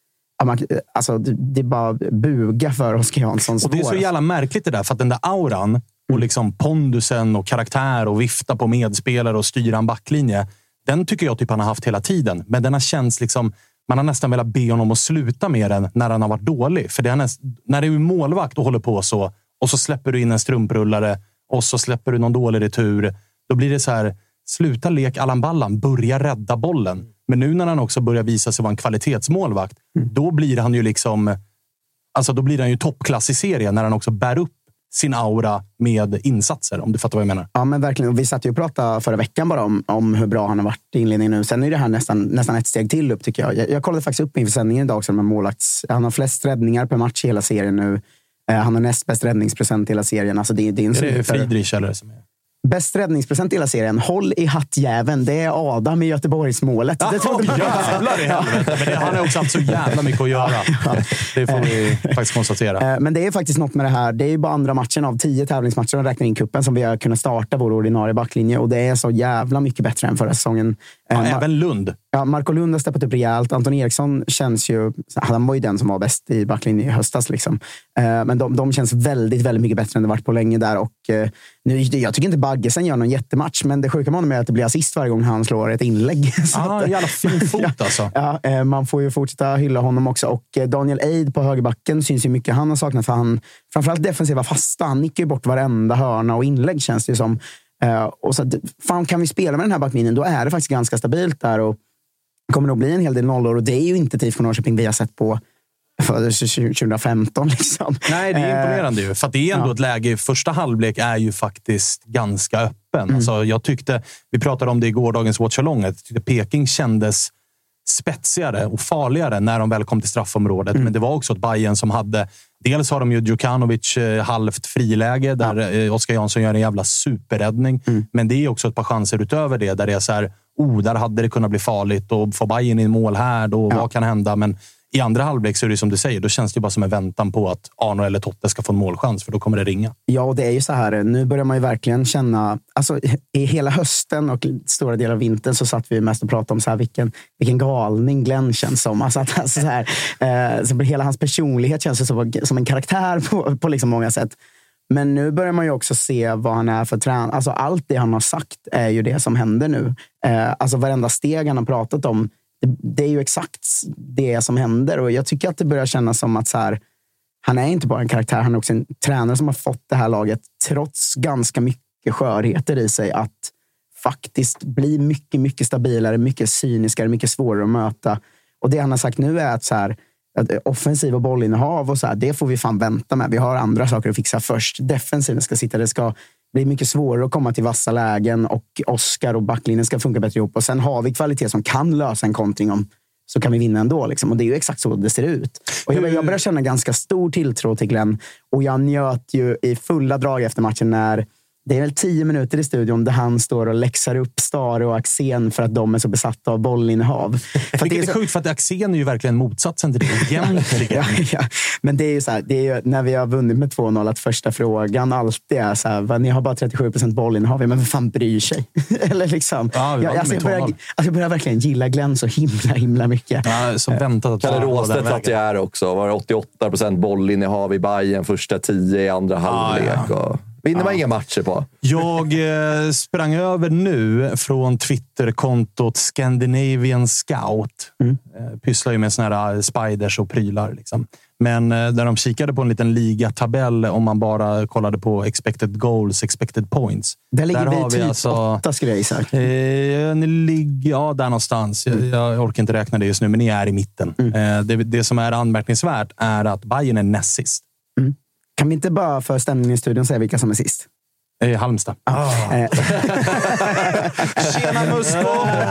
Alltså, det är bara buga för Oskar Janssons. Och det är så jävla märkligt det där, för att den där auran och liksom pondusen och karaktär och vifta på medspelare och styra en backlinje, den tycker jag typ han har haft hela tiden. Men den har känts liksom, man har nästan velat be honom att sluta med den när han har varit dålig. För det är näst, när du är målvakt och håller på så, och så släpper du in en strumprullare och så släpper du någon dålig retur, då blir det så här, sluta lek Allan Ballan, börja rädda bollen. Men nu när han också börjar visa sig vara en kvalitetsmålvakt, mm. då blir han ju liksom, alltså då blir han ju toppklass i serien när han också bär upp sin aura med insatser, om du fattar vad jag menar. Ja, men verkligen. Och vi satt ju och pratade förra veckan bara om, om hur bra han har varit i inledningen nu. Sen är det här nästan, nästan ett steg till upp, tycker jag. Jag, jag kollade faktiskt upp inför sändningen idag också med målvakts. Han har flest räddningar per match i hela serien nu. Eh, han har näst bäst räddningsprocent i hela serien. Alltså det, det är en är det Friedrich eller som är? Bäst räddningsprocent i hela serien. Håll i hattjäveln. Det är Adam i Göteborgsmålet. Ah, det trodde man. Jävlar i helvete. Men det, han har också haft så jävla mycket att göra. Det får vi faktiskt konstatera. Men det är faktiskt något med det här. Det är ju bara andra matchen av tio tävlingsmatcher och räknar in kuppen som vi har kunnat starta vår ordinarie backlinje. Och det är så jävla mycket bättre än förra säsongen. Ja, Mar- även Lund. Ja, Marco Lund har steppat upp rejält. Anton Eriksson känns ju... Han var ju den som var bäst i backlinjen i höstas. Liksom. Men de, de känns väldigt, väldigt mycket bättre än det varit på länge där. Och nu, jag tycker inte Baggesen gör någon jättematch, men det sjuka med honom är att det blir assist varje gång han slår ett inlägg. Ja, ah, jävla fin fot alltså. Ja, man får ju fortsätta hylla honom också. Och Daniel Eid på högerbacken syns ju mycket han har saknat, för han, framförallt defensiva fasta, han nickar ju bort varenda hörna och inlägg, känns det ju som. Och så, fan, kan vi spela med den här backlinjen, då är det faktiskt ganska stabilt där och kommer nog bli en hel del nollor, och det är ju inte TIFK Norrköping vi har sett på tjugo femton liksom. Nej, det är imponerande ju. För att det är ändå ja. ett läge, första halvlek är ju faktiskt ganska öppen. Mm. Alltså, jag tyckte, vi pratade om det i gårdagens watch-along, jag tyckte Peking kändes spetsigare och farligare när de väl kom till straffområdet. Mm. Men det var också ett Bayern som hade, dels har de ju Djukanovic eh, halvt friläge där ja. eh, Oskar Jansson gör en jävla superräddning. Mm. Men det är också ett par chanser utöver det där det är så här, oh, där hade det kunnat bli farligt och få Bayern i mål här, då ja. vad kan hända? Men i andra halvlek så är det som du säger, då känns det bara som en väntan på att Arno eller Totte ska få en målchans, för då kommer det ringa. Ja, och det är ju så här, nu börjar man ju verkligen känna, alltså i hela hösten och stora delar av vintern så satt vi mest och pratade om så här, vilken, vilken galning Glenn känns som. Alltså, att, alltså så här, eh, så hela hans personlighet känns som, som en karaktär på, på liksom många sätt. Men nu börjar man ju också se vad han är för tränare. Alltså allt det han har sagt är ju det som händer nu. Eh, alltså varenda steg han har pratat om, det, det är ju exakt det som händer. Och jag tycker att det börjar kännas som att så här, han är inte bara en karaktär, han är också en tränare som har fått det här laget, trots ganska mycket skörheter i sig, att faktiskt bli mycket, mycket stabilare, mycket cyniskare, mycket svårare att möta. Och det han har sagt nu är att så här, att offensiv och bollinnehav och så här, det får vi fan vänta med. Vi har andra saker att fixa först. Defensiven ska sitta, det ska bli mycket svårare att komma till vassa lägen, och Oskar och backlinjen ska funka bättre ihop. Och sen har vi kvalitet som kan lösa en kontring, om så kan vi vinna ändå. Liksom. Och det är ju exakt så det ser ut. Och jag, jag börjar känna ganska stor tilltro till Glenn. Och jag njöt ju i fulla drag efter matchen när Det är väl tio minuter i studion där han står och läxar upp Stare och Axén för att de är så besatta av bollinnehav. För Vilket det är, är så... sjukt, för att Axén är ju verkligen motsatsen till det. Egentligen. ja, ja. Men det är ju så här, det är ju, när vi har vunnit med två noll, att första frågan alltid är så här, va, ni har bara trettiosju procent bollinnehav, men vem fan bryr sig? Eller liksom. Ja, jag, alltså, jag, börjar, alltså, jag börjar verkligen gilla Glenn så himla, himla mycket. Ja, så väntat att Kalle Råstedt att jag är också. Var åttioåtta procent bollinnehav i Bayern första tio i andra halvlek. Ja, ja. Och vinner man ja. inga matcher på. Jag eh, sprang över nu från Twitterkontot Scandinavian Scout. Mm. Eh, pysslar ju med såna här spiders och prylar. Liksom. Men eh, där de kikade på en liten ligatabell om man bara kollade på expected goals, expected points. Där ligger där vi typ alltså, åtta, skulle jag gissa. Eh, ni ligger, ja, där någonstans. Jag, jag orkar inte räkna det just nu, men ni är i mitten. Mm. Eh, det, det som är anmärkningsvärt är att Bayern är näst sist. Mm. Kan vi inte bara för stämningen i studion säga vilka som är sist? Eh, Halmstad. Ah. Tjena Musko!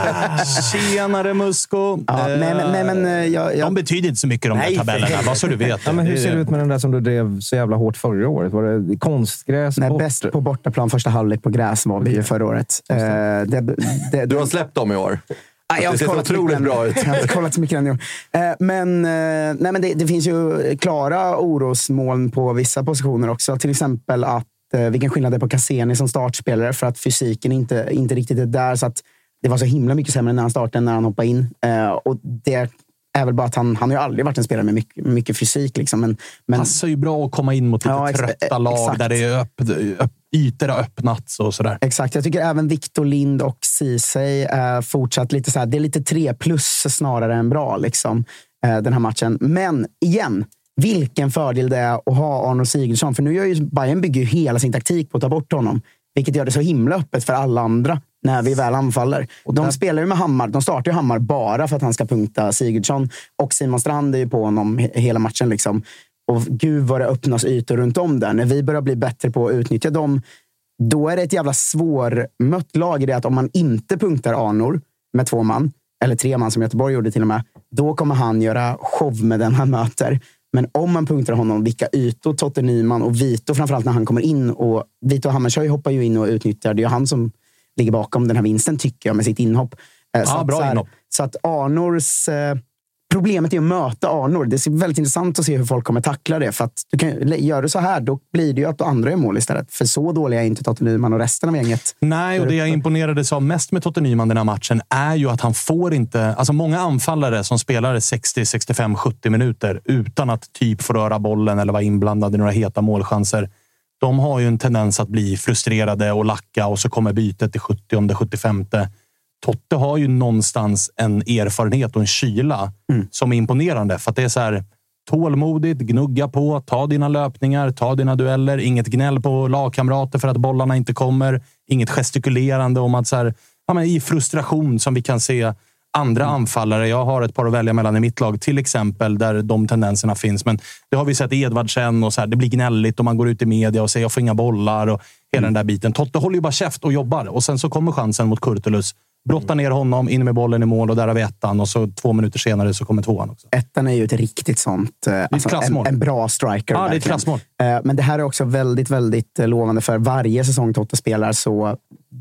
Tjenare Musko! Ja, eh, nej, men, nej, men, jag, jag... De betyder inte så mycket, de där tabellerna. Vad så du vet. Ja, men hur ser det ut med den där som du drev så jävla hårt förra året? Var det konstgräs? Nej, bäst på bortaplan första halvlek på gräs var vi ju förra året. Eh, det, det, du har släppt dem i år. Ah, jag det ser så otroligt bra ut. Jag har inte kollat så mycket än i år. Eh, men eh, nej, men det, det finns ju klara orosmoln på vissa positioner också. Till exempel att eh, vilken skillnad det är på Cassini som startspelare, för att fysiken inte, inte riktigt är där. Så att det var så himla mycket sämre när han startade än när han hoppade in. Eh, och det är väl bara att han, han har ju aldrig varit en spelare med mycket, mycket fysik. Liksom. Men, men... Passar ju bra att komma in mot lite ja, ex- trötta lag exakt. där det är öpp, öpp, ytor har öppnats och sådär. Exakt, jag tycker även Victor Lind och Ceesay är fortsatt lite så här, det är lite tre plus snarare än bra liksom, eh, den här matchen. Men igen, vilken fördel det är att ha Arnold Sigurdsson, för nu gör ju Bayern bygger ju hela sin taktik på att ta bort honom, vilket gör det så himla öppet för alla andra när vi väl anfaller. Och de där... spelar ju med Hammar, de startar ju Hammar bara för att han ska punkta Sigurdsson, och Simon Strand är ju på honom hela matchen liksom. Och gud vad det öppnas ytor runt om där. När vi börjar bli bättre på att utnyttja dem, då är det ett jävla svårmött lag i det att om man inte punktar Arnor med två man, eller tre man som Göteborg gjorde till och med, då kommer han göra show med den han möter. Men om man punktar honom, vilka ytor Totte Nyman och Vito, framförallt när han kommer in, och Vito Hammarskjöld hoppar ju in och utnyttjar, det är ju han som ligger bakom den här vinsten tycker jag med sitt inhopp. Ja, så, bra att, så, inhopp. så att Arnors... Eh, Problemet är att möta Arnor. Det är väldigt intressant att se hur folk kommer tackla det. För att du kan göra det så här, då blir det ju att andra är mål istället. För så dåliga är inte Totte Nyman och resten av gänget. Nej, och det jag imponerades av mest med Totte Nyman den här matchen är ju att han får inte... Alltså många anfallare som spelar sextio, sextiofem, sjuttio minuter utan att typ få röra bollen eller vara inblandade i några heta målchanser. De har ju en tendens att bli frustrerade och lacka, och så kommer bytet till sjuttio, sjuttiofem. Totte har ju någonstans en erfarenhet och en kyla mm. som är imponerande. För att det är så här tålmodigt, gnugga på, ta dina löpningar, ta dina dueller. Inget gnäll på lagkamrater för att bollarna inte kommer. Inget gestikulerande om att så här, ja, men i frustration som vi kan se andra mm. anfallare. Jag har ett par att välja mellan i mitt lag till exempel, där de tendenserna finns. Men det har vi sett i Edvardsen, och så här, det blir gnälligt och man går ut i media och säger jag får inga bollar och hela mm. den där biten. Totte håller ju bara käft och jobbar, och sen så kommer chansen mot Kurtulus. Brottar ner honom, in med bollen i mål, och där har vi ettan, och så två minuter senare så kommer tvåan också. Ettan är ju ett riktigt sånt, alltså en, en bra striker. Ja, det är ett klassmål. Men det här är också väldigt, väldigt lovande, för varje säsong Totte spelar så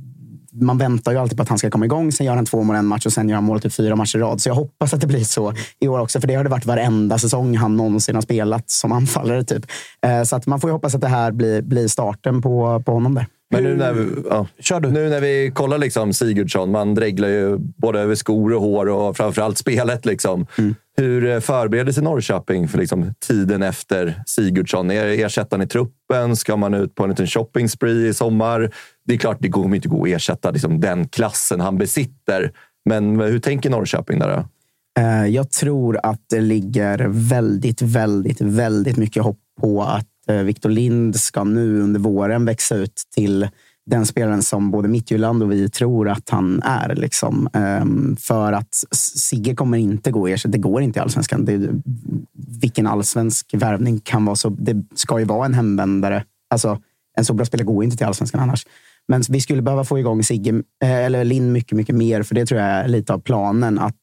man väntar ju alltid på att han ska komma igång, sen gör han två mål en match och sen gör han mål till fyra matcher i rad. Så jag hoppas att det blir så i år också, för det har det varit varenda säsong han någonsin har spelat som anfallare typ. Så att man får ju hoppas att det här blir, blir starten på, på honom där. Men nu när vi, ja, Kör du. nu när vi kollar liksom Sigurdsson, man dreglar ju både över skor och hår och framförallt spelet. Liksom. Mm. Hur förbereder sig Norrköping för liksom tiden efter Sigurdsson? Är ersättaren i truppen? Ska man ut på en liten shopping spree i sommar? Det är klart, det kommer inte gå att ersätta liksom den klassen han besitter. Men hur tänker Norrköping där då? Jag tror att det ligger väldigt, väldigt, väldigt mycket hopp på att Victor Lind ska nu under våren växa ut till den spelaren som både Midtjylland och vi tror att han är. Liksom. För att Sigge kommer inte gå ersätta. Det går inte i allsvenskan. Det, vilken allsvensk värvning kan vara så... Det ska ju vara en hemvändare. Alltså, en så bra spelare går inte till allsvenskan annars. Men vi skulle behöva få igång Sigge, eller Lind mycket, mycket mer. För det tror jag är lite av planen. Att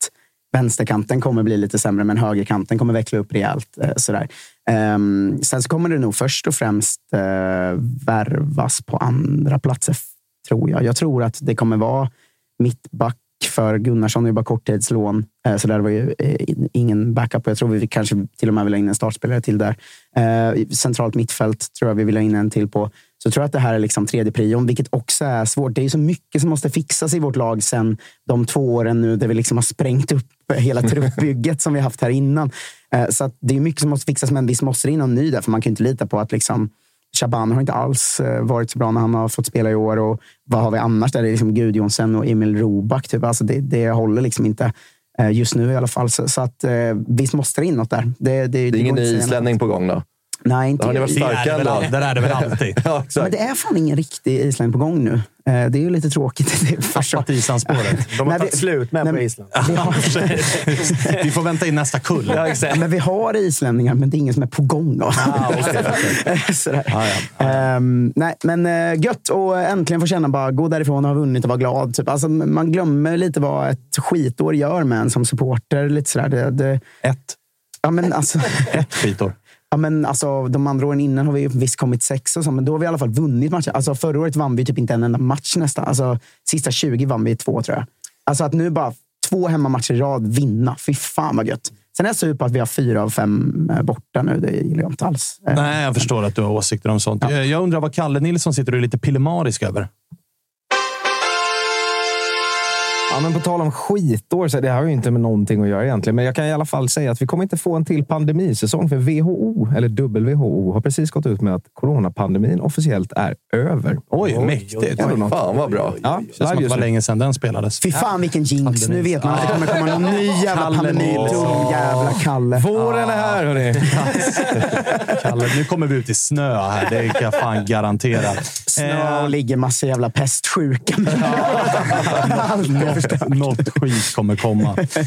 vänsterkanten kommer bli lite sämre, men högerkanten kommer växla upp rejält. Eh, sådär. Eh, sen så kommer det nog först och främst eh, värvas på andra platser, tror jag. Jag tror att det kommer vara mittback för Gunnarsson är ju bara korttidslån. Eh, så där var ju eh, ingen backup. Jag tror vi kanske till och med vill ha in en startspelare till där. Eh, centralt mittfält tror jag vi vill ha in en till på. Så jag tror att det här är liksom tredje prion, vilket också är svårt. Det är ju så mycket som måste fixas i vårt lag sen de två åren nu där vi liksom har sprängt upp hela truppbygget som vi haft här innan. Eh, så att det är mycket som måste fixas, men visst måste det in någon ny där, för man kan ju inte lita på att liksom Shaban har inte alls varit så bra när han har fått spela i år, och vad har vi annars där? Det är liksom Gudjonsen och Emil Roback typ. Alltså det, det håller liksom inte just nu i alla fall, så, så att visst måste det in något där. Det, det, det är det ingen islänning på gång då? Nej, inte. Har ni varit starka ändå? Där är det väl alltid. Ja, men det är fan ingen riktig Island på gång nu. Det är ju lite tråkigt. Tappat Islandsspåret. De har tagit slut med nej, på Island. Vi, har... vi får vänta in nästa kull. Ja, exakt. Men vi har islänningar, men det är ingen som är på gång då. Ah, okay, okay. ah, ja. Ah. Um, nej, men uh, gött och äntligen få känna bara gå därifrån och ha vunnit och vara glad. Typ. Alltså, man glömmer lite vad ett skitår gör med en som supporter. Lite sådär. Det, det... Ett. Ja, men alltså... Ett skitår. Ja, men alltså, de andra åren innan har vi visst kommit sex och så, men då har vi i alla fall vunnit matcher. Alltså, förra året vann vi typ inte en enda match nästan. Alltså, sista tjugo vann vi två, tror jag. Alltså att nu bara två hemmamatcher i rad vinna. Fy fan vad gött. Sen är det så på att vi har fyra av fem borta nu. Det gillar jag inte alls. Nej, jag förstår att du har åsikter om sånt. Ja. Jag undrar vad Kalle Nilsson sitter och är lite pillemarisk över. Ja, men på tal om skitår, så det har ju inte med någonting att göra egentligen. Men jag kan i alla fall säga att vi kommer inte få en till pandemisäsong, för W H O, eller W H O, har precis gått ut med att coronapandemin officiellt är över. Oj, oj mäktigt. Oj, oj, fan vad bra. Ja, det känns som att det var länge sedan den spelades. Fy fan vilken jinx. Nu vet man att det kommer komma någon ny jävla pandemi. Tung jävla Kalle. Våren är här, hörni. Kalle, nu kommer vi ut i snö här. Det kan jag fan garantera. Snö och ligger massa jävla pestsjuka. Något, något skit kommer komma.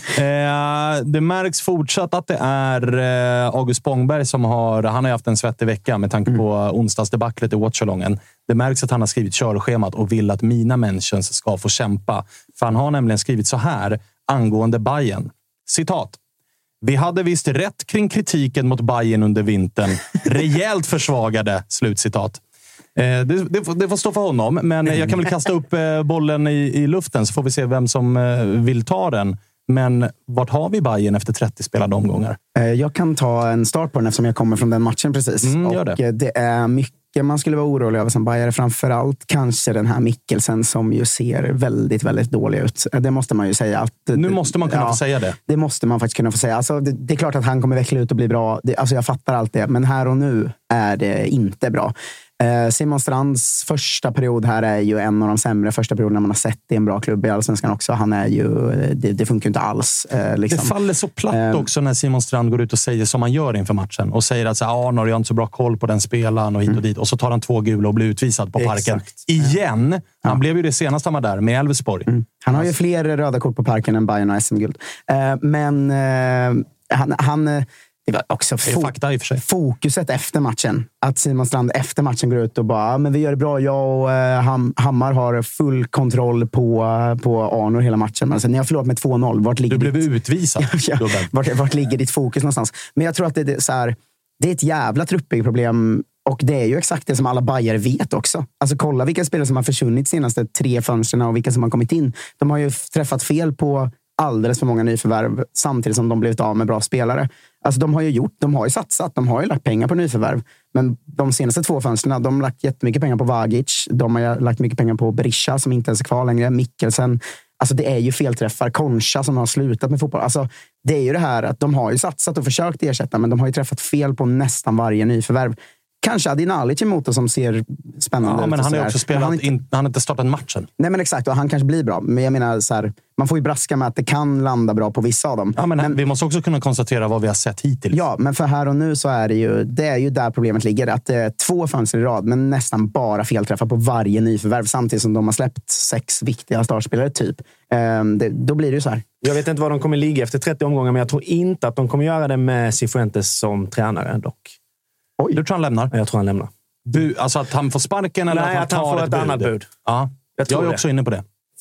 Eh, det märks fortsatt att det är eh, August Spångberg som har, han har haft en svettig vecka med tanke på mm. onsdagsdebaclet i Watchalongen. Det märks att han har skrivit körschemat och vill att mina mentions ska få kämpa. För han har nämligen skrivit så här angående Bayern. Citat. Vi hade visst rätt kring kritiken mot Bayern under vintern. Rejält försvagade, slutcitat. Det, det, får, det får stå för honom, men jag kan väl kasta upp bollen i, i luften så får vi se vem som vill ta den. Men vart har vi Bayern efter trettio spelade omgångar? Jag kan ta en start på den eftersom jag kommer från den matchen precis. Mm, och det. det är mycket man skulle vara orolig över som Bayern. Framförallt kanske den här Mikkelsen som ju ser väldigt, väldigt dålig ut. Det måste man ju säga. Att, nu måste man kunna ja, få säga det. Det måste man faktiskt kunna få säga. Alltså, det, det är klart att han kommer veckla ut och bli bra. Det, alltså jag fattar allt det. Men här och nu är det inte bra. Eh, Simon Strands första period här är ju en av de sämre första perioderna man har sett i en bra klubb i Allsvenskan också. Han är ju, det, det funkar ju inte alls. Eh, liksom. Det faller så platt eh, också när Simon Strand går ut och säger som han gör inför matchen. Och säger att Arnor, jag har inte så bra koll på den spelaren och hit och dit. Och så tar han två gula och blir utvisad på parken. Exakt. Igen. Han ja. blev ju det senaste han var där med Elfsborg. Mm. Han har ju fler röda kort på parken än Bayern och S M-guld. Eh, men eh, han... han det var också fo- fakta i och för sig. Fokuset efter matchen. Att Simon Strand efter matchen går ut och bara, men vi gör det bra. Jag och eh, Ham- Hammar har full kontroll på, på Arnor hela matchen. Men alltså, ni har förlorat med två noll. Vart ligger du blev ditt... utvisad. ja, vart, vart ligger ditt fokus någonstans? Men jag tror att det, det, så här, det är ett jävla truppbyggproblem. Och det är ju exakt det som alla Bayer vet också. Alltså kolla vilka spelare som har försvunnit senaste tre fönstren och vilka som har kommit in. De har ju träffat fel på alldeles för många nyförvärv samtidigt som de blivit av med bra spelare. Alltså de har ju gjort, de har ju satsat, de har ju lagt pengar på nyförvärv. Men de senaste två fönsterna, de har lagt jättemycket pengar på Vagic. De har lagt mycket pengar på Berisha som inte ens är kvar längre. Mikkelsen. Alltså det är ju felträffar. Concha som har slutat med fotboll. Alltså det är ju det här att de har ju satsat och försökt ersätta, men de har ju träffat fel på nästan varje nyförvärv. Kanske Adin Alic emot som ser spännande ja, ut. Men han har också spelat, han, inte, in, han har inte startat matchen. Nej men exakt, och han kanske blir bra. Men jag menar så här, man får ju braska med att det kan landa bra på vissa av dem. Ja, men, men vi måste också kunna konstatera vad vi har sett hittills. Ja, men för här och nu så är det ju, det är ju där problemet ligger. Att det är två fönster i rad, men nästan bara felträffar på varje nyförvärv. Samtidigt som de har släppt sex viktiga startspelare typ. Ehm, det, då blir det ju så här. Jag vet inte vad de kommer ligga efter trettio omgångar, men jag tror inte att de kommer göra det med Cifuentes som tränare dock. Oj. Du tror han lämnar? Jag tror han lämnar. Du, alltså att han får sparken eller Nej, att han, att han tar får ett, ett bud. annat bud. Ja. Jag, jag är det. också inne på det.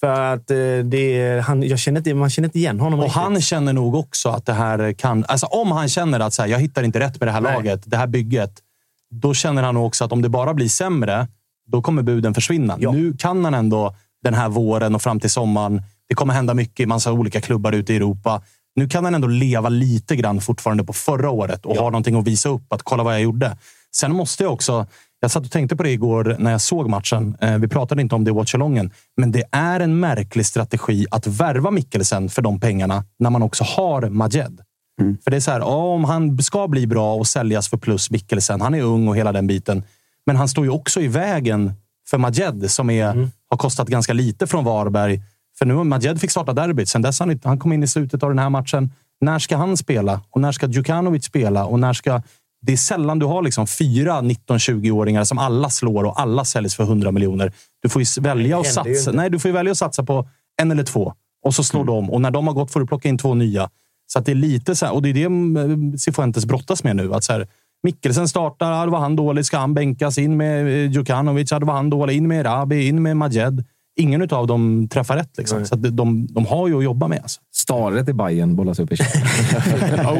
För att eh, det, han, jag känner inte, man känner inte igen honom. Och riktigt. han känner nog också att det här kan... Alltså om han känner att så här, jag hittar inte rätt med det här Nej. laget, det här bygget, då känner han nog också att om det bara blir sämre, då kommer buden försvinna. Ja. Nu kan han ändå den här våren och fram till sommaren, det kommer hända mycket i massa olika klubbar ute i Europa. Nu kan han ändå leva lite grann fortfarande på förra året och ja. ha någonting att visa upp, att kolla vad jag gjorde. Sen måste jag också... Jag satt och tänkte på det igår när jag såg matchen. Eh, vi pratade inte om det i watchalongen. Men det är en märklig strategi att värva Mikkelsen för de pengarna när man också har Majed. Mm. För det är så här, om han ska bli bra och säljas för plus Mikkelsen. Han är ung och hela den biten. Men han står ju också i vägen för Majed som är, mm. har kostat ganska lite från Varberg. För nu Majed fick starta derbyt. Sen dess han, han kom in i slutet av den här matchen. När ska han spela? Och när ska Djukanovic spela? Och när ska... Det är sällan du har liksom fyra nitton-tjugo-åringar som alla slår och alla säljs för hundra miljoner. Du får ju välja att satsa. Nej, du får ju välja att satsa på en eller två. Och så slår mm. de. Och när de har gått får du plocka in två nya. Så att det är lite så här, och det är det Cifuentes brottas med nu. Att så här, Mikkelsen startar, ja, då var han dålig. Ska han bänkas in med Djukanovic? Ja, då var han dålig. In med Rabi, in med Majed. Ingen av dem träffar rätt. Liksom. Mm. Så att de, de har ju att jobba med. Alltså. Staret i Bayern bollas upp i kärn. oh.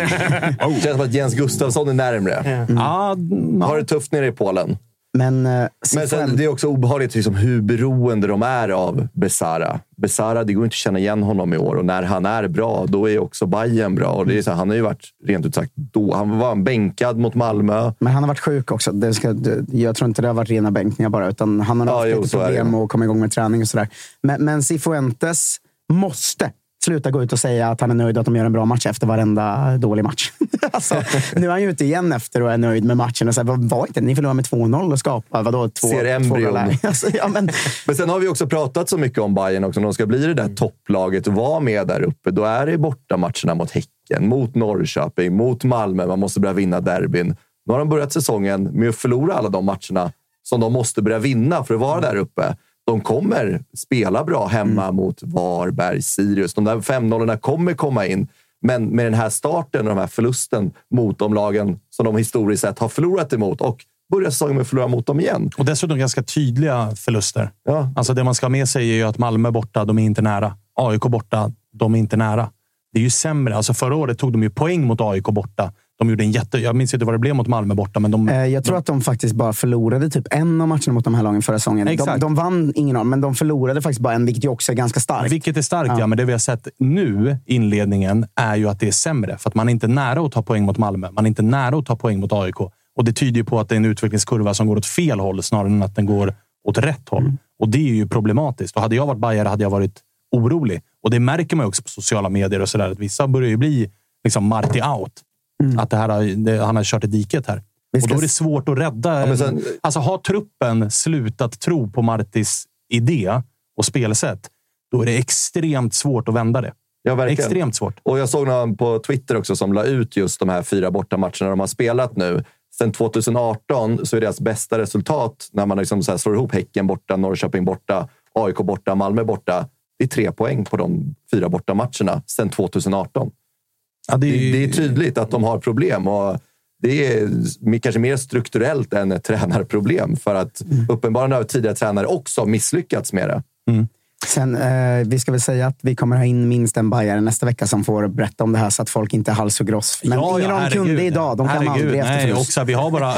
oh. Det känns som att Jens Gustafsson är närmare. Mm. Ah, no. Har det tufft nere i Polen. Men, uh, Men sen, det är också obehagligt liksom, hur beroende de är av Besara. Besara, det går inte att känna igen honom i år. Och när han är bra, då är också Bayern bra. Och det är så, han har ju varit, rent ut sagt, då. Han var bänkad mot Malmö. Men han har varit sjuk också. Det ska, jag tror inte det har varit rena bänkningar bara. Utan han har haft ja, lite problem och komma igång med träning och sådär. Men, men Cifuentes måste sluta gå ut och säga att han är nöjd att de gör en bra match efter varenda dålig match. alltså, nu är han ju ute igen efter och är nöjd med matchen. Och så här, var inte, ni förlorar med två noll och skapar vadå? Två, Ser embryon. alltså, ja, men... men sen har vi också pratat så mycket om Bayern också. När de ska bli det där mm. topplaget och vara med där uppe, då är det borta matcherna mot Häcken, mot Norrköping, mot Malmö. Man måste börja vinna derbyn. Nu har de börjat säsongen med att förlora alla de matcherna som de måste börja vinna för att vara där uppe. De kommer spela bra hemma mm. mot Varberg, Sirius. De där fem nollorna kommer komma in. Men med den här starten och den här förlusten mot de lagen som de historiskt sett har förlorat emot och börjar säsongen med att förlora mot dem igen. Och dessutom ganska tydliga förluster. Ja. Alltså det man ska ha med sig är ju att Malmö borta, de är inte nära. A I K borta, de är inte nära. Det är ju sämre. Alltså förra året tog de ju poäng mot A I K borta. De gjorde en jätte... Jag minns inte vad det blev mot Malmö borta, men de... Jag tror de... att de faktiskt bara förlorade typ en av matcherna mot de här lagen förra säsongen. De, de vann ingen av, men de förlorade faktiskt bara en, vilket ju också är ganska starkt. Vilket är starkt, ja. ja. Men det vi har sett nu, inledningen, är ju att det är sämre. För att man är inte nära att ta poäng mot Malmö. Man är inte nära att ta poäng mot A I K. Och det tyder ju på att det är en utvecklingskurva som går åt fel håll snarare än att den går åt rätt håll. Mm. Och det är ju problematiskt. Och hade jag varit Bayern hade jag varit orolig. Och det märker man också på sociala medier och sådär. Att vissa börjar ju bli liksom Marty out. Mm. Att det här har, det, han har kört i diket här. Ska... Och då är det svårt att rädda. Ja, sen... Alltså har truppen slutat tro på Martys idé och spelsätt, då är det extremt svårt att vända det. Ja, verkligen. Extremt svårt. Och jag såg någon på Twitter också som la ut just de här fyra bortamatcherna de har spelat nu. Sen tjugoarton så är deras bästa resultat när man liksom så här slår ihop Häcken borta, Norrköping borta, A I K borta, Malmö borta. Det är tre poäng på de fyra bortamatcherna sen tjugoarton. Ja, det, är... Det, det är tydligt att de har problem och det är kanske mer strukturellt än ett tränarproblem för att mm. uppenbarligen har tidigare tränare också misslyckats med det. Mm. Sen, eh, vi ska väl säga att vi kommer ha in minst en bajare nästa vecka som får berätta om det här så att folk inte är hals och gross. Men ja, ingen ja, av dem kunde idag. De kan aldrig efter nej, också, vi, har bara,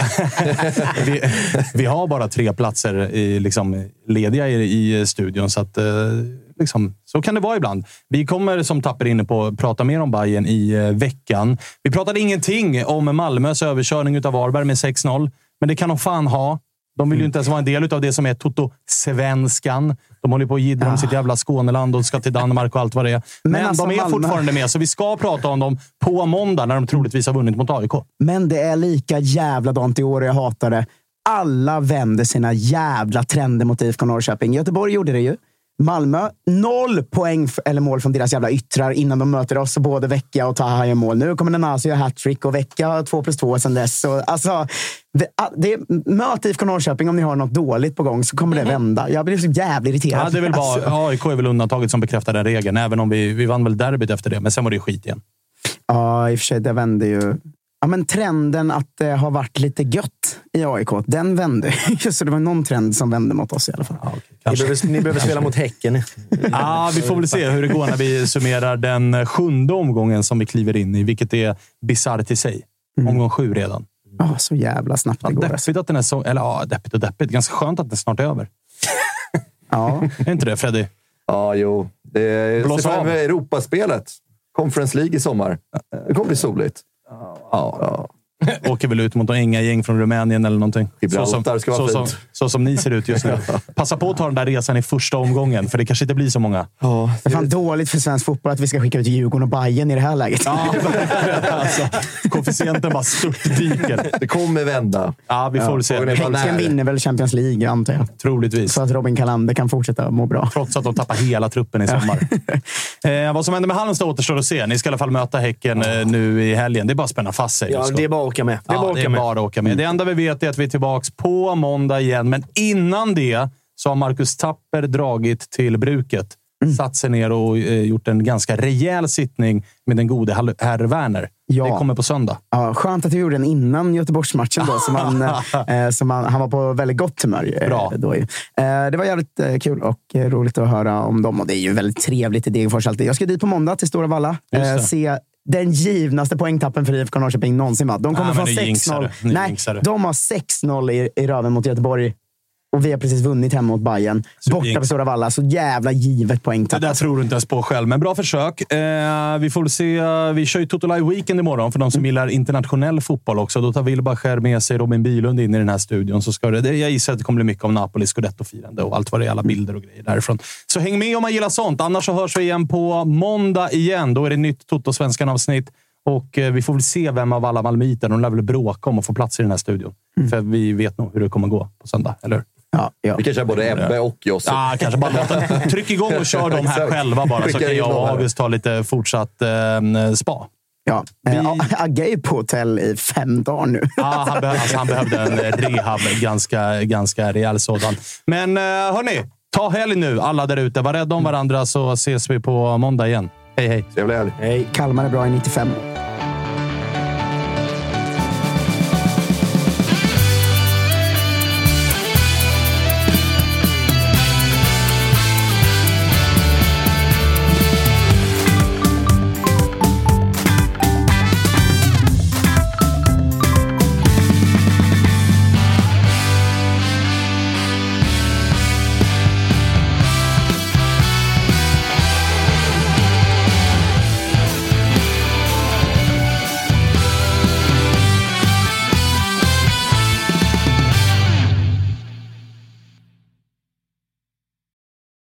vi, vi har bara tre platser i, liksom, lediga i, i studion så att... Eh, Liksom, så kan det vara ibland. Vi kommer som Tapper inne på prata mer om Bayern i eh, veckan. Vi pratade ingenting om Malmös överkörning av Varberg med sex noll. Men det kan de fan ha. De vill ju inte ens vara en del av det som är Toto-svenskan. De håller på att gidra om ja. sitt jävla Skåneland och ska till Danmark och allt vad det är. Men, Men alltså, de är Malmö... fortfarande med, så vi ska prata om dem på måndag när de troligtvis har vunnit mot A I K. Men det är lika jävla dant i år och jag hatar det. Alla vänder sina jävla trender mot I F K Norrköping. Göteborg gjorde det ju. Malmö, noll poäng eller mål från deras jävla yttrar innan de möter oss. Både Vecchia och Taha gör mål. Nu kommer Nanasi göra hattrick och Vecchia två plus två sedan dess. Så, alltså, det, det, möt I F K Norrköping om ni har något dåligt på gång så kommer det vända. Jag blir så jävligt irriterad. Ja, det är väl bara, alltså. A I K är väl undantaget som bekräftar den regeln. Även om vi, vi vann väl derbyt efter det. Men sen var det skit igen. Ja, i och för sig, det vände ju... Ja, men trenden att det har varit lite gött i A I K, den vände. Så det var någon trend som vände mot oss i alla fall. Ja, okay. ni, behöver, ni behöver spela mot Häcken. Ja, vi får väl se hur det går när vi summerar den sjunde omgången som vi kliver in i, vilket är bisarrt i sig. Mm. Omgång sju redan. Ja, så jävla snabbt det ja, går. Deppigt att den är så... Eller ja, deppigt och deppigt. Ganska skönt att den snart är över. Ja. Är inte det, Freddy? Ja, jo. Det är med Europaspelet. Conference League i sommar. Det kommer bli soligt. Ja. ja. Åker väl ut mot en inga gäng från Rumänien eller någonting. Så som, ska vara så, som, så som ni ser ut just nu. Passa på att ta den där resan i första omgången, för det kanske inte blir så många. Ja, det är fan dåligt för svensk fotboll att vi ska skicka ut Djurgården och Bayern i det här läget. Ja, alltså, koefficienten bara störtdyker. Det kommer vända. Ja, vi får väl se. Häcken vinner väl Champions League, antar jag. Troligtvis. Så att Robin Kalander kan fortsätta må bra. Trots att de tappar hela truppen i sommar. eh, vad som händer med Halmstad återstår att se. Ni ska i alla fall möta Häcken eh, nu i helgen. Det är bara att spänna fast sig. Ja, det är bara att åka med. Det är, ja, bara, att åka det är med. bara att åka med. Det enda vi vet är att vi är tillbaka på måndag igen. Men innan det så har Marcus Tapper dragit till bruket. Mm. Satt sig ner och eh, gjort en ganska rejäl sittning med den gode herr Werner. Ja. Det kommer på söndag. Ja, skönt att vi gjorde den innan Göteborgsmatchen då. Som han, eh, som han, han var på väldigt gott humör. Eh, Bra. Då, eh, det var jävligt eh, kul och eh, roligt att höra om dem. Och det är ju väldigt trevligt i Degerfors alltid. Jag ska dit på måndag till Stora Valla. Eh, se den givnaste poängtappen för I F K Norrköping någonsin. Va? De kommer från sex noll. Nej, de har sex noll i, i röven mot Göteborg. Och vi har precis vunnit hemma mot Bayern. Borta på Stora Valla. Så jävla givet poängtapp. Det där tror du inte ens på själv. Men bra försök. Eh, vi får se. Vi kör ju Toto Live Weekend imorgon. För de som gillar internationell fotboll också. Då tar Wilbacher med sig Robin Bylund in i den här studion. Så ska det, det, jag gissar att det kommer bli mycket om Napoli Scudetto-firande. Och allt vad det är. Alla bilder och grejer därifrån. Så häng med om man gillar sånt. Annars så hörs vi igen på måndag igen. Då är det nytt Toto-svenskan-avsnitt. Och eh, vi får väl se vem av alla malmiter de lär väl bråka om att få plats i den här studion. Mm. För vi vet nog hur det kommer gå på söndag, eller? Ja, ja. Vi kanske är både Ebbe och Josef. Ja, kanske bara låta, tryck igång och kör dem här själva bara. Så kan jag och August ta lite fortsatt eh, spa. Ja, vi... Agge är på hotell i fem dagar nu. Ja, han, behö- alltså, han behövde en rehab, ganska, ganska rejäl sådan. Men eh, hörni, ta helg nu alla där ute. Var rädda om varandra så ses vi på måndag igen. Hej, hej. Trevlig helg. Hej. Kalmar är bra i nittiofem.